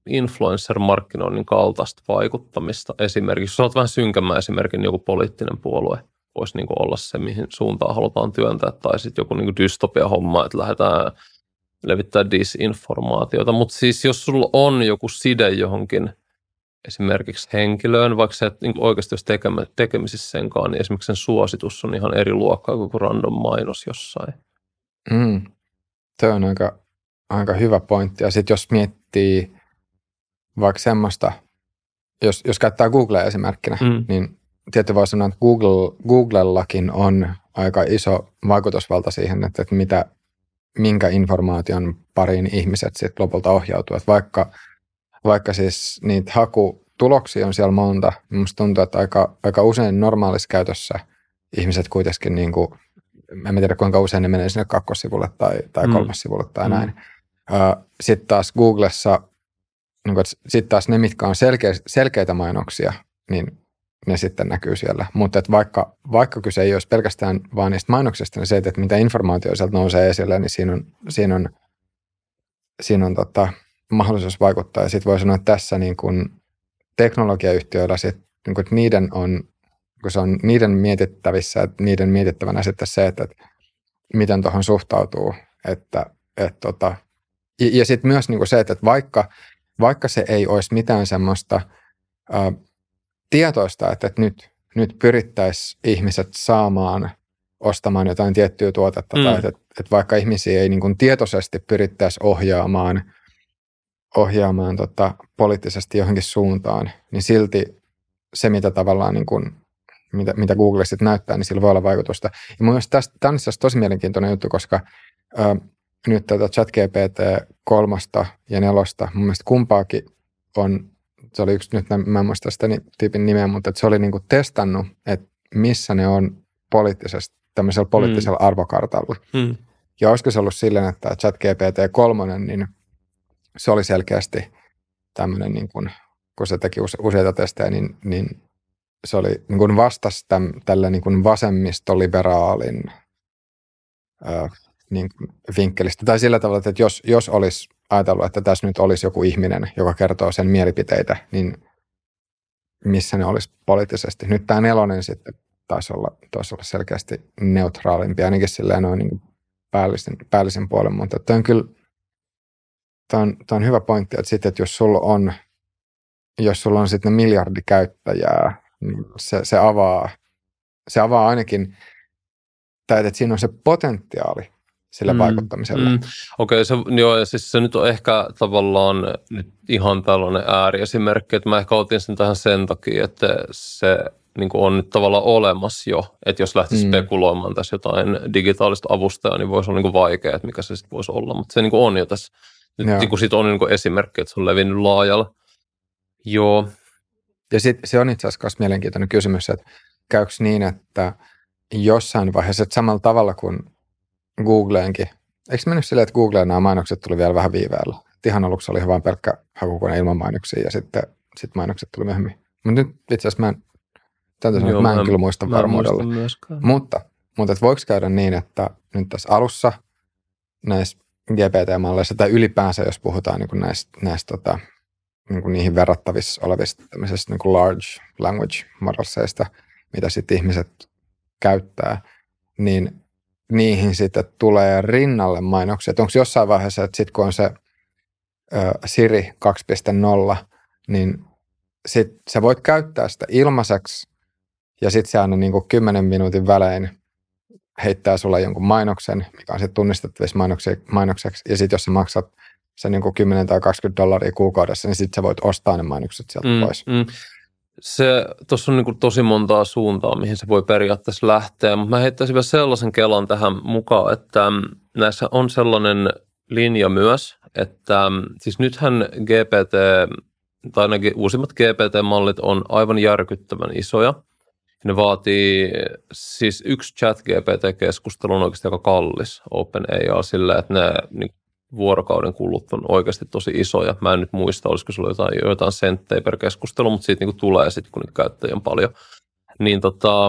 Speaker 2: influencer-markkinoinnin kaltaista vaikuttamista esimerkiksi. Jos olet vähän synkemmän esimerkin, niin joku poliittinen puolue voisi niin kuin olla se, mihin suuntaan halutaan työntää, tai sitten joku niin kuin dystopia-homma, että lähdetään levittää disinformaatiota. Mutta siis jos sulla on joku side johonkin esimerkiksi henkilöön, vaikka sä et niin oikeasti olisi tekemä, tekemisissä senkaan, niin esimerkiksi sen suositus on ihan eri luokkaa kuin random mainos jossain.
Speaker 1: Mm. Se on aika, aika hyvä pointti. Ja sitten jos miettii vaikka semmoista, jos, jos käyttää Googlea esimerkkinä, mm. niin tietysti voi sanoa, että Google, Googlellakin on aika iso vaikutusvalta siihen, että, että mitä, minkä informaation pariin ihmiset sitten lopulta ohjautuu. Että vaikka, vaikka siis niitä hakutuloksia on siellä monta, niin musta tuntuu, että aika, aika usein normaalissa käytössä ihmiset kuitenkin, niin kuin, en tiedä kuinka usein ne menee sinne kakkossivulle tai, tai kolmossivulle tai mm. näin. Sitten taas Googlessa, niin sitten taas ne, mitkä on selkeä, selkeitä mainoksia, niin ne sitten näkyy siellä. Mutta vaikka, vaikka kyse ei olisi pelkästään vaan niistä mainoksista, niin se, että mitä informaatio sieltä nousee esille, niin siinä on, siinä on, siinä on tota, mahdollisuus vaikuttaa. Ja sitten voi sanoa, että tässä niin kun teknologiayhtiöillä sit, niin kun, että niiden on, kun se on niiden mietittävissä, että niiden mietittävänä sitten se, että, että miten tuohon suhtautuu. Että, et, tota, ja ja sitten myös niin kun se, että vaikka, vaikka se ei olisi mitään semmoista ää, tietoista, että, että nyt, nyt pyrittäisiin ihmiset saamaan ostamaan jotain tiettyä tuotetta, mm. tai että, että vaikka ihmisiä ei niin kuin tietoisesti pyrittäisi ohjaamaan, ohjaamaan tota, poliittisesti johonkin suuntaan, niin silti se, mitä tavallaan niin kuin, mitä, mitä Google sitten näyttää, niin sillä voi olla vaikutusta. Ja mun mielestä tästä, tämä on itse asiassa tosi mielenkiintoinen juttu, koska ää, nyt tätä ChatGPT kolmosta ja nelosta, mun mielestä kumpaakin on, se oli yksi, nyt mä en muista sitä tyypin nimeä, mutta että se oli niinku testannut, että missä ne on poliittisesti, tämmöisellä poliittisella mm. arvokartalla. Mm. Ja olisiko se ollut silleen, että ChatGPT kolme, niin se oli selkeästi tämmöinen, niin kuin, kun se teki use, useita testejä, niin, niin se oli niin kuin vastasi täm, tälle niin kuin vasemmistoliberaalin äh, niin kuin vinkkelistä. Tai sillä tavalla, että jos, jos olisi ajatellut, että tässä nyt olisi joku ihminen, joka kertoo sen mielipiteitä, niin missä ne olisi poliittisesti. Nyt tämä nelonen sitten taisi olla, taisi olla selkeästi neutraalimpi, ainakin silleen noin niin päällisen, päällisen puolen, mutta tämä on kyllä tämä on, tämä on hyvä pointti, että sitten, että jos sulla on, jos sulla on sitten miljardi käyttäjää, niin se, se avaa, se avaa ainakin, tai että siinä on se potentiaali sillä mm, vaikuttamisella. Mm.
Speaker 2: Okei, okay, se, joo, ja siis se nyt on ehkä tavallaan nyt ihan tällainen ääriesimerkki, että mä ehkä otin sen tähän sen takia, että se niin kuin on nyt tavallaan olemassa jo, että jos lähtisi mm. spekuloimaan tässä jotain digitaalista avustajaa, niin voisi olla niin kuin vaikea, että mikä se sitten voisi olla, mutta se niin kuin on jo tässä. Nyt niin kuin siitä on niin kuin esimerkki, että se on levinnyt laajalla. Joo.
Speaker 1: Ja sitten se on itse asiassa myös mielenkiintoinen kysymys, että käykö niin, että jossain vaiheessa, että samalla tavalla kuin Googleenkin, eikö mennyt silleen, että Googleen nämä mainokset tuli vielä vähän viiveellä? Et ihan aluksi oli vaan pelkkä hakukone ilman mainoksia ja sitten sit mainokset tuli myöhemmin. Mutta nyt itse asiassa mä en, täytyy sanoa, Joo, mä en, mä en kyllä muista varmuudella. Mutta, mutta et voiko käydä niin, että nyt tässä alussa näissä G P T-malleissa tai ylipäänsä, jos puhutaan niin kuin näistä, näistä tota, niin kuin niihin verrattavissa olevista tämmöisistä niin kuin large language modelsseista, mitä sitten ihmiset käyttää, niin niihin sitten tulee rinnalle mainoksia. Onko jossain vaiheessa, että sitten kun on se ö, Siri kaksi piste nolla, niin sit sä voit käyttää sitä ilmaiseksi ja sitten se aina niin kuin kymmenen minuutin välein heittää sulle jonkun mainoksen, mikä on sitten tunnistettavissa mainokseksi, ja sitten jos sä maksat sen niin kuin kymmenen tai kaksikymmentä dollaria kuukaudessa, niin sitten sä voit ostaa ne mainokset sieltä mm, pois. Mm.
Speaker 2: Se, tuossa on niin kuin tosi montaa suuntaa, mihin se voi periaatteessa lähteä, mutta mä heittäisin vielä sellaisen kelan tähän mukaan, että näissä on sellainen linja myös, että siis nythän G P T, tai ainakin uusimmat G P T-mallit on aivan järkyttävän isoja. Ne vaatii, siis yksi chat G P T-keskustelu on oikeasti aika kallis OpenAI silleen, että ne niin vuorokauden kulut on oikeasti tosi isoja. Mä en nyt muista, olisiko sulla jotain, jotain senttejä per keskustelu, mutta siitä niin tulee sitten, kun niitä käyttäjiä on paljon. Niin tota,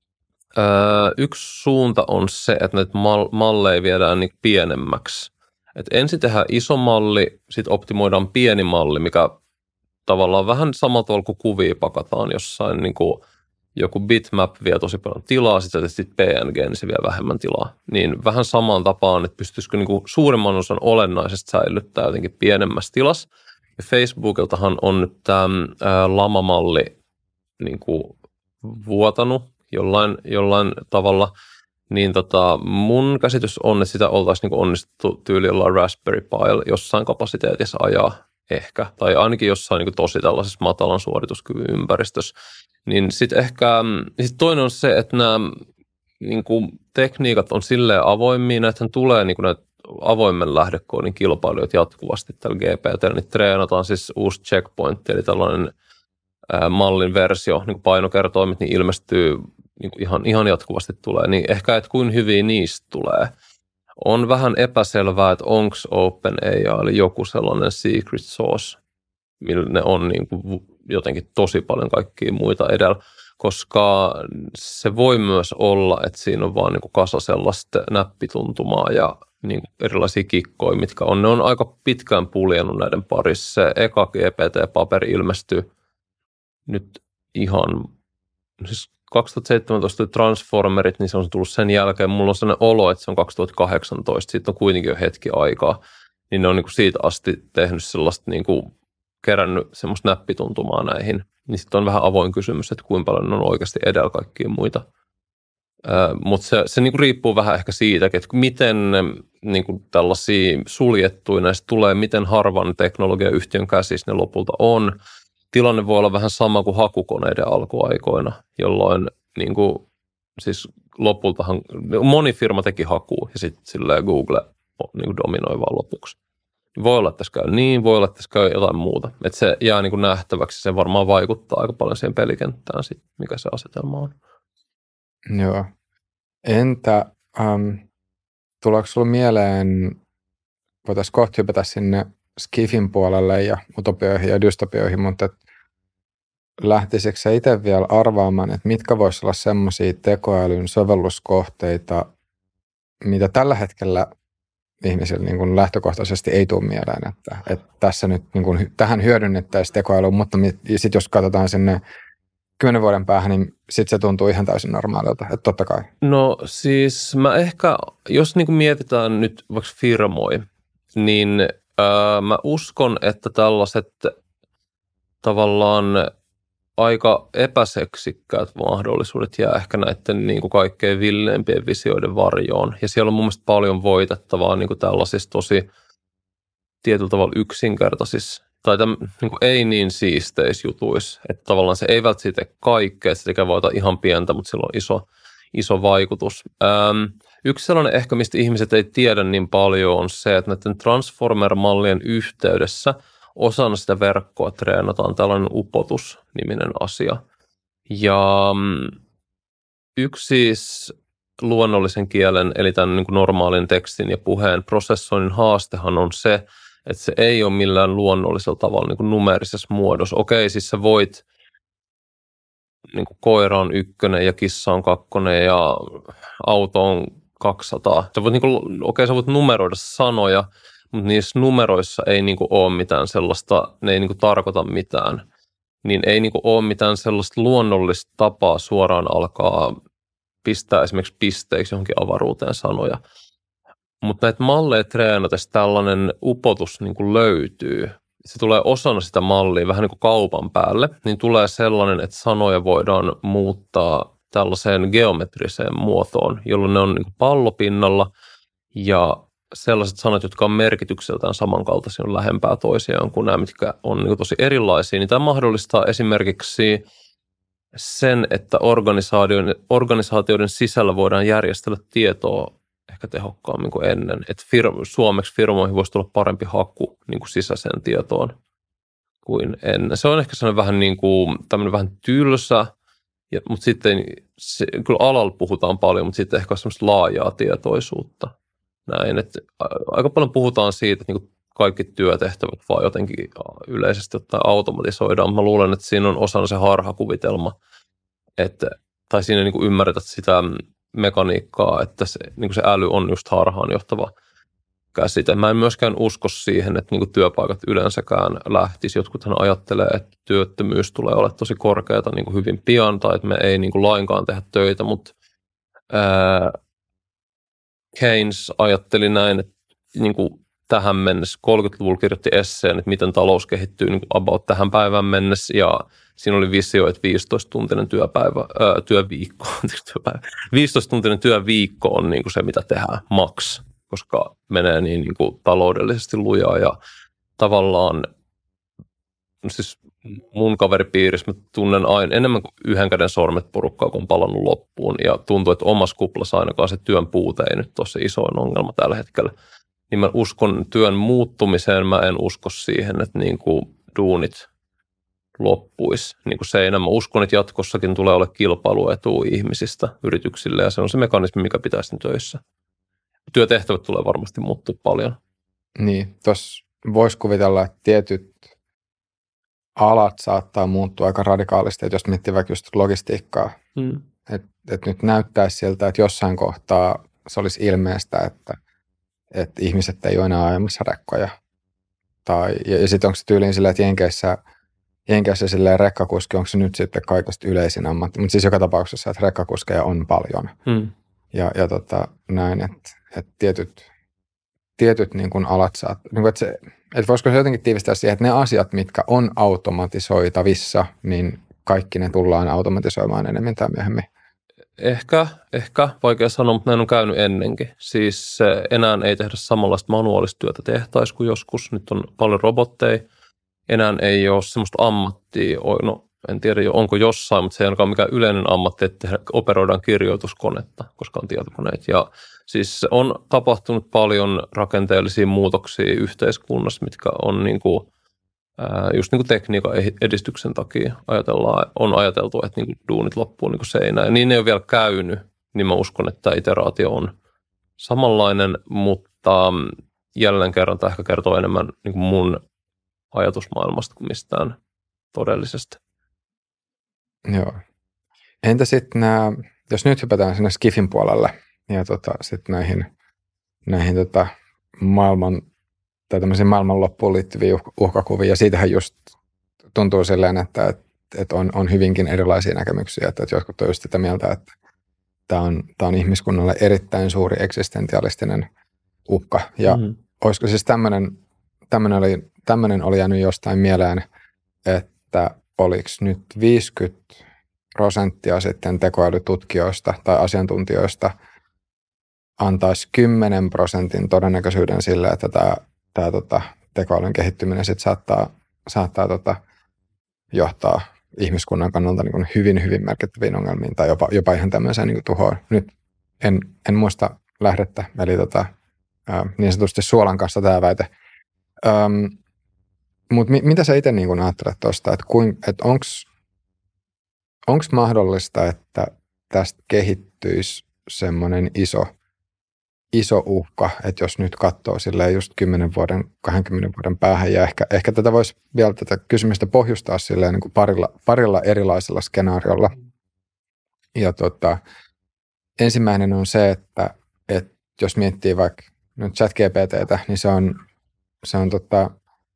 Speaker 2: yksi suunta on se, että näitä malleja viedään niin pienemmäksi. että ensin tehdään iso malli, sitten optimoidaan pieni malli, mikä tavallaan vähän samalla tavalla kuin kuvia pakataan jossain, niin kuin joku bitmap vie tosi paljon tilaa, sitten sit P N G, niin se vie vähemmän tilaa. Niin vähän samaan tapaan, että pystyisikö niin kuin suurimman osan olennaisesta säilyttää jotenkin pienemmässä tilassa. Ja Facebookiltahan on nyt tämä lamamalli niin kuin vuotanut jollain, jollain tavalla, niin tota, mun käsitys on, että sitä oltaisiin niin onnistuttu tyyli jollain Raspberry Pile jossain kapasiteetissa ajaa ehkä, tai ainakin jossain niin tosi tällaisessa matalan suorituskyvyn ympäristössä. Niin sitten ehkä, sit toinen on se, että nämä niin kuin tekniikat on silleen avoimia, näitähän tulee niin kuin näitä avoimen lähdekoodin kilpailijoita jatkuvasti tällä G P T, niin treenataan siis uusi checkpoint, eli tällainen ää, mallin versio, niin kuin painokertoimet, niin ilmestyy niin kuin ihan, ihan jatkuvasti tulee, niin ehkä, että kuin hyviä niistä tulee. On vähän epäselvää, että onko OpenAI eli joku sellainen secret sauce, millä ne on niin kuin jotenkin tosi paljon kaikkia muita edellä, koska se voi myös olla, että siinä on vaan niin kuin kasa sellaista näppituntumaa ja niin kuin erilaisia kikkoja, mitkä on. Ne on aika pitkään puljennut näiden parissa. Se eka G P T-paperi ilmestyi nyt ihan, siis kaksituhattaseitsemäntoista Transformerit, niin se on tullut sen jälkeen. Mulla on sellainen olo, että se on kaksituhattakahdeksantoista, siitä on kuitenkin jo hetki aikaa. Niin ne on niin kuin siitä asti tehnyt sellaista, niin kuin kerännyt semmoista näppituntumaa näihin. Niin sitten on vähän avoin kysymys, että kuinka paljon ne on oikeasti edellä kaikkia muita. Mutta se, se niin kuin riippuu vähän ehkä siitäkin, että miten niin kuin tällaisia suljettuja näistä tulee, miten harvan teknologiayhtiön käsissä ne lopulta on. Tilanne voi olla vähän sama kuin hakukoneiden alkuaikoina, jolloin niin kuin, siis lopultahan moni firma teki hakua ja sitten silleen Google niin kuin dominoi vaan lopuksi. Voi olla, että tässä käy niin, voi olla, että tässä käy jotain muuta. Että se jää niin kuin nähtäväksi, se varmaan vaikuttaa aika paljon siihen pelikenttään, sit, mikä se asetelma on.
Speaker 1: Joo. Entä ähm, tuleeko sinulle mieleen, voitaisiin kohta hypätä sinne Skifin puolelle ja utopioihin ja dystopioihin, mutta et lähtisikö sä itse vielä arvaamaan, että mitkä voisivat olla semmoisia tekoälyn sovelluskohteita, mitä tällä hetkellä ihmisillä niin kuin lähtökohtaisesti ei tule mieleen, että, että tässä nyt niin kuin, tähän hyödynnettäisiin tekoälyä, mutta sitten jos katsotaan sinne kymmenen vuoden päähän, niin sitten se tuntuu ihan täysin normaalilta, että totta kai.
Speaker 2: No siis mä ehkä, jos niin kuin mietitään nyt vaikka firmoja, niin ää, mä uskon, että tällaiset tavallaan aika epäseksikkäät mahdollisuudet jää ehkä näiden niin kuin kaikkein villeimpien visioiden varjoon. Ja siellä on mun mielestä paljon voitettavaa niin kuin tällaisissa tosi tietyllä tavalla yksinkertaisissa tai täm, niin kuin ei niin siisteissä jutuissa. Että tavallaan se ei välttämättä tee kaikkea, että se tekee voita ihan pientä, mutta sillä on iso, iso vaikutus. Ähm, yksi sellainen ehkä, mistä ihmiset ei tiedä niin paljon, on se, että näiden Transformer-mallien yhteydessä osana sitä verkkoa treenataan tällainen upotus-niminen asia. Ja yksi siis luonnollisen kielen, eli tämän niin kuin normaalin tekstin ja puheen prosessoinnin haastehan on se, että se ei ole millään luonnollisella tavalla niin kuin numeerisessa muodossa. Okei, siis sä voit, niin kuin koira on ykkönen ja kissa on kakkonen ja auto on kaksisataa. Sä voit, niin kuin, okei, sä voit numeroida sanoja, mutta niissä numeroissa ei niinku ole mitään sellaista, ne ei niinku tarkoita mitään, niin ei niinku ole mitään sellaista luonnollista tapaa suoraan alkaa pistää esimerkiksi pisteiksi johonkin avaruuteen sanoja. Mutta näitä malleja treenatessa tällainen upotus niinku löytyy. Se tulee osana sitä mallia vähän niin kuin kaupan päälle, niin tulee sellainen, että sanoja voidaan muuttaa tällaiseen geometriseen muotoon, jolloin ne on niinku pallopinnalla ja sellaiset sanat, jotka on merkitykseltään samankaltaisia, on lähempää toisiaan kuin nämä, mitkä on niin tosi erilaisia, niin tämä mahdollistaa esimerkiksi sen, että organisaatioiden, organisaatioiden sisällä voidaan järjestellä tietoa ehkä tehokkaammin kuin ennen. Että firma, suomeksi firmoihin voisi tulla parempi haku niin kuin sisäiseen tietoon kuin ennen. Se on ehkä sellainen vähän niin kuin tämmöinen vähän tylsä, ja, mutta sitten se, kyllä alalla puhutaan paljon, mutta sitten ehkä on semmoista laajaa tietoisuutta. Näin, että aika paljon puhutaan siitä, että niin kaikki työtehtävät vaan jotenkin yleisesti ottaen automatisoidaan. Mä luulen, että siinä on osana se harhakuvitelma, että, tai siinä niin ymmärretät sitä mekaniikkaa, että se, niin se äly on just harhaanjohtava käsite. Mä en myöskään usko siihen, että niinku työpaikat yleensäkään lähtisi. Jotkuthan ajattelee, että työttömyys tulee olla tosi korkeata niinku hyvin pian tai että me ei niinku lainkaan tehdä töitä, mutta ää, Keynes ajatteli näin, että niinku tähän mennessä kolmekymmentäluvulla kirjoitti esseen, että miten talous kehittyy niinku about tähän päivään mennessä ja siinä oli visio, että viisitoista-tuntinen työpäivä, ää, työviikko, työpäivä, viisitoista-tuntinen työviikko on niinku se, mitä tehdään maks, koska menee niin niinku taloudellisesti lujaa ja tavallaan siis mun kaveripiirissä mä tunnen aina enemmän kuin yhden käden sormet porukkaa, kun on palannut loppuun ja tuntuu, että omassa kuplassa ainakaan se työn puute ei nyt ole se isoin ongelma tällä hetkellä. Niin mä uskon työn muuttumiseen, mä en usko siihen, että niinku duunit loppuisi niin kuin seinä. Mä uskon, että jatkossakin tulee olla kilpailuetua ihmisistä yrityksille ja se on se mekanismi, mikä pitää sitten töissä. Työtehtävät tulee varmasti muuttua paljon.
Speaker 1: Niin, tuossa voisi kuvitella, että tietyt alat saattaa muuttua aika radikaalisti, että jos miettii vaikka just logistiikkaa, hmm. että et nyt näyttäisi siltä, että jossain kohtaa se olisi ilmeistä, että, että ihmiset ei ole enää ajamassa rekkoja. Tai, ja ja sitten onko se tyyliin silleen, että Jenkeissä Jenkeissä silleen rekkakuski, onko se nyt sitten kaikista yleisin ammatti, mutta siis joka tapauksessa, että rekkakuskeja on paljon. Hmm. Ja, ja tota, näin, että, että tietyt, tietyt niin kuin alat saat, niin kuin, että, se, että voisiko se jotenkin tiivistää siihen, että ne asiat, mitkä on automatisoitavissa, niin kaikki ne tullaan automatisoimaan enemmän tai myöhemmin.
Speaker 2: Ehkä, ehkä, vaikea sanoa, mutta näin on käynyt ennenkin. Siis enää ei tehdä samanlaista manuaalista työtä tehtaissa kuin joskus. Nyt on paljon robotteja. Enää ei ole semmoista ammattia, no en tiedä onko jossain, mutta se ei ainakaan mikään yleinen ammatti, että operoidaan kirjoituskonetta, koska on tietokoneet. Ja siis on tapahtunut paljon rakenteellisia muutoksia yhteiskunnassa, mitkä on niin kuin, ää, just niin kuin tekniikan edistyksen takia ajatellaan, on ajateltu, että niin kuin duunit loppuu niin kuin seinään. Ja niin ei ole vielä käynyt, niin mä uskon, että tämä iteraatio on samanlainen, mutta jälleen kerran tämä ehkä kertoo enemmän niin kuin mun ajatusmaailmasta kuin mistään todellisesta.
Speaker 1: Joo. Entä sitten nämä, jos nyt hypätään sinne Skifin puolelle ja tota, sitten näihin, näihin tota maailman tai tämmöisiin maailmanloppuun liittyviin uhkakuvia, ja siitähän just tuntuu silleen, että, että, että on, on hyvinkin erilaisia näkemyksiä, että, että jotkut on just sitä mieltä, että tämä on, tämä on ihmiskunnalle erittäin suuri eksistentialistinen uhka, ja mm-hmm. olisiko siis tämmöinen, tämmöinen oli Tämmöinen oli jäänyt jostain mieleen, että oliko nyt viisikymmentä prosenttia sitten tekoälytutkijoista tai asiantuntijoista antaisi kymmenen prosentin todennäköisyyden sille, että tämä, tämä tota, tekoälyn kehittyminen sit saattaa, saattaa tota, johtaa ihmiskunnan kannalta niin kuin hyvin, hyvin merkittäviin ongelmiin tai jopa, jopa ihan tämmöiseen niin kuin tuhoon. Nyt en, en muista lähdettä, eli tota, ää, niin sanotusti suolan kanssa tämä väite. Öm, Mutta mi, mitä sä itse niin ajattelet tuosta, että, että onko mahdollista, että tästä kehittyisi semmoinen iso, iso uhka, että jos nyt katsoo silleen just kymmenen vuoden, kahdenkymmenen vuoden päähän, ja ehkä, ehkä tätä voisi vielä tätä kysymystä pohjustaa silleen niin kuin parilla, parilla erilaisella skenaariolla. Ja tota, ensimmäinen on se, että, että jos miettii vaikka nyt ChatGPTtä, niin se on, se on tota,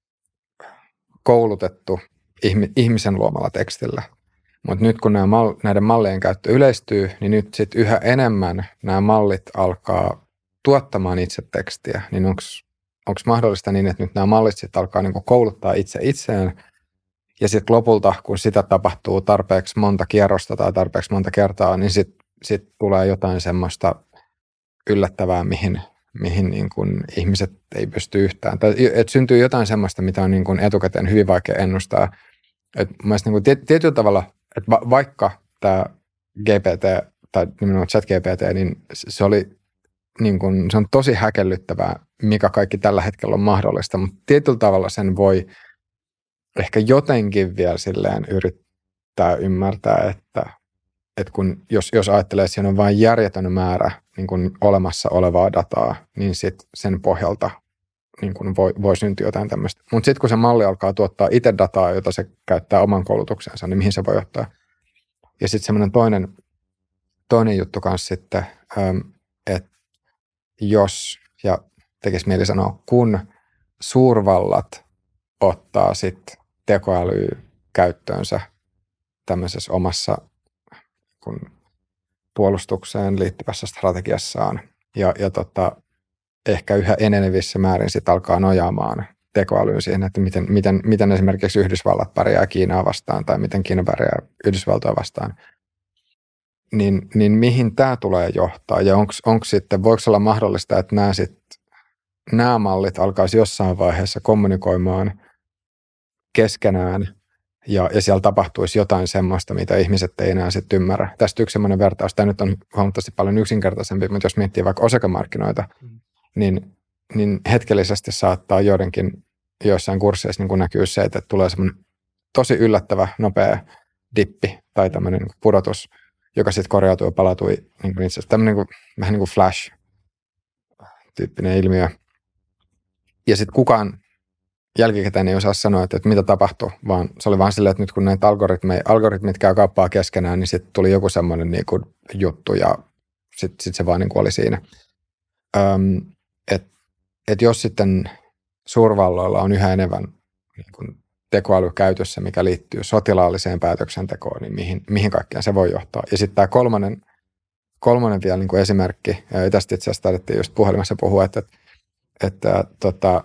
Speaker 1: koulutettu ihmisen luomalla tekstillä. Mutta nyt kun nämä mal, näiden mallien käyttö yleistyy, niin nyt sitten yhä enemmän nämä mallit alkaa tuottamaan itse tekstiä. Niin onko mahdollista niin, että nyt nämä mallit sitten alkaa niinku kouluttaa itse itseään, ja sitten lopulta, kun sitä tapahtuu tarpeeksi monta kierrosta tai tarpeeksi monta kertaa, niin sitten sit tulee jotain semmoista yllättävää, mihin mihin niin kuin ihmiset ei pysty yhtään. Tai, että syntyy jotain semmoista, mitä on niin kuin etukäteen hyvin vaikea ennustaa. Että mielestäni niin kuin tietyllä tavalla, että va- vaikka tämä G P T tai nimenomaan ChatGPT, niin se oli niin kuin, se on tosi häkellyttävää, mikä kaikki tällä hetkellä on mahdollista, mutta tietyllä tavalla sen voi ehkä jotenkin vielä silleen yrittää ymmärtää, että, että kun, jos, jos ajattelee, että siinä on vain järjetön määrä niin kuin olemassa olevaa dataa, niin sit sen pohjalta niin kuin voi, voi syntyä jotain tämmöistä. Mutta sitten kun se malli alkaa tuottaa itse dataa, jota se käyttää oman koulutuksensa, niin mihin se voi ottaa? Ja sitten semmoinen toinen, toinen juttu kanssa sitten, että jos, ja tekisi mieli sanoa, kun suurvallat ottaa sitten tekoälyä käyttöönsä tämmöisessä omassa kun puolustukseen liittyvässä strategiassaan ja, ja tota, ehkä yhä enenevissä määrin sit alkaa nojaamaan tekoälyyn siihen, että miten, miten, miten esimerkiksi Yhdysvallat pärjää Kiinaa vastaan tai miten Kiina pärjää Yhdysvaltoja vastaan, niin, niin mihin tämä tulee johtaa ja onko sitten, voiko olla mahdollista, että nämä, sit, nämä mallit alkaisi jossain vaiheessa kommunikoimaan keskenään ja, ja siellä tapahtuisi jotain semmoista, mitä ihmiset ei enää sitten ymmärrä. Tästä yksi semmoinen vertaus, tämä nyt on huomattavasti paljon yksinkertaisempi, mutta jos miettii vaikka osakemarkkinoita, mm. niin, niin hetkellisesti saattaa joidenkin joissain kursseissa niin kun näkyy se, että tulee semmoinen tosi yllättävä, nopea dippi tai tämmöinen niin pudotus, joka sitten korjautui ja palautui niin kuin itse asiassa tämmöinen niin kuin, vähän niin kuin flash-tyyppinen ilmiö. Ja sitten kukaan jälkikäteen ei osaa sanoa, että, että mitä tapahtui, vaan se oli vaan silleen, että nyt kun näitä algoritmeja, algoritmit käy kauppaa keskenään, niin sitten tuli joku semmoinen niin kuin juttu ja sitten sit se vaan niin kuin oli siinä. Että et jos sitten suurvalloilla on yhä enemmän niin kuin tekoäly käytössä, mikä liittyy sotilaalliseen päätöksentekoon, niin mihin, mihin kaikkeen se voi johtaa. Ja sitten tämä kolmannen, kolmannen vielä niin kuin esimerkki, ja tästä itse asiassa taidettiin just puhelimessa puhua, että, että tota,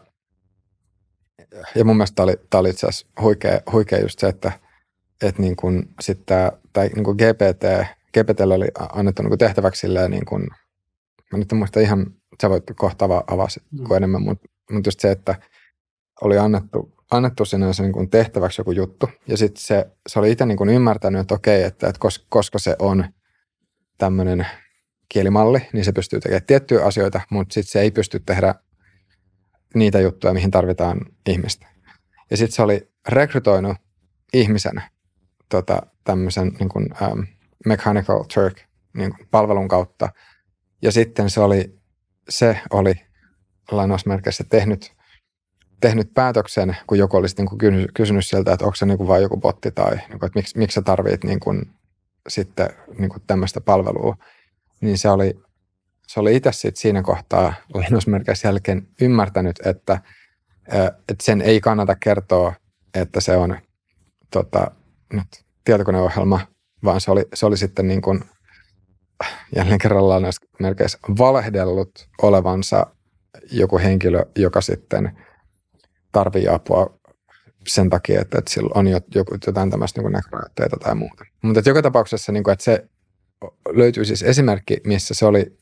Speaker 1: ja mun mielestä tämä oli, tämä oli itse asiassa huikea, huikea just se, että, että niin kuin sit tämä, tai niin kuin G P T, G P T:lle oli annettu niin kuin tehtäväksi silleen, niin kuin, mä nyt en muista ihan, sä voit kohta avaa mm. enemmän, mutta, mutta just se, että oli annettu, annettu sinänsä niin kuin tehtäväksi joku juttu, ja sitten se, se oli itse niin kuin ymmärtänyt, että okei, että, että koska se on tämmöinen kielimalli, niin se pystyy tekemään tiettyjä asioita, mutta sitten se ei pysty tehdä niitä juttuja, mihin tarvitaan ihmistä. Ja sitten se oli rekrytoinut ihmisen tota, tämmöisen niin kuin, um, Mechanical Turk niin kuin palvelun kautta. Ja sitten se oli, se oli lainausmerkeissä tehnyt, tehnyt päätöksen, kun joku olisi niin kuin kysynyt sieltä, että onko se niin kuin vain joku botti tai niin kuin, että miksi, miksi sä tarvit niin kuin, sitten niin kuin tämmöistä palvelua. Niin se oli Se oli itse sitten siinä kohtaa lainausmerkeissä jälkeen ymmärtänyt, että, että sen ei kannata kertoa, että se on tota, nyt tietokoneohjelma, vaan se oli, se oli sitten niin kuin, jälleen kerran lainausmerkeissä valehdellut olevansa joku henkilö, joka sitten tarvitsee apua sen takia, että, että sillä on joku, jotain tämmöistä niin näkörajoitteita tai muuta. Mutta joka tapauksessa, niin kuin, että se löytyy siis esimerkki, missä se oli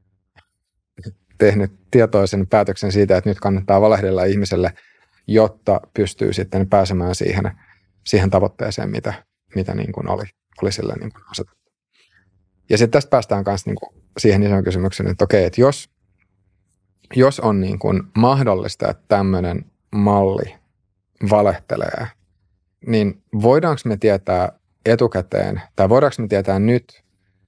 Speaker 1: tehnyt tietoisen päätöksen siitä, että nyt kannattaa valehdella ihmiselle, jotta pystyy sitten pääsemään siihen, siihen tavoitteeseen, mitä, mitä niin kuin oli, oli sille niin kuin asetettu. Ja sitten tästä päästään myös niin kuin siihen isoon kysymykseen, että okei, että jos, jos on niin kuin mahdollista, että tämmöinen malli valehtelee, niin voidaanko me tietää etukäteen, tai voidaanko me tietää nyt,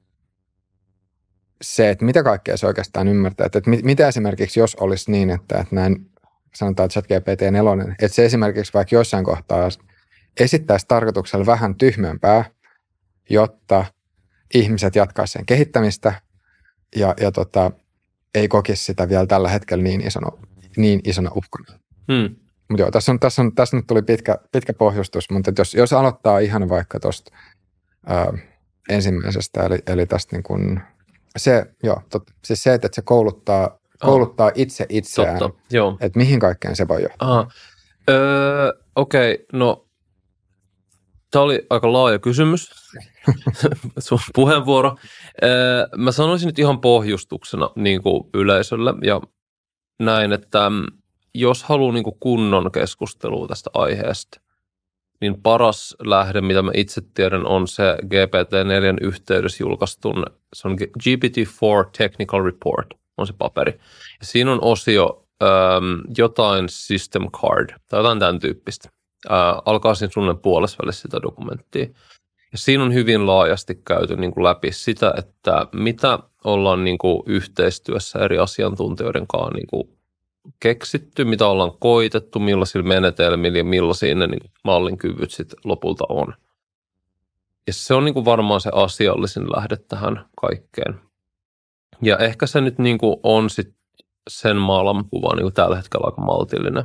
Speaker 1: se, että mitä kaikkea se oikeastaan ymmärtää. Että, että mitä esimerkiksi, jos olisi niin, että, että näin sanotaan ChatGPT neljä, että se esimerkiksi vaikka jossain kohtaa esittäisi tarkoituksella vähän tyhmempää, jotta ihmiset jatkaisivat sen kehittämistä ja, ja tota, ei kokisi sitä vielä tällä hetkellä niin isona, niin isona uhkana. Hmm. Mutta joo, tässä, on, tässä, on, tässä nyt tuli pitkä, pitkä pohjustus, mutta jos, jos aloittaa ihan vaikka tuosta ensimmäisestä, eli, eli tästä niin kuin Se, joo, totta. Siis se, että se kouluttaa, kouluttaa itse itseään, totta, joo. Että mihin kaikkeen se voi johtaa.
Speaker 2: Öö, Okei, okay, no tämä oli aika laaja kysymys, sun puheenvuoro. Öö, mä sanoisin nyt ihan pohjustuksena niin kuin yleisölle ja näin, että jos haluaa niin kuin kunnon keskustelua tästä aiheesta, niin paras lähde, mitä mä itse tiedän, on se G P T neljä yhteydessä julkaistun, se on G P T neljä Technical Report, on se paperi. Ja siinä on osio ähm, jotain system card, tai jotain tämän tyyppistä. Äh, alkaa siinä suunnilleen puolessa välissä sitä dokumenttia. Ja siinä on hyvin laajasti käyty niin kuin läpi sitä, että mitä ollaan niin kuin yhteistyössä eri asiantuntijoiden kanssa niin kuin keksitty, mitä ollaan koitettu, millaisilla menetelmillä ja millaisia ne niin mallin kyvyt sitten lopulta on. Ja se on niin kuin varmaan se asiallisin lähde tähän kaikkeen. Ja ehkä se nyt niin kuin on sit sen maailmankuva on niin kuin tällä hetkellä aika maltillinen.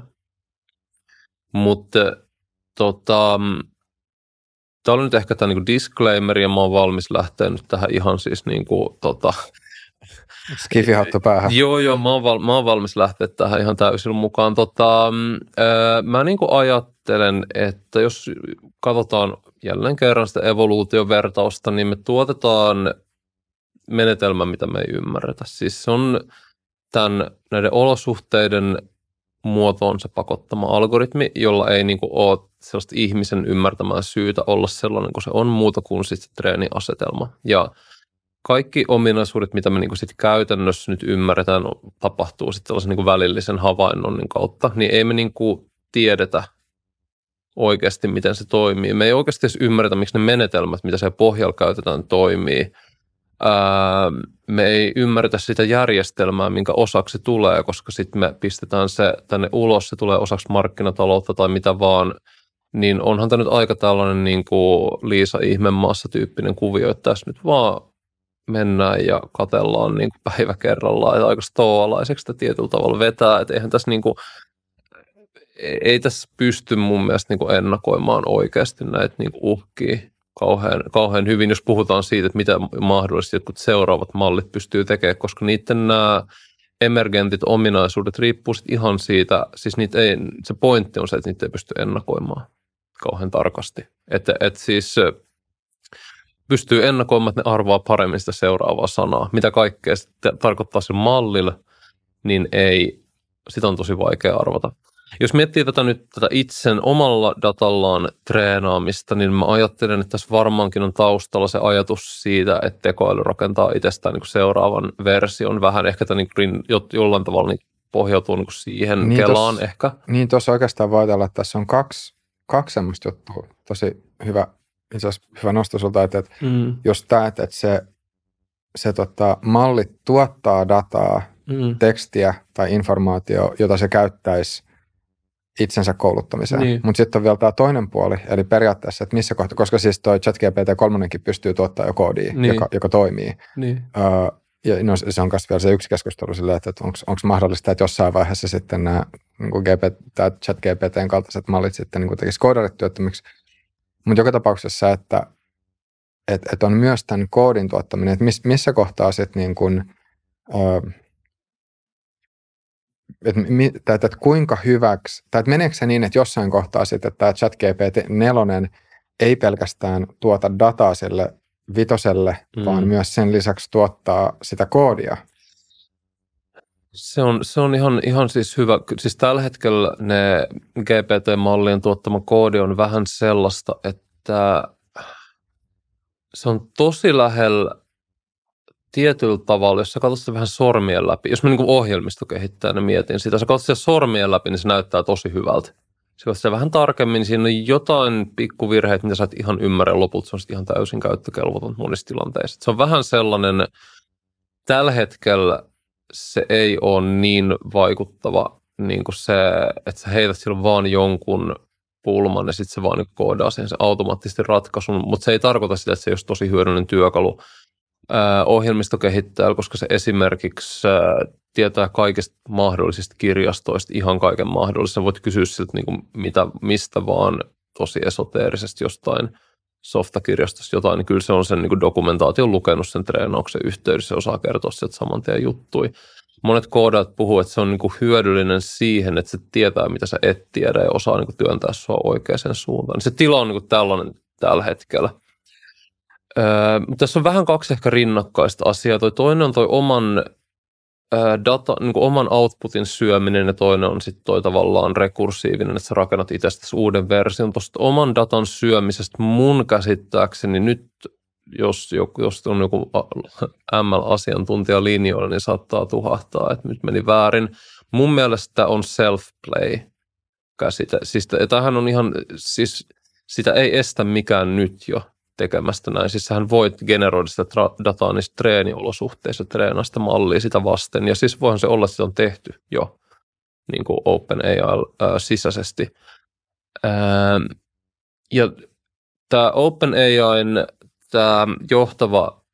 Speaker 2: Mutta tota, tämä oli nyt ehkä tämä niin disclaimer, ja mä oon valmis lähteä nyt tähän ihan siis niin kuin, tota,
Speaker 1: Skifihattu päähän.
Speaker 2: Joo, joo, mä oon, val, mä oon valmis lähteä tähän ihan täysin mukaan. Tota, ää, mä niin kuin ajattelen, että jos katsotaan jälleen kerran sitä evoluutiovertausta, niin me tuotetaan menetelmä, mitä me ei ymmärretä. Siis se on tämän, näiden olosuhteiden muotoon se pakottama algoritmi, jolla ei niin kuin ole sellaista ihmisen ymmärtämään syytä olla sellainen kuin se on muuta kuin sitten se treeniasetelma. Ja kaikki ominaisuudet, mitä me niin kuin sit käytännössä nyt ymmärretään, tapahtuu sitten sellaisen niin kuin välillisen havainnoinnin kautta, niin ei me niin kuin tiedetä oikeasti, miten se toimii. Me ei oikeasti edes ymmärretä, miksi ne menetelmät, mitä se pohjalla käytetään, toimii. Ää, me ei ymmärretä sitä järjestelmää, minkä osaksi se tulee, koska sitten me pistetään se tänne ulos, se tulee osaksi markkinataloutta tai mitä vaan, niin onhan tämä nyt aika tällainen niin kuin Liisa Ihmemaassa tyyppinen kuvio, että tässä nyt vaan mennään ja katellaan niin kuin päivä kerrallaan, että aika stoalaiseksi sitä tietyllä tavalla vetää, että eihän tässä niin kuin, ei tässä pysty mun mielestä niin kuin ennakoimaan oikeasti näitä niin kuin uhkia kauhean, kauhean hyvin, jos puhutaan siitä, että mitä mahdollisesti jotkut seuraavat mallit pystyy tekemään, koska niiden nämä emergentit ominaisuudet riippuu sitten ihan siitä, siis niitä ei, se pointti on se, että niitä ei pysty ennakoimaan kauhean tarkasti. Että et siis pystyy ennakoimaan, että ne arvaa paremmin sitä seuraavaa sanaa. Mitä kaikkea se tarkoittaa sen mallilla, niin ei, sitä on tosi vaikea arvata. Jos miettii tätä nyt tätä itsen omalla datallaan treenaamista, niin mä ajattelen, että tässä varmaankin on taustalla se ajatus siitä, että tekoäly rakentaa itsestään niin kuin seuraavan version. Vähän ehkä tämä niin jollain tavalla niin pohjautuu niin kuin siihen
Speaker 1: niin
Speaker 2: kelaan
Speaker 1: tos,
Speaker 2: ehkä.
Speaker 1: Niin tuossa oikeastaan voi ajatella, että tässä on kaksi, kaksi semmoista juttua. Tosi hyvä, itse asiassa hyvä nosto sulta, että, että mm. jos tämä, että se, se tota, malli tuottaa dataa, mm. tekstiä tai informaatio, jota se käyttäisi itsensä kouluttamiseen. Niin. Mutta sitten on vielä tämä toinen puoli, eli periaatteessa, että missä kohtaa, koska siis toi ChatGPT kolme pystyy tuottaa jo koodia, niin. joka, joka toimii. Niin. Öö, ja no, se on myös vielä se yksi keskustelu silleen, että onko mahdollista, että jossain vaiheessa sitten nämä niin G P T, tai ChatGPTn kaltaiset mallit sitten niin tekisi koodarit työttömiksi. Mutta joka tapauksessa, että et, et on myös tämän koodin tuottaminen, että miss, missä kohtaa sitten niin kuin, öö, Että, että, että kuinka hyväksi, tai että meneekö se niin, että jossain kohtaa sitten, että tämä ChatGPT neljä ei pelkästään tuota dataa sille vitoselle, mm. vaan myös sen lisäksi tuottaa sitä koodia?
Speaker 2: Se on, se on ihan, ihan siis hyvä. Siis tällä hetkellä ne G P T-mallien tuottama koodi on vähän sellaista, että se on tosi lähellä tietyllä tavalla, jos sä katsot sitä vähän sormien läpi, jos mä niin kuin ohjelmistokehittäjänä mietin sitä, jos sä katsot sitä sormien läpi, niin se näyttää tosi hyvältä. Se katsot sitä vähän tarkemmin, niin siinä on jotain pikkuvirheitä, mitä sä et ihan ymmärrä lopulta, se on ihan täysin käyttökelvoton monissa tilanteissa. Se on vähän sellainen, tällä hetkellä se ei ole niin vaikuttava, niin kuin se, että sä heität silloin vaan jonkun pulman ja sitten se vaan niin koodaa siihen se automaattisesti ratkaisun, mutta se ei tarkoita sitä, että se ei olisi tosi hyödyllinen työkalu ohjelmistokehittäjällä, koska se esimerkiksi tietää kaikista mahdollisista kirjastoista ihan kaiken mahdollista. Voit kysyä siltä niin kuin mitä, mistä vaan tosi esoteerisesti jostain softakirjastosta jotain, niin kyllä se on sen niin kuin dokumentaation lukenut sen treenauksen yhteydessä ja osaa kertoa sieltä saman tien juttui. Monet koodaat puhuu, että se on niin kuin hyödyllinen siihen, että se tietää, mitä sä et tiedä ja osaa niin kuin työntää sua oikeaan suuntaan. Se tila on niin kuin tällainen tällä hetkellä. Öö, tässä on vähän kaksi ehkä rinnakkaista asiaa. Toi toinen on toi oman, öö, data, niin kuin oman outputin syöminen ja toinen on sitten toi tavallaan rekursiivinen, että sä rakennat itsestäsi uuden version. Tuosta oman datan syömisestä mun käsittääkseni nyt, jos, jos on joku M L-asiantuntija linjoilla, niin saattaa tuhahtaa, että nyt meni väärin. Mun mielestä on self-play-käsite. Siis tämähän on ihan, siis sitä ei estä mikään nyt jo tekemästä näin. Siis sähän voit generoida sitä tra- dataa niistä treeniolosuhteissa, treenaa sitä mallia sitä vasten. Ja siis voihan se olla, että se on tehty jo niin kuin OpenAI-sisäisesti. Ää, ja tämä OpenAIn tämä johtava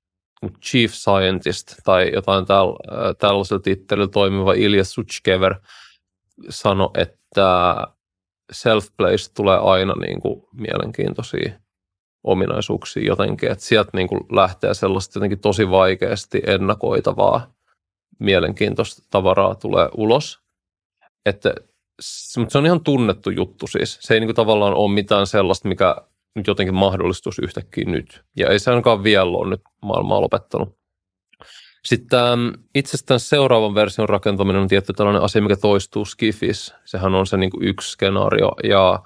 Speaker 2: chief scientist tai jotain täl, tällaisella tittelillä toimiva Ilya Sutskever sanoi, että self-plays tulee aina niin kuin mielenkiintoisia ominaisuuksia jotenkin, että sieltä niin kuin lähtee sellaista jotenkin tosi vaikeasti ennakoitavaa mielenkiintoista tavaraa tulee ulos. Että, mutta se on ihan tunnettu juttu siis. Se ei niin kuin tavallaan ole mitään sellaista, mikä nyt jotenkin mahdollistuisi yhtäkkiä nyt. Ja ei se ainakaan vielä ole nyt maailmaa lopettanut. Sitten itse asiassa seuraavan version rakentaminen on tietty tällainen asia, mikä toistuu Skifis. Sehän on se niin kuin yksi skenaario ja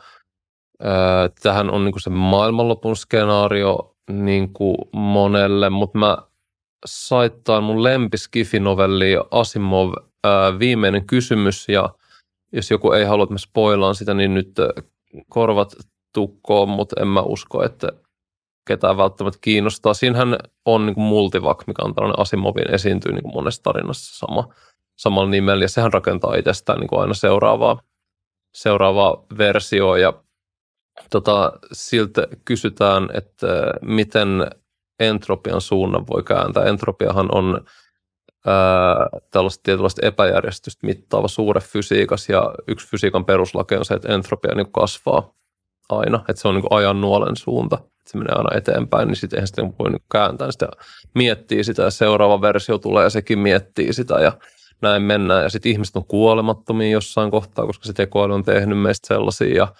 Speaker 2: ää, tähän on niin kuin se maailmanlopun skenaario niin kuin monelle, mutta mä saittaan mun lempi Skifi-novelli Asimov ää, Viimeinen kysymys ja jos joku ei halua, että mä spoilaan sitä, niin nyt korvat tukkoon, mutta en mä usko, että ketään välttämättä kiinnostaa. Siinähän on niin kuin Multivac, mikä on tällainen Asimovin esiintyy niin kuin monessa tarinassa sama, samalla nimellä, ja sehän rakentaa itsestään niin kuin aina seuraavaa, seuraavaa versioa, ja tota, siltä kysytään, että miten entropian suunnan voi kääntää. Entropiahan on ää, tällaista tietynlaista epäjärjestystä mittaava suure fysiikassa, ja yksi fysiikan peruslaki on se, että entropia niin kuin kasvaa aina, että se on niin kuin ajan nuolen suunta, että se menee aina eteenpäin, niin sitten eihän sitä voi niin kääntää, niin sitä miettii sitä, ja seuraava versio tulee, ja sekin miettii sitä, ja näin mennään, ja sitten ihmiset on kuolemattomia jossain kohtaa, koska se tekoäly on tehnyt meistä sellaisia, ja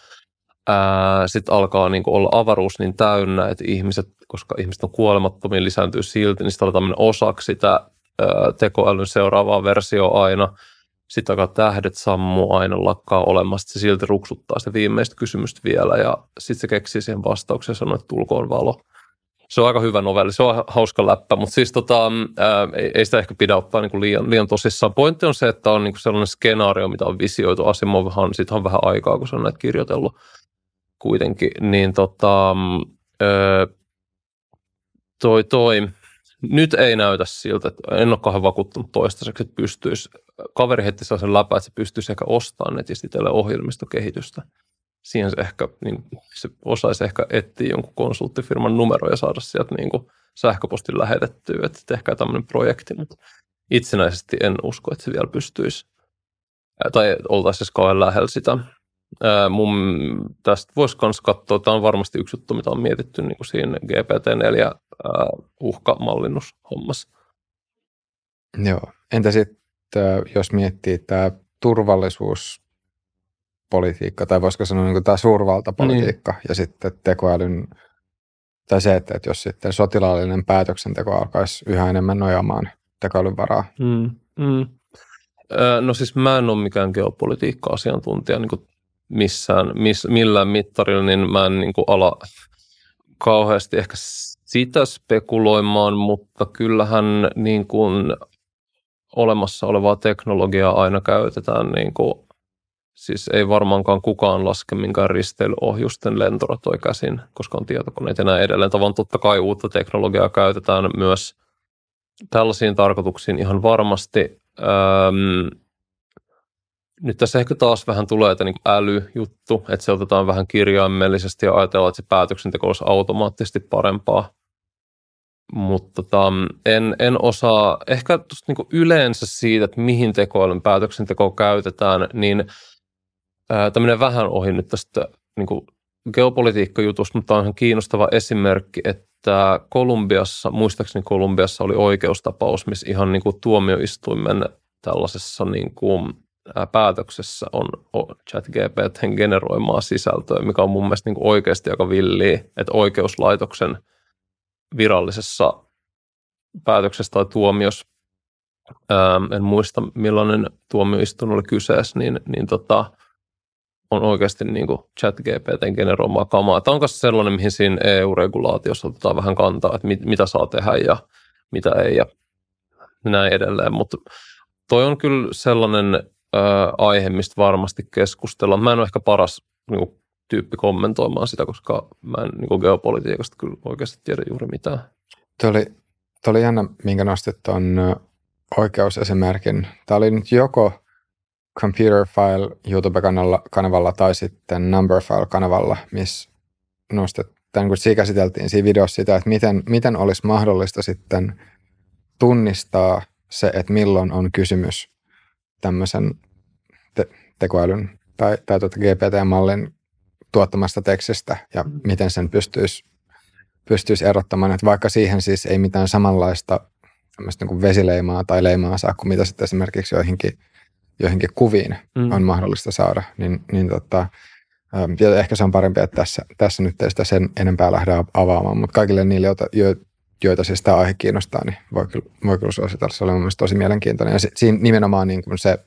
Speaker 2: sitten alkaa niin kuin olla avaruus niin täynnä, että ihmiset, koska ihmiset on kuolemattomia, lisääntyy silti, niin sitten aletaan mennä osaksi sitä ää, tekoälyn seuraavaa versioa aina, sitten alkaa tähdet sammuu aina, lakkaa olemasta, se silti ruksuttaa sitä viimeistä kysymystä vielä, ja sitten se keksii siihen vastauksen ja sanoo, että tulkoon valo. Se on aika hyvä novelli, se on hauska läppä, mutta siis tota, ää, ei, ei sitä ehkä pidä ottaa niinku liian, liian tosissaan. Pointti on se, että on niinku sellainen skenaario, mitä on visioitu. Asimovhan, siitä on vähän aikaa, kun se on näitä kirjoitellut kuitenkin, niin tota, ää, toi toi, nyt ei näytä siltä, että en ole kahden vakuuttunut toistaiseksi, että pystyisi, kaveri heitti sellaisen läpä, että se pystyisi ehkä ostamaan netistä itselleen ohjelmistokehitystä. Siihen se ehkä, niin se osaisi ehkä etsiä jonkun konsulttifirman numero ja saada sieltä niin kuin sähköpostin lähetettyä, että tehkää tämmöinen projekti, mutta itsenäisesti en usko, että se vielä pystyisi, tai oltaisiin edes kauhean lähellä sitä. Ää, mun, tästä voisi myös katsoa, tämä on varmasti yksi juttu, mitä on mietitty niin kuin siinä G P T neljä uhkamallinnushommassa.
Speaker 1: Joo, entä sitten, jos miettii tämä turvallisuuspolitiikka, tai voisiko sanoa niin kuin tämä suurvaltapolitiikka, niin. Ja sitten tekoälyn, tai se, että jos sitten sotilaallinen päätöksenteko alkaisi yhä enemmän nojaamaan tekoälyn varaa.
Speaker 2: Mm, mm. No siis mä en ole mikään geopolitiikka-asiantuntija niin kuin missään, miss, millään mittarilla, niin mä en niin kuin ala kauheasti ehkä sitä spekuloimaan, mutta kyllähän niin kuin olemassa olevaa teknologiaa aina käytetään, niin kuin, siis ei varmaankaan kukaan laske minkään risteilyohjusten lentoratoi käsin, koska on tietokoneet ja näin edelleen. Tavan totta kai uutta teknologiaa käytetään myös tällaisiin tarkoituksiin ihan varmasti. Öm, nyt tässä ehkä taas vähän tulee tämä niin kuin älyjuttu, että se otetaan vähän kirjaimellisesti ja ajatellaan, että se päätöksenteko olisi automaattisesti parempaa. Mutta tota, en, en osaa, ehkä niinku yleensä siitä, että mihin tekoälyn päätöksentekoa käytetään, niin ää, tämmöinen vähän ohi nyt tästä niinku geopolitiikkajutusta, mutta on ihan kiinnostava esimerkki, että Kolumbiassa, muistaakseni Kolumbiassa oli oikeustapaus, missä ihan niinku tuomioistuimen tällaisessa niinku, ää, päätöksessä on ChatGPT:n generoimaa sisältöä, mikä on mun mielestä niinku oikeasti aika villiä, että oikeuslaitoksen virallisessa päätöksessä tai tuomiossa, ää, en muista millainen tuomioistuin oli kyseessä, niin, niin tota, on oikeasti niin kuin ChatGPT:n generoimaa kamaa. Tämä on myös sellainen, mihin siinä E U-regulaatiossa otetaan vähän kantaa, että mit, mitä saa tehdä ja mitä ei ja näin edelleen. Mutta toi on kyllä sellainen ää, aihe, mistä varmasti keskustellaan. Mä en ole ehkä paras niin kuin tyyppi kommentoimaan sitä, koska mä en niin kuin geopolitiikasta kyllä oikeasti tiedä juuri mitään.
Speaker 1: Tuo oli, tuo oli jännä, minkä nostit tuon oikeusesimerkin. Tämä oli nyt joko Computer File YouTube-kanavalla tai sitten Numberphile-kanavalla, missä nostettiin, kun siinä käsiteltiin siinä videossa sitä, että miten, miten olisi mahdollista sitten tunnistaa se, että milloin on kysymys tämmöisen te- tekoälyn tai, tai tuota G P T-mallin tuottamasta tekstistä ja miten sen pystyisi, pystyisi erottamaan, että vaikka siihen siis ei mitään samanlaista tämmöistä niin kuin vesileimaa tai leimaa saa kuin mitä sitten esimerkiksi joihinkin, joihinkin kuviin mm. on mahdollista saada, niin, niin tota, ja ehkä se on parempi, että tässä, tässä nyt ei sitä sen enempää lähde avaamaan, mutta kaikille niille, joita, joita siis tämä aihe kiinnostaa, niin voi kyllä, voi kyllä suositella. Se oli mun mielestä tosi mielenkiintoinen. Ja se, siinä nimenomaan niin kuin se,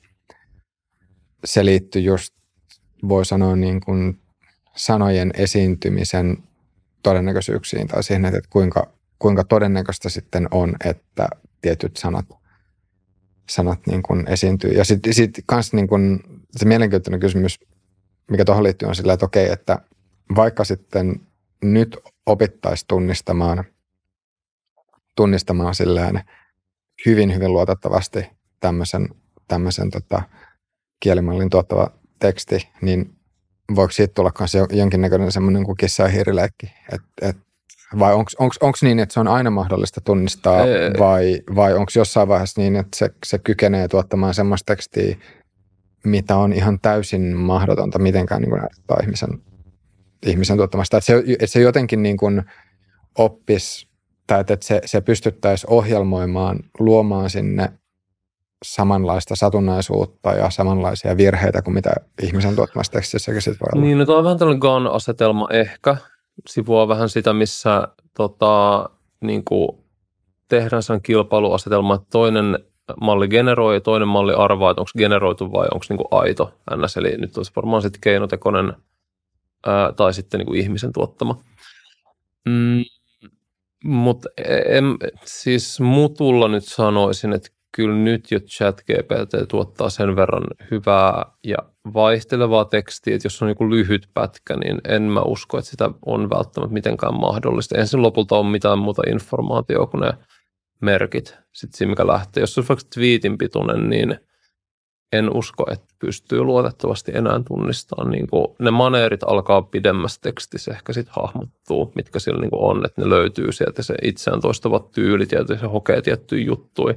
Speaker 1: se liittyy just, voi sanoa, niin kuin sanojen esiintymisen todennäköisyyksiin tai siihen, että kuinka, kuinka todennäköistä sitten on, että tietyt sanat, sanat niin kuin esiintyy. Ja sitten sit kans niin kuin se mielenkiintoinen kysymys, mikä tuohon liittyy, on sillä, että okei, että vaikka sitten nyt opittaisiin tunnistamaan, tunnistamaan silleen hyvin, hyvin luotettavasti tämmöisen, tämmöisen tota, kielimallin tuottava teksti, niin voiko siitä tulla myös jonkinnäköinen semmoinen kuin kissa- ja hiirileikki? Et, et, vai onko niin, että se on aina mahdollista tunnistaa, Ei. vai, vai onko jossain vaiheessa niin, että se, se kykenee tuottamaan semmoista tekstiä, mitä on ihan täysin mahdotonta mitenkään niin kuin näyttää ihmisen, ihmisen tuottamasta. Että se, että se jotenkin niin kuin oppisi, tai että se, se pystyttäisiin ohjelmoimaan, luomaan sinne samanlaista satunnaisuutta ja samanlaisia virheitä kuin mitä ihmisen tuottamassa tekstissäkin sitten voi olla.
Speaker 2: Niin, no tämä on vähän tällainen Gunn-asetelma ehkä. Sivua vähän sitä, missä tota, niin kuin tehdään sen kilpailuasetelma, että toinen malli generoi ja toinen malli arvaa, että onko generoitu vai onko niin kuin aito ns. Eli nyt olisi varmaan sitten keinotekoinen ää, tai sitten niin kuin ihmisen tuottama. Mm, mutta siis mutulla nyt sanoisin, että kyllä nyt jo ChatGPT tuottaa sen verran hyvää ja vaihtelevaa tekstiä, että jos on joku lyhyt pätkä, niin en mä usko, että sitä on välttämättä mitenkään mahdollista. Ensin lopulta on mitään muuta informaatiota kuin ne merkit, sitten siinä mikä lähtee. Jos on vaikka twiitin pituinen, niin en usko, että pystyy luotettavasti enää tunnistamaan. Niin kuin ne maneerit alkaa pidemmässä tekstissä ehkä sitten hahmottuu, mitkä siellä niin kuin on, että ne löytyy sieltä se itseään toistavat tyylit ja se hokee tiettyjä juttuja.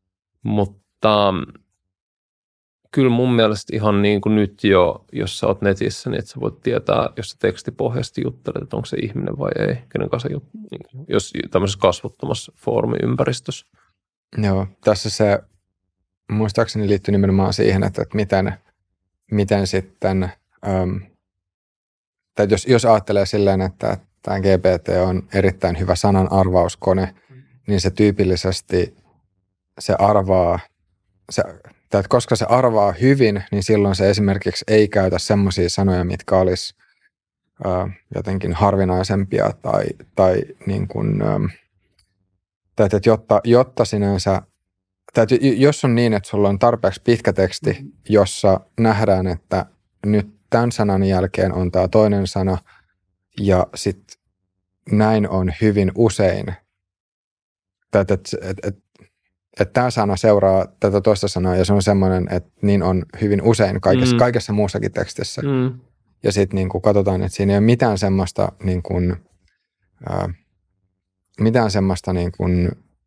Speaker 2: Mutta kyllä mun mielestä ihan niin kuin nyt jo, jos sä oot netissä, niin että sä voit tietää, jos sä tekstipohjaisesti juttelet, että onko se ihminen vai ei, kenen kanssa jut, niin jos tämmöisessä kasvottomassa foorumiympäristössä.
Speaker 1: Joo, tässä se muistaakseni liittyy nimenomaan siihen, että, että miten, miten sitten, äm, tai jos, jos ajattelee silleen, että tämä G P T on erittäin hyvä sanan arvauskone, niin se tyypillisesti se arvaa, se, tai koska se arvaa hyvin, niin silloin se esimerkiksi ei käytä semmoisia sanoja, mitkä olisi äh, jotenkin harvinaisempia tai, tai niin kuin, ähm, tai että jotta, jotta sinänsä, tai että jos on niin, että sulla on tarpeeksi pitkä teksti, jossa nähdään, että nyt tämän sanan jälkeen on tämä toinen sana ja sitten näin on hyvin usein, tai että, että, että, että että tämä sana seuraa tätä toista sanaa ja se on semmoinen, että niin on hyvin usein kaikessa, mm. kaikessa muussakin tekstissä. Mm. Ja sitten niin kuin katsotaan, että siinä ei ole mitään semmoista, niin kuin, ää, mitään semmoista, niin kuin,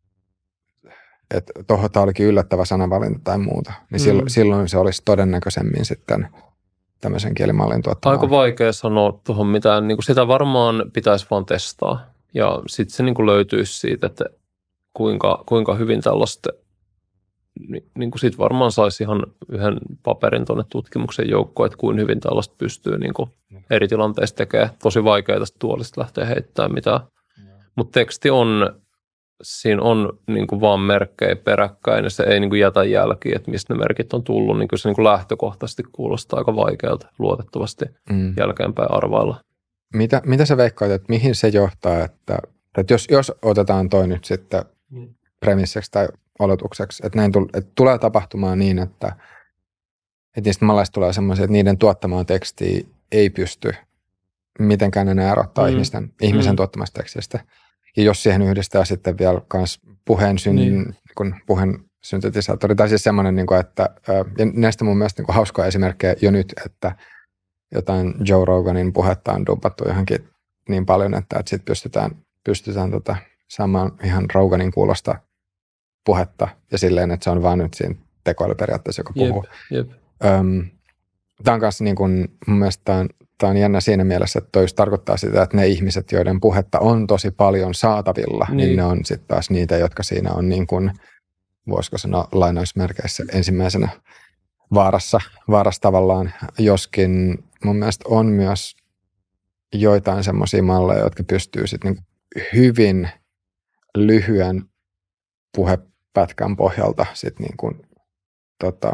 Speaker 1: että tuohon tämä olikin yllättävä sanavalinta tai muuta. Niin mm. silloin, silloin se olisi todennäköisemmin sitten tämmöisen kielimallin tuottamaan.
Speaker 2: Aika vaikea sanoa tuohon mitään. Niin kuin sitä varmaan pitäisi vaan testaa. Ja sitten se niin kuin löytyisi siitä, että Kuinka, kuinka hyvin tällaista, niin, niin kuin sit varmaan saisi ihan yhden paperin tuonne tutkimuksen joukkoon, että kuinka hyvin tällaista pystyy niin kuin eri tilanteissa tekemään. Tosi vaikea tästä tuolista lähteä heittämään mitään. Mutta teksti on, siinä on niin kuin vaan merkkejä peräkkäin ja se ei niin kuin jätä jälkiä, että mistä ne merkit on tullut. Niin kuin se niin kuin lähtökohtaisesti kuulostaa aika vaikealta luotettavasti mm. jälkeenpäin arvailla.
Speaker 1: Mitä, mitä sä veikkaat, että mihin se johtaa, että, että jos, jos otetaan toi nyt sitten premisseksi tai oletukseksi, että näin tule, että tulee tapahtumaan niin, että, että niistä malleista tulee semmoisia, että niiden tuottamaa tekstiä ei pysty mitenkään enää erottaa mm. ihmisten, ihmisen mm. tuottamasta tekstistä. Ja jos siihen yhdistää sitten vielä myös puheen, syn, niin. kun puheen syntetisaattori, tai siis semmoinen, että ja näistä mun mielestä niin hauskoja esimerkkejä jo nyt, että jotain Joe Roganin puhetta on dumpattu johonkin niin paljon, että, että sitten pystytään, pystytään tota, saamaan ihan Roganin kuulosta puhetta ja silleen, että se on vaan nyt siinä tekoälyperiaatteessa, joka puhuu.
Speaker 2: Jep, jep.
Speaker 1: Öm, tämä on kanssa niin kuin, mun mielestä tämä on, tämä on jännä siinä mielessä, että toi just tarkoittaa sitä, että ne ihmiset, joiden puhetta on tosi paljon saatavilla, niin, niin ne on sitten taas niitä, jotka siinä on niin kuin, voisiko sanoa lainausmerkeissä ensimmäisenä vaarassa, vaarassa tavallaan, joskin mun mielestä on myös joitain semmoisia malleja, jotka pystyy sitten niin hyvin lyhyen puhepätkän pohjalta sit niin kuin, tota,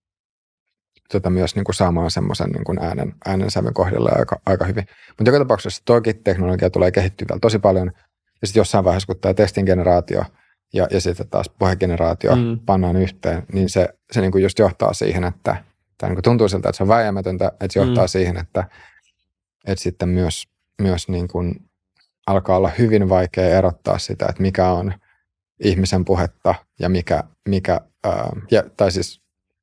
Speaker 1: tota myös niin kuin saamaan semmoisen niin kuin äänen, äänensävyn kohdalla aika, aika hyvin. Mutta joka tapauksessa toki teknologia tulee kehittyä vielä tosi paljon, ja sitten jossain vaiheessa, kun tämä testin generaatio ja, ja sitten taas puhegeneraatio mm. pannaan yhteen, niin se, se niin kuin just johtaa siihen, että tämä niin kuin tuntuu siltä, että se on väijämätöntä, että se johtaa mm. siihen, että, että sitten myös, myös niin kuin alkaa olla hyvin vaikea erottaa sitä, että mikä on ihmisen puhetta ja mikä, mikä ää, ja, tai siis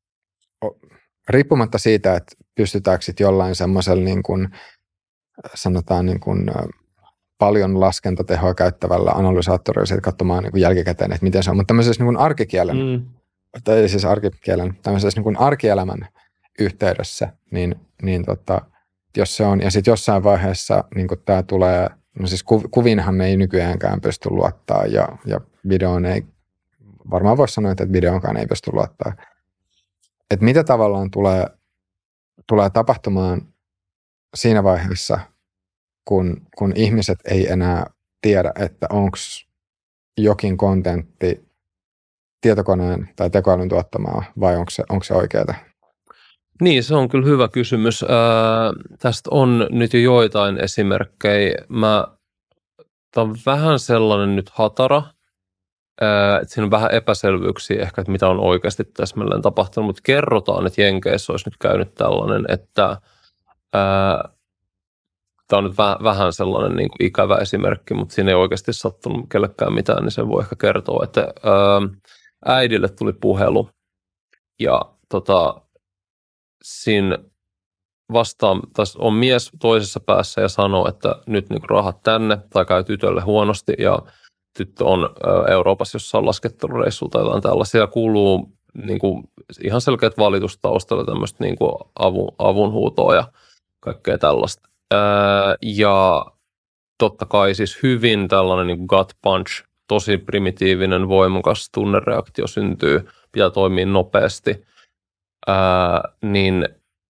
Speaker 1: riippumatta siitä, että pystytäänkö sitten jollain semmoisella niin kuin, sanotaan niin kuin, paljon laskentatehoa käyttävällä analysaattorilla sitten katsomaan niin kuin jälkikäteen, että miten se on. Mutta tämmöisessä niin kuin arkikielen, mm. tai siis arkikielen, tämmöisessä niin kuin arkielämän yhteydessä, niin, niin tota, jos se on, ja sitten jossain vaiheessa niin kuin tämä tulee, no siis kuvinhan ei nykyäänkään pysty luottaa, ja, ja videoon ei, varmaan voisi sanoa, että videoonkaan ei pysty luottaa. Että mitä tavallaan tulee, tulee tapahtumaan siinä vaiheessa, kun, kun ihmiset ei enää tiedä, että onko jokin kontentti tietokoneen tai tekoälyn tuottamaa vai onko se, onko se oikeaa?
Speaker 2: Niin, se on kyllä hyvä kysymys. Ää, tästä on nyt jo joitain esimerkkejä. Mä, tää on vähän sellainen nyt hatara, ää, että siinä on vähän epäselvyyksiä ehkä, että mitä on oikeasti täsmälleen tapahtunut, mutta kerrotaan, että Jenkeissä olisi nyt käynyt tällainen, että ää, tämä on nyt väh, vähän sellainen niin kuin ikävä esimerkki, mutta siinä ei oikeasti sattunut kellekään mitään, niin sen voi ehkä kertoa, että ää, äidille tuli puhelu ja tota, siinä vastaan, tässä on mies toisessa päässä ja sanoo, että nyt niin rahat tänne tai käy tytölle huonosti ja tyttö on ä, Euroopassa jossain laskettelureissulla tai jotain tällaisia. Ja kuuluu niin kuin, ihan selkeät valitustaustalla tämmöistä niin kuin avun, avunhuutoa ja kaikkea tällaista. Ää, ja totta kai siis hyvin tällainen niin kuin gut punch, tosi primitiivinen, voimakas tunnereaktio syntyy, pitää toimia nopeasti. Ää, niin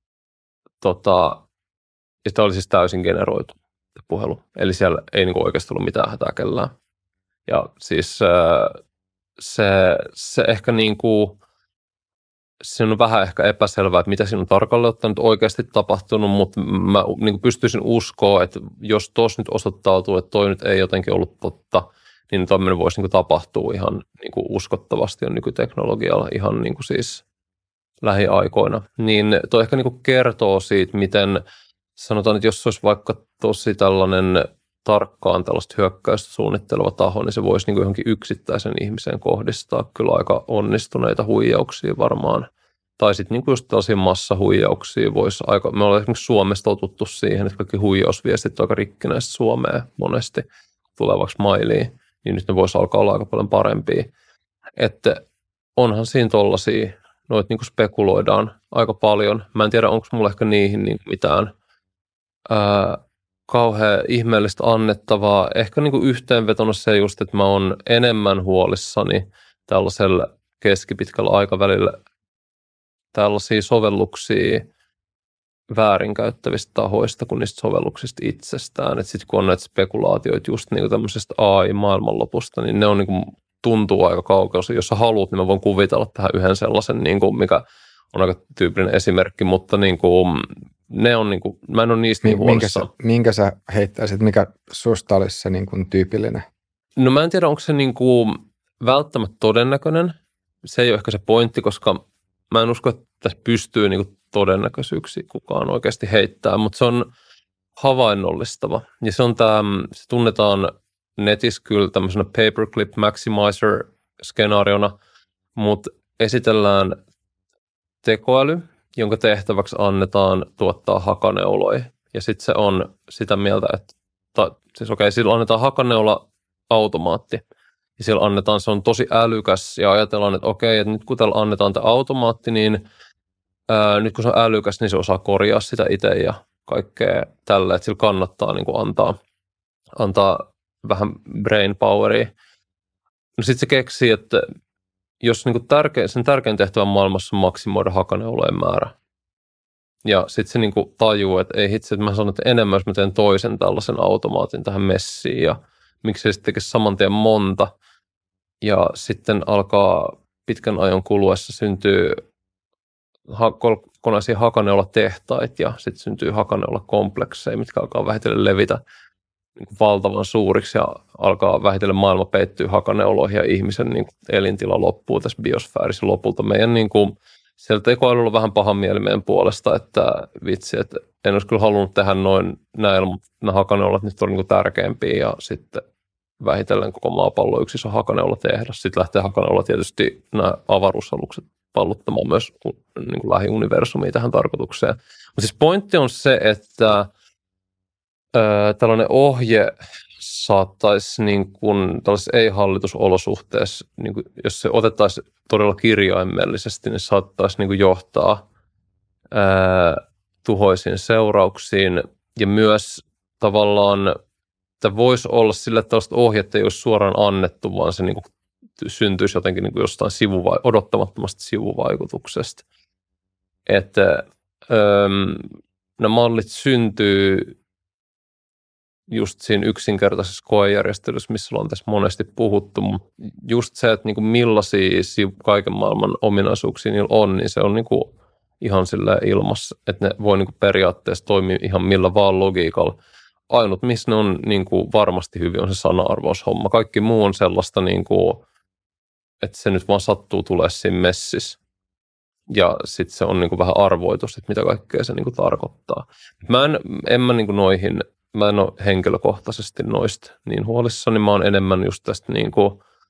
Speaker 2: tota, ja tämä oli siis täysin generoitu puhelu. Eli siellä ei niin kuin oikeasti ollut mitään hätää kellään. Ja siis ää, se, se ehkä niin kuin, se on vähän ehkä epäselvää, että mitä siinä on tarkalleen ottaen nyt oikeasti tapahtunut, mutta mä niin kuin pystyisin uskoa, että jos tuossa nyt osoittautuu, että toi nyt ei jotenkin ollut totta, niin tämmöinen voisi niin kuin tapahtua ihan niin kuin uskottavasti ja nykyteknologialla ihan niin kuin siis lähiaikoina. Niin toi ehkä niin kuin kertoo siitä, miten sanotaan, että jos olisi vaikka tosi tällainen tarkkaan tällaista hyökkäystä suunnitteleva taho, niin se voisi niin kuin johonkin yksittäisen ihmiseen kohdistaa kyllä aika onnistuneita huijauksia varmaan. Tai sitten niin kuin just tällaisia massahuijauksia voisi aika, me ollaan esimerkiksi Suomessa totuttu siihen, että kaikki huijausviestit on aika rikkinäistä Suomeen monesti tulevaksi mailiin, niin nyt ne voisi alkaa olla aika paljon parempia. Että onhan siinä tollaisia, noita niin kuin spekuloidaan aika paljon. Mä en tiedä, onko mulla ehkä niihin niin mitään ää, kauhean ihmeellistä annettavaa. Ehkä niin kuin yhteenvetona se just, että mä oon enemmän huolissani tällaisella keskipitkällä aikavälillä tällaisia sovelluksia väärinkäyttävistä tahoista kuin niistä sovelluksista itsestään. Että sitten kun on näitä spekulaatioita just niin kuin tämmöisestä A I-maailmanlopusta, niin ne on niin kuin, tuntuu aika kaukeus. Jos sä haluat, niin mä voin kuvitella tähän yhden sellaisen, niin kuin, mikä on aika tyypillinen esimerkki, mutta niin kuin, ne on, niin kuin, mä en ole niistä niin huolissaan.
Speaker 1: Minkä, minkä sä heittäisit, mikä susta olisi se niin kuin tyypillinen?
Speaker 2: No mä en tiedä, onko se niin kuin välttämättä todennäköinen. Se ei ole ehkä se pointti, koska mä en usko, että tässä pystyy niin kuin todennäköisyyksiä kukaan oikeasti heittää, mutta se on havainnollistava. Ja se on tämä, se tunnetaan netissä kyllä tämmöisenä paperclip maximizer-skenaariona, mutta esitellään tekoäly, jonka tehtäväksi annetaan tuottaa hakaneuloja. Ja sitten se on sitä mieltä, että, ta, siis okei, okay, sillä annetaan hakaneula automaatti. ja siellä annetaan, se on tosi älykäs, ja ajatellaan, että okei, että nyt kun täällä annetaan tämä automaatti, niin ää, nyt kun se on älykäs, niin se osaa korjaa sitä itse ja kaikkea tällä, että sillä kannattaa niin kuin antaa, antaa vähän brain poweria. No sitten se keksii, että jos niin kuin tärkein, sen tärkein tehtävä maailmassa on maksimoida hakaneulojen määrä. Ja sitten se niin kuin tajuu, että ei hitse, että mä sanon, että enemmän, jos mä teen toisen tällaisen automaatin tähän messiin, ja miksei sitten tekisi saman tien monta. Ja sitten alkaa pitkän ajan kuluessa syntyy ha- kokonaisia hakaneula-tehtaita, ja sitten syntyy hakaneula-komplekseja, mitkä alkaa vähitellen levitä niin kuin valtavan suuriksi, ja alkaa vähitellen maailma peittyy hakaneuloihin, ja ihmisen niin kuin elintila loppuu tässä biosfäärissä lopulta. Meidän niin kuin, siellä tekoälyllä on vähän pahan mieli meidän puolesta, että vitsi, että en olisi kyllä halunnut tehdä noin näillä, mutta nämä hakaneulat nyt on niin kuin tärkeämpiä, ja sitten vähitellen koko maapallo yksi iso hakaneula tehdä. Sitten lähtee hakaneula tietysti nämä avaruusalukset palluttamaan myös niin kuin lähiuniversumia tähän tarkoitukseen. Mutta siis pointti on se, että ää, tällainen ohje saattaisi niin kuin tällaisessa ei-hallitusolosuhteessa, niin kuin jos se otettaisiin todella kirjaimellisesti, niin saattaisi niin kuin johtaa ää, tuhoisiin seurauksiin, ja myös tavallaan että voisi olla sillä, että tällaista ohjetta ei olisi suoraan annettu, vaan se niin kuin syntyisi jotenkin niin kuin jostain sivuva- odottamattomasta sivuvaikutuksesta. Että ähm, nämä mallit syntyy just siinä yksinkertaisessa koejärjestelyssä, missä on tässä monesti puhuttu, mutta just se, että niin kuin millaisia kaiken maailman ominaisuuksia niillä on, niin se on niin kuin ihan sillä ilmassa, että ne voi niin kuin periaatteessa toimia ihan millä vaan logiikalla. Ainut, missä ne on niin kuin varmasti hyvin, on se sana-arvaushomma. Kaikki muu on sellaista, niin kuin, että se nyt vaan sattuu tulee siinä messissä. Ja sitten se on niin kuin vähän arvoitus, että mitä kaikkea se niin kuin tarkoittaa. Mä en, en mä niin kuin noihin, mä en ole henkilökohtaisesti noista niin huolissani. Mä oon enemmän just tästä niin kuin,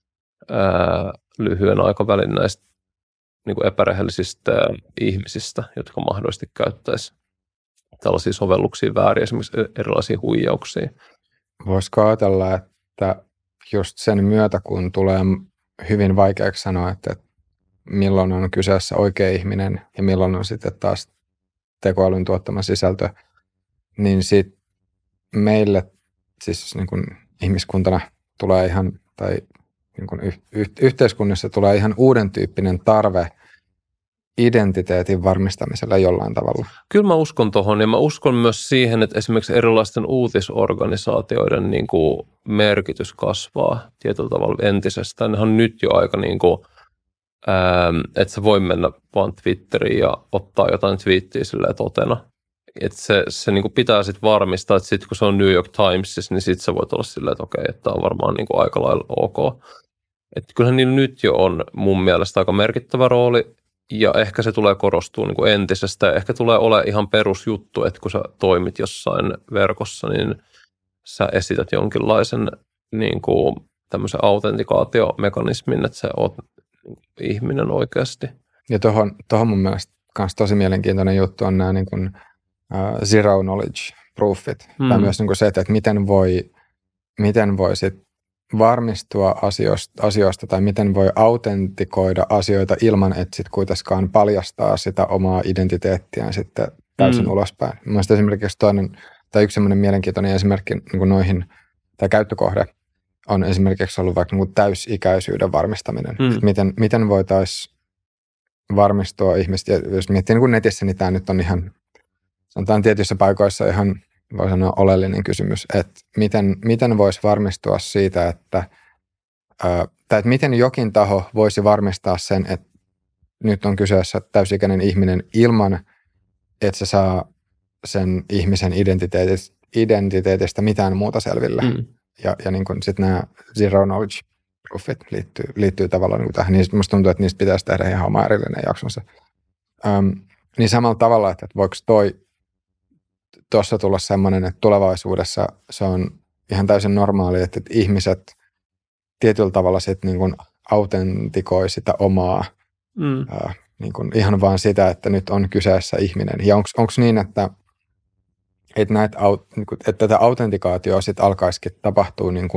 Speaker 2: ää, lyhyen aikavälin näistä niin kuin epärehellisistä ihmisistä, jotka mahdollisesti käyttäisi tällaisia sovelluksia väärin, esimerkiksi erilaisia huijauksia.
Speaker 1: Voisiko ajatella, että just sen myötä, kun tulee hyvin vaikeaksi sanoa, että milloin on kyseessä oikea ihminen ja milloin on sitten taas tekoälyn tuottama sisältö, niin sitten meille siis niin kuin ihmiskuntana tulee ihan, tai niin kuin yh- yh- yhteiskunnassa tulee ihan uuden tyyppinen tarve identiteetin varmistamisella jollain tavalla.
Speaker 2: Kyllä mä uskon tuohon, ja mä uskon myös siihen, että esimerkiksi erilaisten uutisorganisaatioiden niin kuin merkitys kasvaa tietyllä tavalla entisestään. Ne on nyt jo aika, niin kuin, ää, että se voi mennä vaan Twitteriin ja ottaa jotain twiittiä silleen totena. Että se, se niin kuin pitää sitten varmistaa, että sitten kun se on New York Timesissa, niin sitten se voi olla silleen, että okei, että tämä on varmaan niin kuin aika lailla ok. Että kyllähän niillä nyt jo on mun mielestä aika merkittävä rooli, ja ehkä se tulee korostua niin kuin entisestä. Ehkä tulee ole ihan perusjuttu, että kun sä toimit jossain verkossa, niin sä esität jonkinlaisen niin kuin tämmöisen autentikaatiomekanismin, että sä oot ihminen oikeasti.
Speaker 1: Ja tuohon, tuohon mun mielestä myös tosi mielenkiintoinen juttu on nämä niin kuin, uh, zero knowledge proofit. Mm. Tai myös niin kuin se, että miten voi, miten voi sit varmistua asioista, asioista tai miten voi autentikoida asioita ilman, että sitten kuitenkaan paljastaa sitä omaa identiteettiään sitten täysin mm. ulospäin. Mielestäni esimerkiksi toinen, tai yksi sellainen mielenkiintoinen esimerkki niin kuin noihin, tai käyttökohde on esimerkiksi ollut vaikka niin kuin täysikäisyyden varmistaminen. Mm. Miten, miten voitaisiin varmistua ihmistä, jos miettii niin kuin netissä, niin tämä nyt on ihan, sanotaan tietyissä paikoissa ihan, voi sanoa oleellinen kysymys, että miten, miten voisi varmistua siitä, että, ää, tai että miten jokin taho voisi varmistaa sen, että nyt on kyseessä täysikäinen ihminen ilman, että se saa sen ihmisen identiteetistä, identiteetistä mitään muuta selville. Mm. Ja, ja niin kuin sitten nämä zero knowledge proofit liittyy, liittyy tavallaan niin kuin tähän. Niistä, musta tuntuu, että niistä pitäisi tehdä ihan oma erillinen jaksonsa. Öm, niin samalla tavalla, että voiko toi tuossa tulla semmoinen, että tulevaisuudessa se on ihan täysin normaali, että ihmiset tietyllä tavalla sitten niin kuin autentikoi sitä omaa, mm. äh, niin kuin ihan vaan sitä, että nyt on kyseessä ihminen. Ja onko niin, että, että, näitä, että tätä autentikaatioa sitten alkaisikin tapahtua niin kuin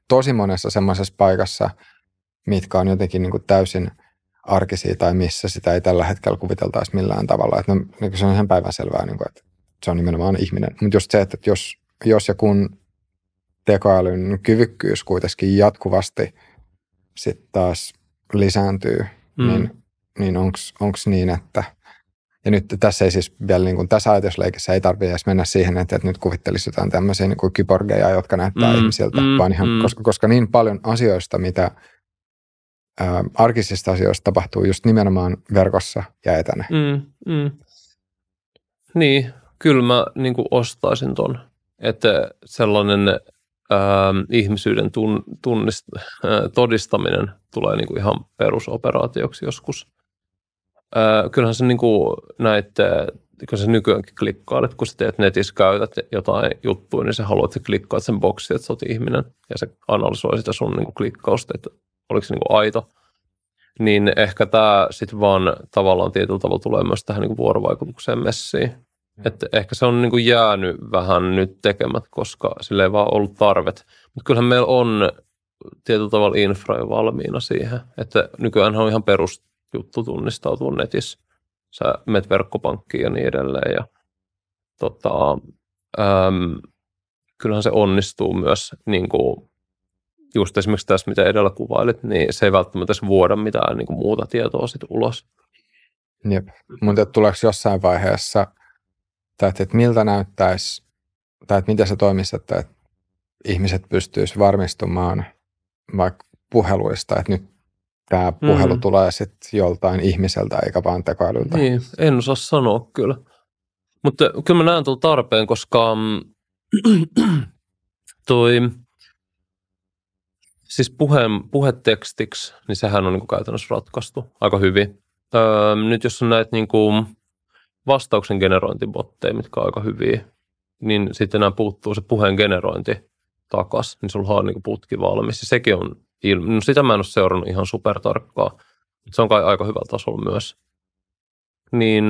Speaker 1: tosi monessa semmoisessa paikassa, mitkä on jotenkin niin kuin täysin arkisia tai missä sitä ei tällä hetkellä kuviteltaisi millään tavalla. Että no, niin se on ihan päivänselvää, niin kuin, että se on nimenomaan ihminen. Mutta just se, että jos, jos ja kun tekoälyn kyvykkyys kuitenkin jatkuvasti sitten taas lisääntyy, mm. niin, niin onko niin, että ja nyt tässä ei siis vielä niin kuin tässä ajatusleikissä ei tarvitse edes mennä siihen, että, että nyt kuvittelisi jotain tämmöisiä niin kuin kyborgeja, jotka näyttää mm, ihmisiltä, mm, vaan ihan, mm. koska, koska niin paljon asioista, mitä ää, arkisista asioista tapahtuu just nimenomaan verkossa ja etänä.
Speaker 2: Mm, mm. Niin, kyllä mä niin kuin ostaisin ton, että sellainen ää, ihmisyyden tun, tunnist, ää, todistaminen tulee niin kuin ihan perusoperaatioksi joskus. Äh, kyllähän se niin kuin näitte, kun sä nykyäänkin klikkailet, kun sä teet netissä käytät jotain juttuja, niin sä haluat, että sä klikkaat sen boksiin, että sä oot ihminen, ja se analysoi sitä sun niin kuin klikkausta, että oliko se niin kuin aito. Niin ehkä tämä sitten vaan tavallaan tietyllä tavalla tulee myös tähän niin kuin vuorovaikutukseen messiin. Mm. Että ehkä se on niin kuin jäänyt vähän nyt tekemät, koska sillä ei vaan ollut tarvet. Mutta kyllähän meillä on tietyllä tavalla infra jo valmiina siihen, että nykyään on ihan perus juttu tunnistautuu netissä. Sä menet verkkopankkiin ja niin edelleen. Ja, tota, äm, kyllähän se onnistuu myös, niin kuin, just esimerkiksi tässä, mitä edellä kuvailit, niin se ei välttämättä edes vuoda mitään niin kuin muuta tietoa sit ulos.
Speaker 1: Jep, mutta tuleeko jossain vaiheessa, tai että, että miltä näyttäisi, tai että miten se toimisi, että, että ihmiset pystyisivät varmistumaan vaikka puheluista, että nyt tämä puhelu mm. tulee sitten joltain ihmiseltä eikä vaan tekoälyltä.
Speaker 2: Niin, en osaa sanoa kyllä. Mutta kyllä mä näen tuolla tarpeen, koska toi siis puheen, puhetekstiksi, niin sehän on niin kuin käytännössä ratkaistu aika hyvin. Öö, nyt jos on näitä niin kuin vastauksen generointibotteja, mitkä on aika hyviä, niin sitten enää puuttuu se puheen generointi takas, niin sulla on niin kuin putki valmis. Ja sekin on ilmi. No sitä mä en ole seurannut ihan supertarkkaa, mutta se on kai aika hyvällä tasolla myös. Niin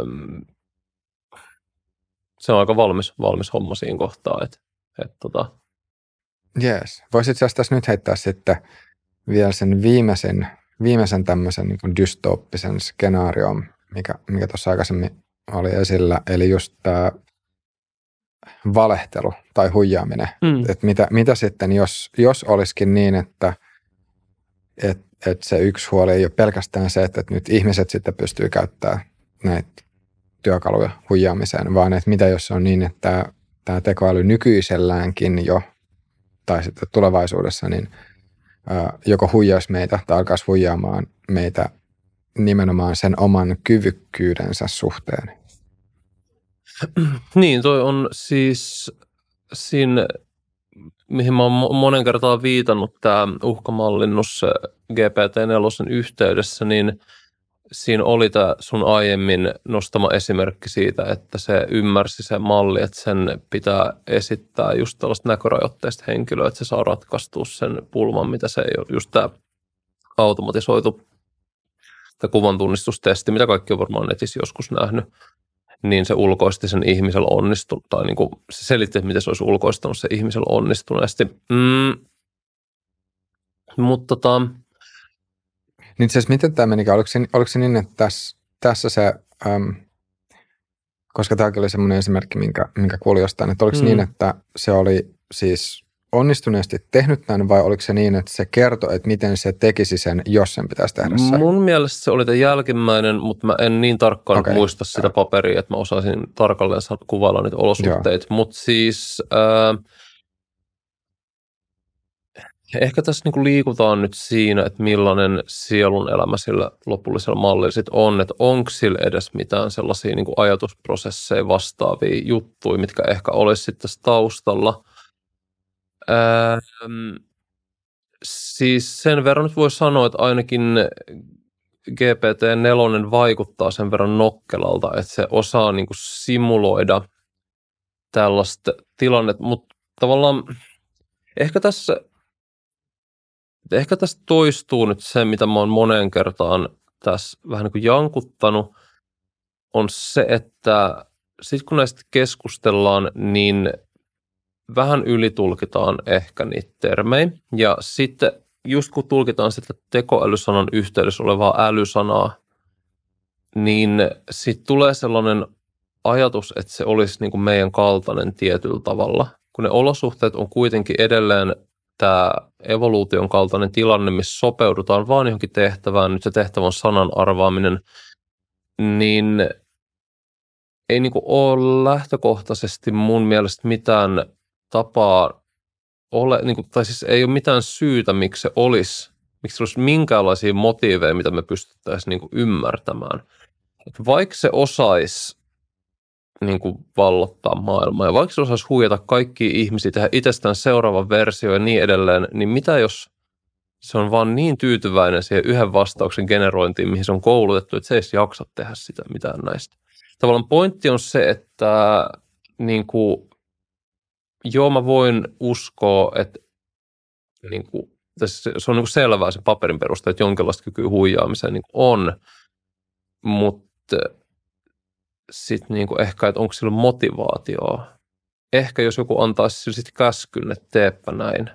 Speaker 2: se on aika valmis, valmis homma siinä kohtaa. Että, et, tota.
Speaker 1: Jees. Voisit itse tässä nyt heittää sitten vielä sen viimeisen, viimeisen tämmöisen niin kuin dystooppisen skenaarion, mikä, mikä tuossa aikaisemmin oli esillä, eli just tämä valehtelu tai huijaaminen. Mm. Että mitä, mitä sitten, jos, jos olisikin niin, että et, et se yksi huoli ei ole pelkästään se, että, että nyt ihmiset sitten pystyy käyttämään näitä työkaluja huijaamiseen, vaan että mitä jos on niin, että tämä tekoäly nykyiselläänkin jo, tai sitten tulevaisuudessa, niin ää, joko huijaisi meitä tai alkaisi huijaamaan meitä nimenomaan sen oman kyvykkyydensä suhteen.
Speaker 2: Niin, toi on siis siinä, mihin mä oon monen kertaan viitannut, tämä uhkamallinnus G P T neljä yhteydessä, niin siinä oli tämä sun aiemmin nostama esimerkki siitä, että se ymmärsi se malli, että sen pitää esittää just tällaista näkörajoitteista henkilöä, että se saa ratkaistua sen pulman, mitä se ei ole, just tämä automatisoitu tämä kuvan tunnistustesti, mitä kaikki on varmaan netissä joskus nähnyt, niin se ulkoisti sen ihmisellä onnistunut, tai niin kuin se selitti, että miten se olisi ulkoistanut se ihmisellä onnistuneesti. Mm. Mutta tota...
Speaker 1: Niin siis miten tämä menikään? Oliko se, oliko se niin, että tässä, tässä se, äm, koska tämäkin oli semmoinen esimerkki, minkä, minkä kuuli jostain, että oliko mm. niin, että se oli siis onnistuneesti tehnyt tämän, vai oliko se niin, että se kertoi, että miten se tekisi sen, jos sen pitäisi tehdä se?
Speaker 2: Mun mielestä se oli tämä jälkimmäinen, mutta mä en niin tarkkaan okay. muista sitä paperia, että mä osaisin tarkalleen kuvailla niitä olosuhteita. Mutta siis äh, ehkä tässä niinku liikutaan nyt siinä, että millainen sielun elämä sillä lopullisella mallilla sit on, että onko sillä edes mitään sellaisia niinku ajatusprosesseja vastaavia juttuja, mitkä ehkä olisi sitten tässä taustalla. Ähm, siis sen verran nyt voi sanoa, että ainakin G P T neljä vaikuttaa sen verran nokkelalta, että se osaa niin kuin simuloida tällaista tilannetta, mutta tavallaan ehkä tässä, ehkä tässä toistuu nyt se, mitä mä oon moneen kertaan tässä vähän niin kuin jankuttanut, on se, että sitten kun näistä keskustellaan, niin vähän ylitulkitaan ehkä niitä termejä. Ja sitten just kun tulkitaan sitä tekoälysanan yhteydessä olevaa älysanaa, niin sitten tulee sellainen ajatus, että se olisi niin kuin meidän kaltainen tietyllä tavalla, kun ne olosuhteet on kuitenkin edelleen tämä evoluution kaltainen tilanne, missä sopeudutaan vaan johonkin tehtävään, nyt se tehtävä on sanan arvaaminen, niin ei niin kuin ole lähtökohtaisesti mun mielestä mitään tapaa ole, niin kuin, tai siis ei ole mitään syytä, miksi se olisi, miksi se olisi minkäänlaisia motiiveja, mitä me pystyttäisiin niin kuin ymmärtämään. Että vaikka se osaisi niin kuin vallottaa maailmaa ja vaikka se osaisi huijata kaikkia ihmisiä, tehdä itsestään seuraavan versio ja niin edelleen, niin mitä jos se on vaan niin tyytyväinen siihen yhden vastauksen generointiin, mihin se on koulutettu, että se ei jaksa tehdä sitä mitään näistä. Tavallaan pointti on se, että niin kuin, joo, mä voin uskoa, että niin kuin, se on niin kuin selvää sen paperin perusteella, että jonkinlaista kykyä huijaamiseen niin on, mutta sitten niin kuin ehkä, että onko sillä motivaatioa. Ehkä jos joku antaisi sille sitten käskyn, että teepä näin.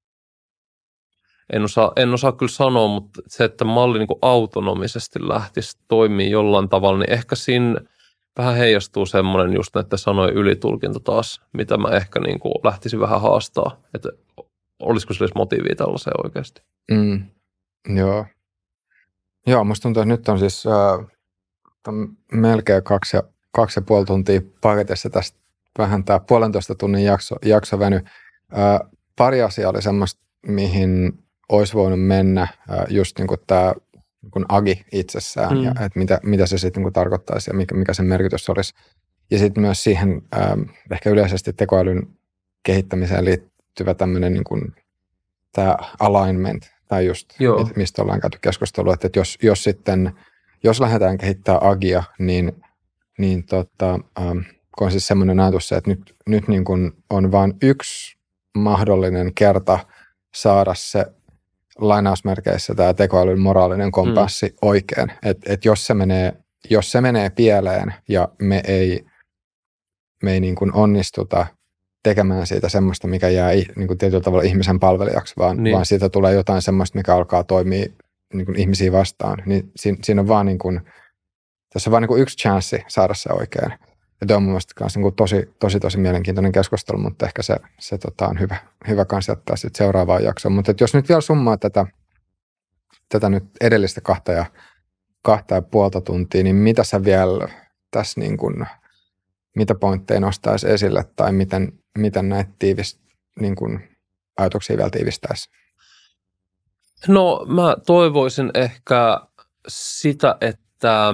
Speaker 2: En osaa, en osaa kyllä sanoa, mutta se, että malli niin kuin autonomisesti lähtisi toimia jollain tavalla, niin ehkä siinä vähän heijastuu semmoinen just näiden sanojen ylitulkinta taas, mitä mä ehkä niin kuin lähtisin vähän haastaa, että olisiko sillä motiivia tällaiseen oikeasti.
Speaker 1: Mm, joo. Joo, musta tuntuu, että nyt on siis äh, melkein kaksi ja, kaksi ja puoli tuntia paketissa tästä vähän tämä puolentoista tunnin jakso, jakso veny. Äh, pari asiaa oli semmoista, mihin olisi voinut mennä, äh, just niin kuin tämä niin agi itsessään mm. ja että mitä, mitä se sitten niin tarkoittaisi ja mikä, mikä sen merkitys olisi. Ja sitten myös siihen ähm, ehkä yleisesti tekoälyn kehittämiseen liittyvä tämmöinen niin kuin tämä alignment, tai just Joo. mistä ollaan käyty keskustelua, että jos, jos sitten, jos lähdetään kehittämään agia, niin, niin tota, ähm, kun on siis semmoinen ajatus se, että nyt, nyt niin kuin on vain yksi mahdollinen kerta saada se lainausmerkeissä tämä tekoälyn moraalinen kompassi mm. oikein. Että et jos se menee, jos se menee pieleen ja me ei, me ei niin kuin onnistuta tekemään siitä semmoista, mikä jää niin kuin tietyllä tavalla ihmisen palvelijaksi, vaan, niin. vaan siitä tulee jotain semmoista, mikä alkaa toimia niin kuin ihmisiä vastaan. Niin siinä, siinä on vaan niin kuin, tässä on vaan niin kuin yksi chanssi saada se oikein. Ja tuo on mun mielestä niin kuin tosi, tosi, tosi mielenkiintoinen keskustelu, mutta ehkä se, se tota, on hyvä, hyvä kanssa jättää sitten seuraavaan jaksoon. Mutta jos nyt vielä summaa tätä, tätä nyt edellistä kahta ja, kahta ja puolta tuntia, niin mitä sä vielä tässä niin kuin, mitä pointteja nostaisi esille tai miten, miten näitä tiivis, niin kuin, ajatuksia vielä tiivistäisi?
Speaker 2: No mä toivoisin ehkä sitä, että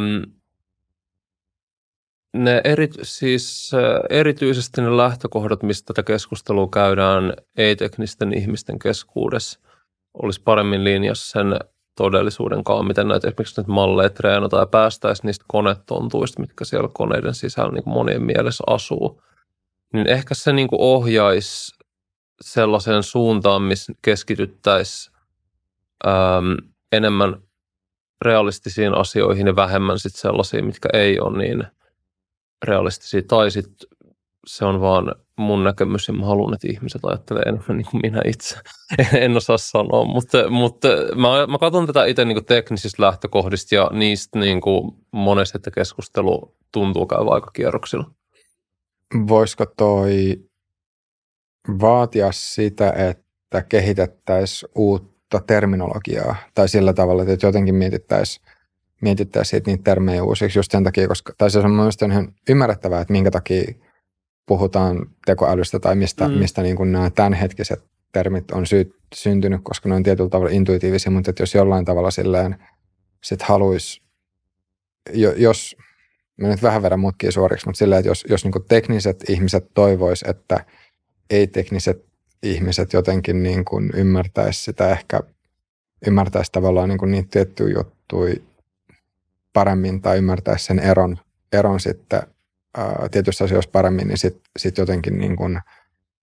Speaker 2: ne eri, siis erityisesti ne lähtökohdat, mistä tätä keskustelua käydään ei-teknisten ihmisten keskuudessa, olisi paremmin linjassa sen todellisuuden kanssa, miten näitä esimerkiksi näitä malleja treenataan ja päästäisiin niistä konetontuista, mitkä siellä koneiden sisällä niin kuin monien mielessä asuu. Niin ehkä se niin kuin ohjaisi sellaiseen suuntaan, missä keskityttäisiin äm, enemmän realistisiin asioihin ja vähemmän sit sellaisiin, mitkä ei ole niin realistisia. Tai sitten se on vaan mun näkemys ja mä haluan, että ihmiset ajattelee enemmän niin kuin minä itse. En osaa sanoa, mutta, mutta mä, mä katson tätä itse niin kuin teknisistä lähtökohdista ja niistä niin kuin monesti, että keskustelu tuntuu käyvä aika kierroksilla.
Speaker 1: Voisiko toi vaatia sitä, että kehitettäisiin uutta terminologiaa tai sillä tavalla, että jotenkin mietittäisiin mietittäisiin siitä niitä termejä uusiksi just sen takia, koska, tai se on mielestäni ihan ymmärrettävää, että minkä takia puhutaan tekoälystä tai mistä, mm. mistä niin kuin nämä tämänhetkiset termit on sy- syntynyt, koska ne on tietyllä tavalla intuitiivisia, mutta että jos jollain tavalla silleen sit haluaisi, jos, mä nyt vähän verran mutkia suoriksi, mutta silleen, että jos, jos niin kuin tekniset ihmiset toivois, että ei-tekniset ihmiset jotenkin niin kuin ymmärtäisi sitä ehkä, ymmärtäisi tavallaan niin kuin niitä tiettyjä juttuja paremmin tai ymmärtäisi sen eron, eron sitten ää, tietyissä asioissa paremmin, niin sitten sit jotenkin niin kuin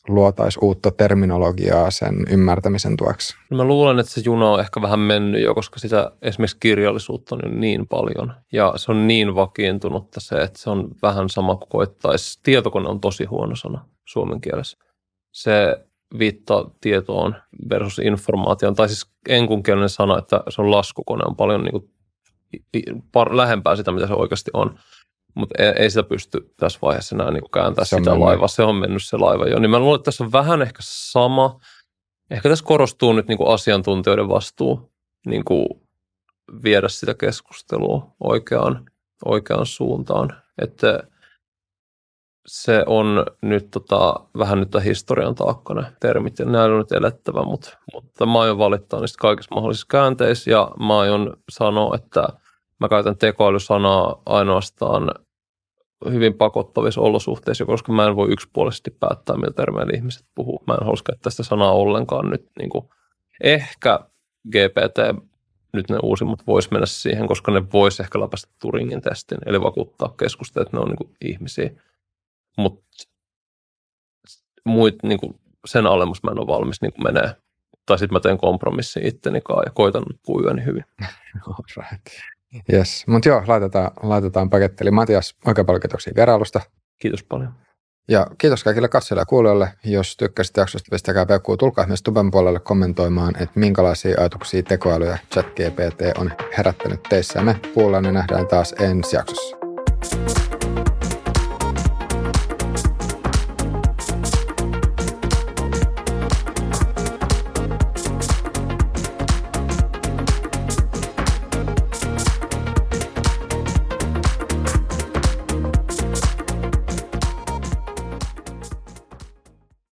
Speaker 1: luotaisiin uutta terminologiaa sen ymmärtämisen tueksi?
Speaker 2: No mä luulen, että se juna on ehkä vähän mennyt jo, koska sitä esimerkiksi kirjallisuutta on jo niin paljon. Ja se on niin vakiintunutta se, että se on vähän sama kuin koettaisi. Tietokone on tosi huono sana suomen kielessä. Se viittaa tietoon versus informaation. Tai siis enkunkielinen sana, että se on laskukone, on paljon niin kuin lähempää sitä, mitä se oikeasti on. Mutta ei, ei sitä pysty tässä vaiheessa enää niin kääntämään sitä mennyt. laivaa. Se on mennyt se laiva jo. Niin mä luulen, että tässä on vähän ehkä sama. Ehkä tässä korostuu nyt niin kuin asiantuntijoiden vastuu niin kuin viedä sitä keskustelua oikeaan, oikeaan suuntaan. Että se on nyt tota, vähän nyt tämän historian taakka ne termit. Ja näillä on nyt elettävä, mutta, mutta mä aion valittaa niistä kaikissa mahdollisissa käänteissä. Ja mä aion sanoa, että mä käytän tekoälysanaa ainoastaan hyvin pakottavissa olosuhteissa, koska mä en voi yksipuolisesti päättää, millä termeillä ihmiset puhuu. Mä en halua käyttää sitä sanaa ollenkaan nyt. Niin kuin, ehkä G P T, nyt ne uusimmat, vois mennä siihen, koska ne vois ehkä läpäistä Turingin testin, eli vakuuttaa keskustelua, että ne on niin kuin ihmisiä. Mutta niin sen alemmus mä en ole valmis niin kuin menee. Tai sitten mä teen kompromissin ittenikaan ja koitan puhua yöni hyvin.
Speaker 1: Right. Yes, mutta joo, laitetaan, laitetaan paketti. Eli Matias, oikein paljon kiitoksia vierailusta.
Speaker 2: Kiitos paljon.
Speaker 1: Ja kiitos kaikille katsojille ja kuulijoille. Jos tykkäsit jaksosta, pistäkää peukkuu. Tulkaa myös Tuben puolelle kommentoimaan, että minkälaisia ajatuksia tekoäly ja ChatGPT on herättänyt teissä. Ja me kuullaan ja nähdään taas ensi jaksossa.